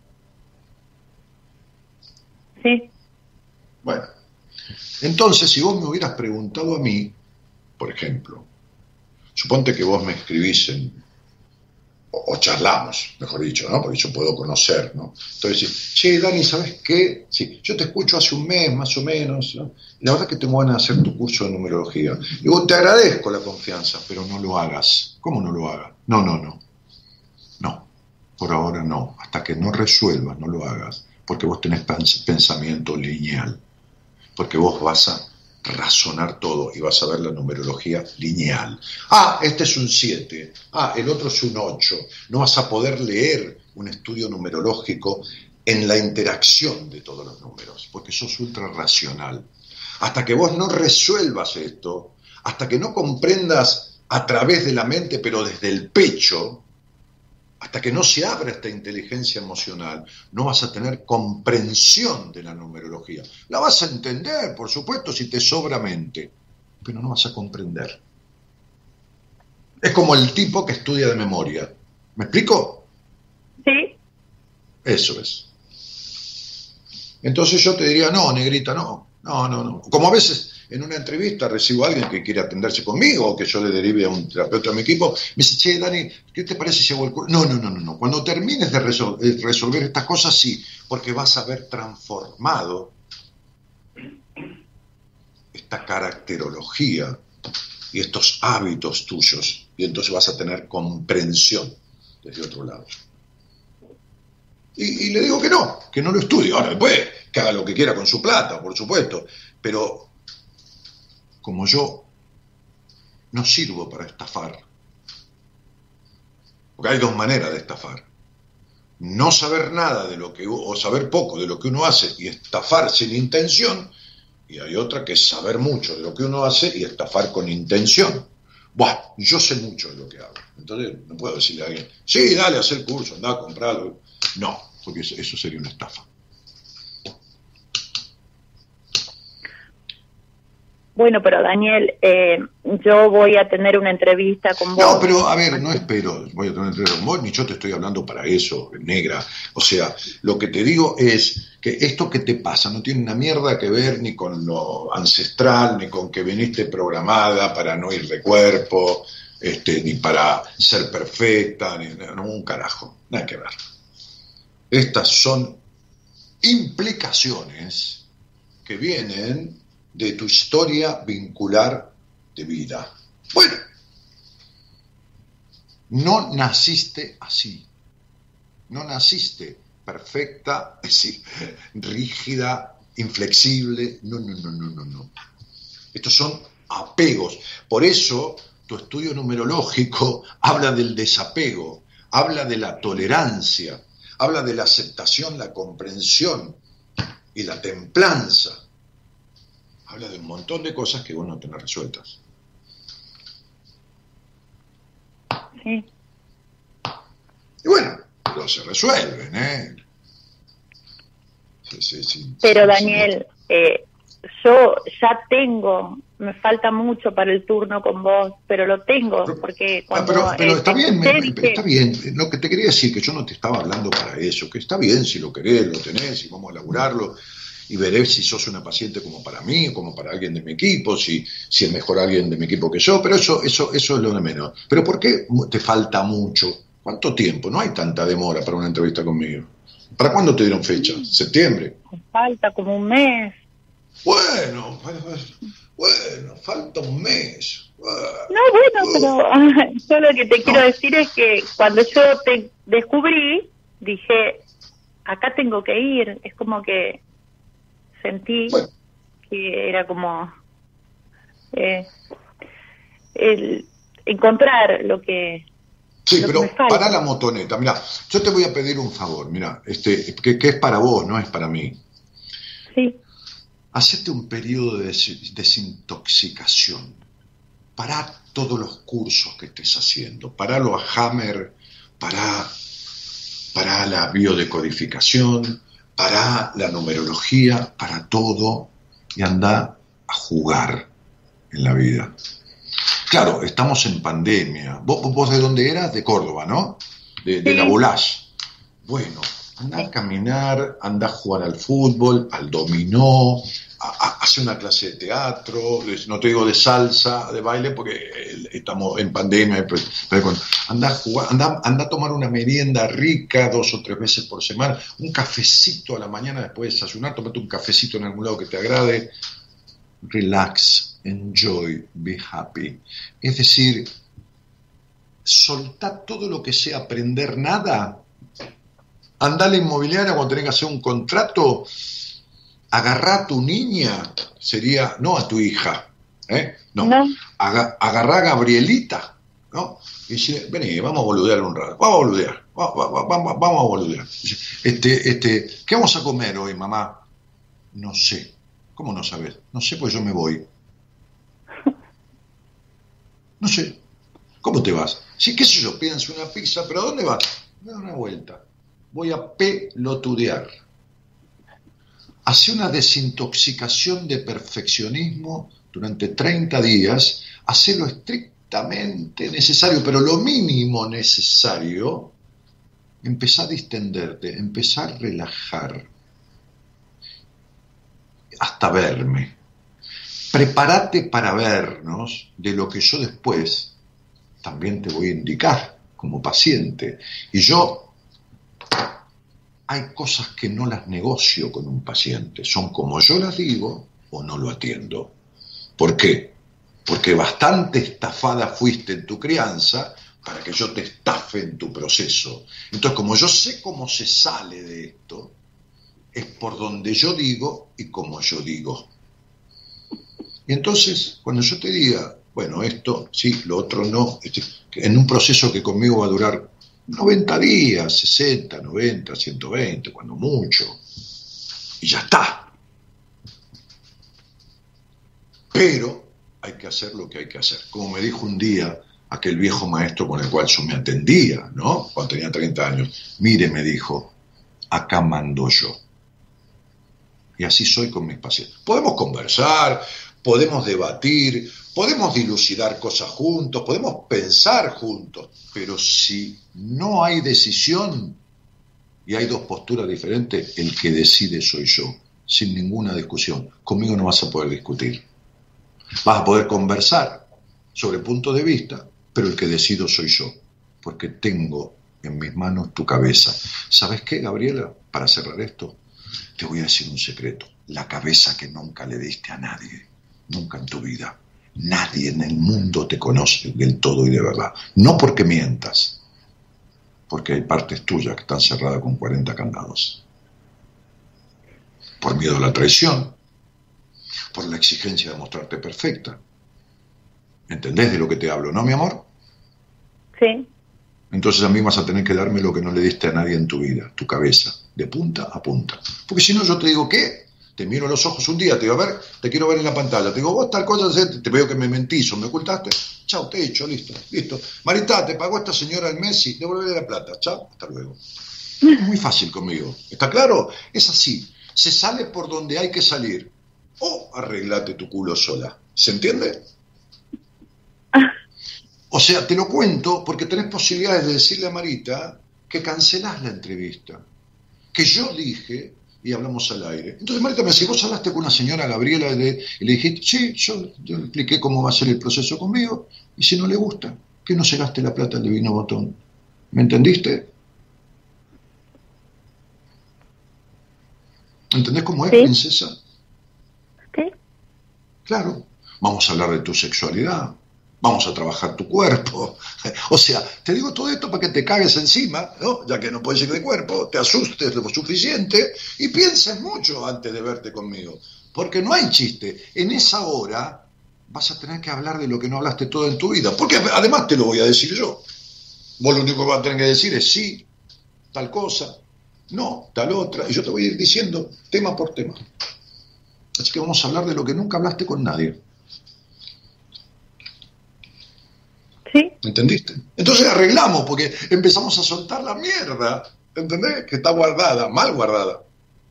Sí. Bueno, entonces, si vos me hubieras preguntado a mí, por ejemplo, suponte que vos me escribís o charlamos, mejor dicho, ¿no? Porque yo puedo conocer, ¿no? Entonces decir, che, Dani, ¿sabes qué? Sí, yo te escucho hace un mes, más o menos, ¿no? Y la verdad es que tengo ganas de hacer tu curso de numerología. Digo, te agradezco la confianza, pero no lo hagas. ¿Cómo no lo hagas? No. No, por ahora no. Hasta que no resuelvas, no lo hagas. Porque vos tenés pensamiento lineal. Porque vos vas a razonar todo y vas a ver la numerología lineal. Este es un 7, el otro es un 8. No vas a poder leer un estudio numerológico en la interacción de todos los números, porque sos ultra racional. Hasta que vos no resuelvas esto, hasta que no comprendas a través de la mente, pero desde el pecho, hasta que no se abra esta inteligencia emocional, no vas a tener comprensión de la numerología. La vas a entender, por supuesto, si te sobra mente, pero no vas a comprender. Es como el tipo que estudia de memoria. ¿Me explico? Sí. Eso es. Entonces yo te diría, no, negrita, no. Como a veces en una entrevista recibo a alguien que quiere atenderse conmigo o que yo le derive a un terapeuta de mi equipo, me dice, che, Dani, ¿qué te parece si hago el curso? No. Cuando termines de resolver estas cosas, sí, porque vas a haber transformado esta caracterología y estos hábitos tuyos, y entonces vas a tener comprensión desde otro lado. Y le digo que no lo estudie. Ahora, después, que haga lo que quiera con su plata, por supuesto, pero como yo no sirvo para estafar, porque hay dos maneras de estafar: no saber nada de lo que, o saber poco de lo que uno hace y estafar sin intención, y hay otra que es saber mucho de lo que uno hace y estafar con intención. Yo sé mucho de lo que hago, entonces no puedo decirle a alguien, sí, dale, haz el curso, anda a comprarlo. No, porque eso sería una estafa. Bueno, pero Daniel, yo voy a tener una entrevista con vos. No, pero a ver, no espero, voy a tener una entrevista con vos, ni yo te estoy hablando para eso, negra. O sea, lo que te digo es que esto que te pasa no tiene una mierda que ver ni con lo ancestral, ni con que viniste programada para no ir de cuerpo, ni para ser perfecta, ni un carajo, nada que ver. Estas son implicaciones que vienen de tu historia vincular de vida. Bueno, no naciste así, no naciste perfecta, es decir, rígida, inflexible, no. Estos son apegos. Por eso tu estudio numerológico habla del desapego, habla de la tolerancia, habla de la aceptación, la comprensión y la templanza. Habla de un montón de cosas que vos no tenés resueltas. Sí. Y bueno, pero se resuelven, ¿eh? Sí. Pero Daniel, yo ya tengo, me falta mucho para el turno con vos, pero lo tengo, porque cuando... Pero está bien, está bien. Lo que te quería decir, que yo no te estaba hablando para eso, que está bien si lo querés, lo tenés y vamos a laburarlo. y veré si sos una paciente como para mí o como para alguien de mi equipo, si es mejor alguien de mi equipo que yo, pero eso es lo de menos. Pero ¿por qué te falta mucho? ¿Cuánto tiempo? No hay tanta demora para una entrevista conmigo. ¿Para cuándo te dieron fecha? ¿Septiembre? Falta como un mes. Bueno, falta un mes. No, bueno, pero yo lo que te quiero decir es que cuando yo te descubrí, dije, acá tengo que ir. Es como que sentí que era como el encontrar lo que... Sí, pero para la motoneta. Mirá, yo te voy a pedir un favor, mirá, que es para vos, no es para mí. Sí. Hacete un periodo de desintoxicación. Pará todos los cursos que estés haciendo. Paralo a Hammer, pará la biodecodificación, pará la numerología, pará todo y andá a jugar en la vida. Claro, estamos en pandemia. ¿Vos de dónde eras? De Córdoba, ¿no? De La Volage. Bueno, anda a caminar, anda a jugar al fútbol, al dominó, a hacer una clase de teatro, no te digo de salsa, de baile, porque estamos en pandemia, pero anda a jugar, anda a tomar una merienda rica 2 o 3 veces por semana, un cafecito a la mañana después de desayunar, tómate un cafecito en algún lado que te agrade, relax. Enjoy, be happy. Es decir, soltá todo lo que sea aprender nada. Andá a la inmobiliaria cuando tenés que hacer un contrato. Agarrá a tu niña, sería, no a tu hija, no. Agarrá a Gabrielita, ¿no? Y dice, vení, vamos a boludear un rato. Vamos a boludear. ¿Qué vamos a comer hoy, mamá? No sé. ¿Cómo no sabes? No sé, pues yo me voy. No sé, ¿cómo te vas? Sí, qué sé yo, pienso una pizza, pero ¿a dónde vas? Me da una vuelta. Voy a pelotudear. Hace una desintoxicación de perfeccionismo durante 30 días. Hace lo estrictamente necesario, pero lo mínimo necesario. Empezá a distenderte, empezá a relajar. Hasta verme. Prepárate para vernos de lo que yo después también te voy a indicar como paciente. Y yo, hay cosas que no las negocio con un paciente. Son como yo las digo o no lo atiendo. ¿Por qué? Porque bastante estafada fuiste en tu crianza para que yo te estafe en tu proceso. Entonces, como yo sé cómo se sale de esto, es por donde yo digo y como yo digo. Y entonces, cuando yo te diga, bueno, esto sí, lo otro no, en un proceso que conmigo va a durar 90 días, 60, 90, 120, cuando mucho, y ya está. Pero hay que hacer lo que hay que hacer. Como me dijo un día aquel viejo maestro con el cual yo me atendía, ¿no? Cuando tenía 30 años, mire, me dijo, acá mando yo. Y así soy con mis pacientes. Podemos conversar, podemos debatir, podemos dilucidar cosas juntos, podemos pensar juntos, pero si no hay decisión y hay 2 posturas diferentes, el que decide soy yo, sin ninguna discusión. Conmigo no vas a poder discutir. Vas a poder conversar sobre puntos de vista, pero el que decido soy yo, porque tengo en mis manos tu cabeza. ¿Sabes qué, Gabriela? Para cerrar esto, te voy a decir un secreto. La cabeza que nunca le diste a nadie. Nunca en tu vida. Nadie en el mundo te conoce del todo y de verdad. No porque mientas, porque hay partes tuyas que están cerradas con 40 candados. Por miedo a la traición, por la exigencia de mostrarte perfecta. ¿Entendés de lo que te hablo, no, mi amor? Sí. Entonces a mí vas a tener que darme lo que no le diste a nadie en tu vida, tu cabeza, de punta a punta. Porque si no yo te digo, ¿qué? Te miro a los ojos un día, te digo, a ver, te quiero ver en la pantalla. Te digo, vos tal cosa, te veo que me mentís o me ocultaste. Chao, te he hecho, listo. Marita, te pagó esta señora el mes y devolverle la plata. Chao, hasta luego. Es muy fácil conmigo. ¿Está claro? Es así. Se sale por donde hay que salir. O arreglate tu culo sola. ¿Se entiende? O sea, te lo cuento porque tenés posibilidades de decirle a Marita que cancelás la entrevista. Que yo dije y hablamos al aire. Entonces Marita me dice, ¿vos hablaste con una señora, Gabriela, y le dijiste, sí, yo le expliqué cómo va a ser el proceso conmigo, y si no le gusta, que no se gaste la plata del divino botón. ¿Me entendiste? ¿Entendés cómo es, princesa? Sí. Claro. Vamos a hablar de tu sexualidad. Vamos a trabajar tu cuerpo. O sea, te digo todo esto para que te cagues encima, ¿no? Ya que no puedes ir de cuerpo, te asustes lo suficiente y pienses mucho antes de verte conmigo. Porque no hay chiste. En esa hora vas a tener que hablar de lo que no hablaste todo en tu vida. Porque además te lo voy a decir yo. Vos lo único que vas a tener que decir es sí, tal cosa, no, tal otra. Y yo te voy a ir diciendo tema por tema. Así que vamos a hablar de lo que nunca hablaste con nadie. Sí. ¿Entendiste? Entonces arreglamos, porque empezamos a soltar la mierda, ¿entendés? Que está guardada, mal guardada.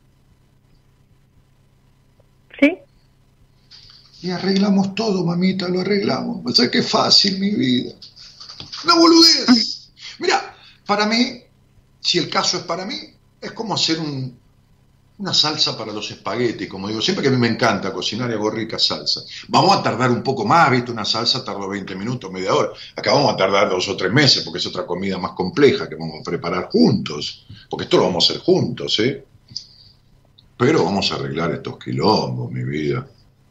Sí. Y arreglamos todo, mamita, lo arreglamos. O sea, qué fácil, mi vida. Una boludez. Mira, para mí, si el caso es para mí, es como hacer una salsa para los espaguetis, como digo, siempre que a mí me encanta cocinar y hago rica salsa. Vamos a tardar un poco más, ¿viste? Una salsa tardó 20 minutos, media hora. Acá vamos a tardar 2 o 3 meses, porque es otra comida más compleja que vamos a preparar juntos, porque esto lo vamos a hacer juntos, ¿eh? Pero vamos a arreglar estos quilombos, mi vida.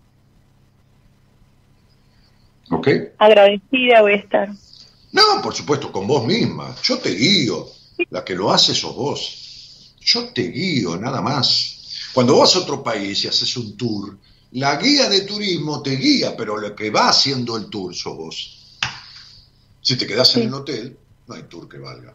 ¿Ok? Agradecida voy a estar. No, por supuesto, con vos misma. Yo te guío. La que lo hace sos vos. Yo te guío, nada más. Cuando vas a otro país y haces un tour, la guía de turismo te guía, pero lo que va haciendo el tour sos vos. Si te quedás en el hotel, no hay tour que valga.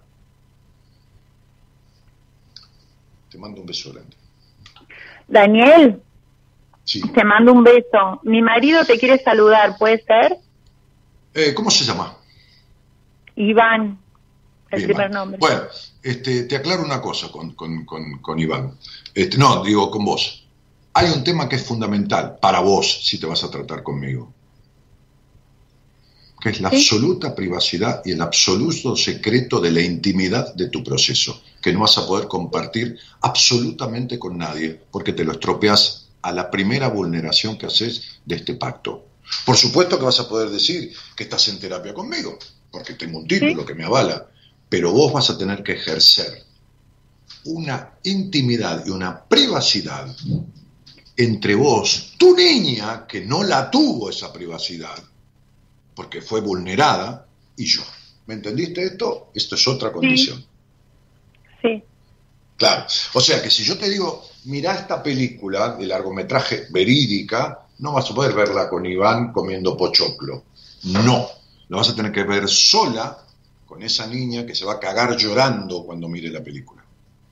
Te mando un beso grande. Daniel, sí. Te mando un beso. Mi marido te quiere saludar, ¿puede ser? ¿Cómo se llama? Iván, el Bien, primer nombre. Bueno, te aclaro una cosa con Iván. No, digo con vos. Hay un tema que es fundamental para vos si te vas a tratar conmigo, que es la absoluta privacidad y el absoluto secreto de la intimidad de tu proceso, que no vas a poder compartir absolutamente con nadie, porque te lo estropeas a la primera vulneración que haces de este pacto. Por supuesto que vas a poder decir que estás en terapia conmigo, porque tengo un título que me avala, pero vos vas a tener que ejercer una intimidad y una privacidad entre vos, tu niña, que no la tuvo esa privacidad, porque fue vulnerada, y yo. ¿Me entendiste esto? Esto es otra condición. Sí. Claro. O sea que si yo te digo, mirá esta película de largometraje verídica, no vas a poder verla con Iván comiendo pochoclo. No. La vas a tener que ver sola con esa niña que se va a cagar llorando cuando mire la película.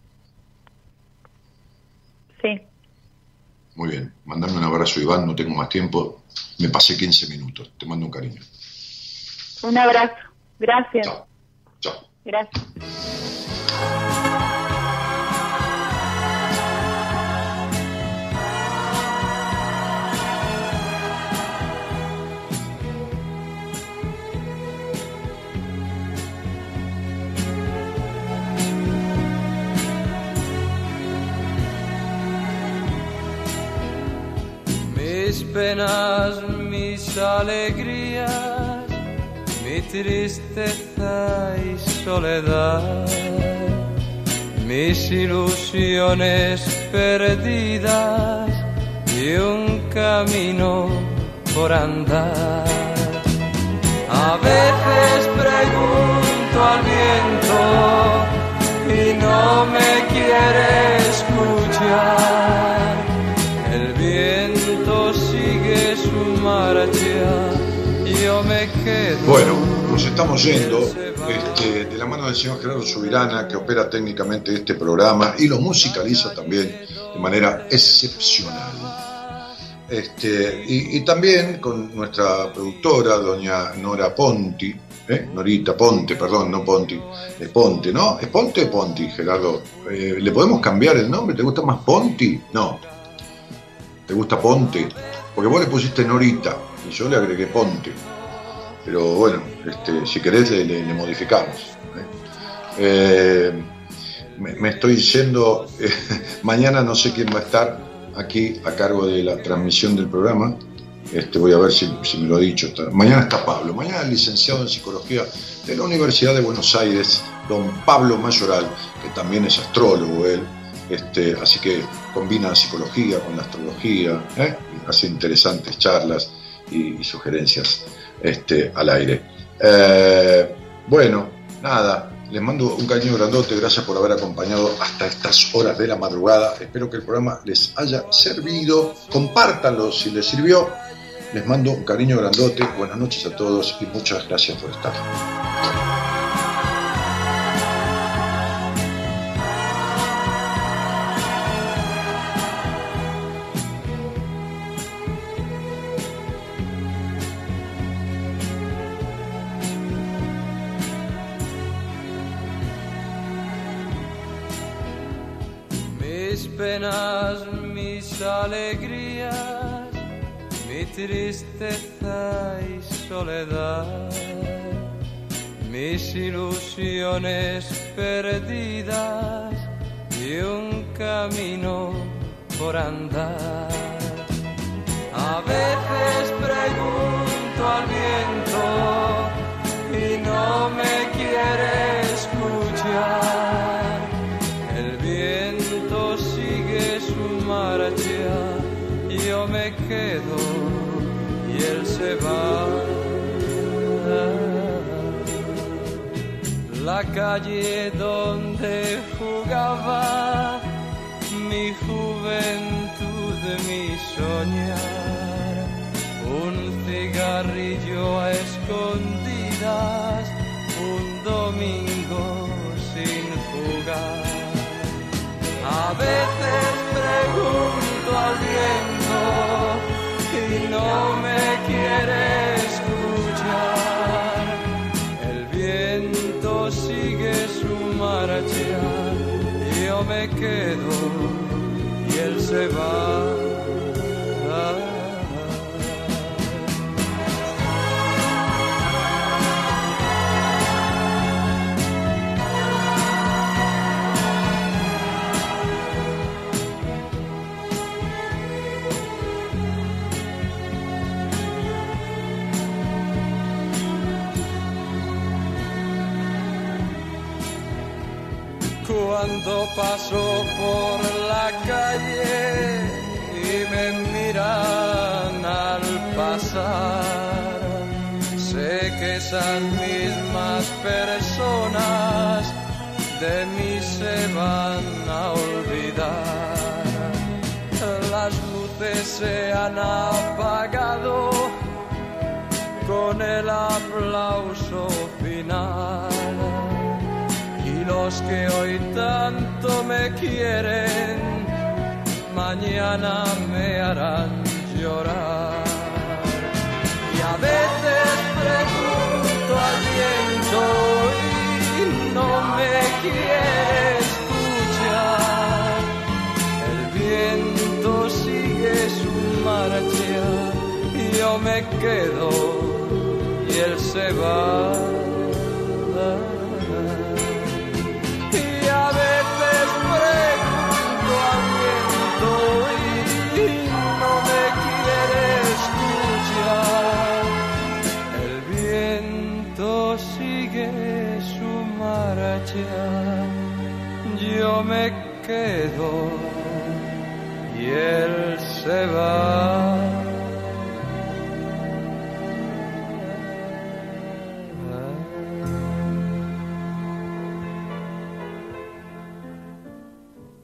Sí. Muy bien. Mandame un abrazo, Iván. No tengo más tiempo. Me pasé 15 minutos. Te mando un cariño. Un abrazo. Gracias. Chao. Chao. Gracias. Mis penas, mis alegrías, mi tristeza y soledad, mis ilusiones perdidas y un camino por andar. A veces pregunto al viento y no me quiere escuchar. El viento sigue su marcha, yo me quedo. Bueno, nos estamos yendo de la mano del señor Gerardo Subirana, que opera técnicamente este programa y lo musicaliza también de manera excepcional. Y también con nuestra productora, doña Nora Ponti, Norita Ponte, perdón, no Ponti, es Ponte, ¿no? ¿Es Ponte o Ponti, Gerardo? ¿Le podemos cambiar el nombre? ¿Te gusta más Ponti? No. ¿Te gusta Ponte? Porque vos le pusiste Norita y yo le agregué Ponte. Pero bueno, si querés le modificamos. me estoy yendo. Mañana no sé quién va a estar aquí a cargo de la transmisión del programa. Voy a ver si me lo ha dicho. Mañana está Pablo. Mañana el licenciado en Psicología de la Universidad de Buenos Aires, don Pablo Mayoral, que también es astrólogo él. Así que combina psicología con la astrología, y hace interesantes charlas y sugerencias al aire. Bueno, nada, les mando un cariño grandote, gracias por haber acompañado hasta estas horas de la madrugada. Espero que el programa les haya servido, compártanlo si les sirvió. Les mando un cariño grandote, buenas noches a todos y muchas gracias por estar. Mis penas, mis alegrías, mi tristeza y soledad, mis ilusiones perdidas y un camino por andar. A veces pregunto al viento y no me quiere escuchar. El viento sigue su marcha, yo me quedo y él se va. La calle donde jugaba mi juventud, mi soñar, un cigarrillo a escondidas, un domingo sin jugar. A veces pregunto al viento y no me quiere escuchar. El viento sigue su marcha, yo me quedo y él se va. Cuando paso por la calle y me miran al pasar, sé que esas mismas personas de mí se van a olvidar. Las luces se han apagado con el aplauso final. Los que hoy tanto me quieren, mañana me harán llorar. Y a veces pregunto al viento y no me quiere escuchar. El viento sigue su marcha y yo me quedo y él se va. A veces pregunto al viento y no me quiere escuchar. El viento sigue su marcha, yo me quedo y él se va.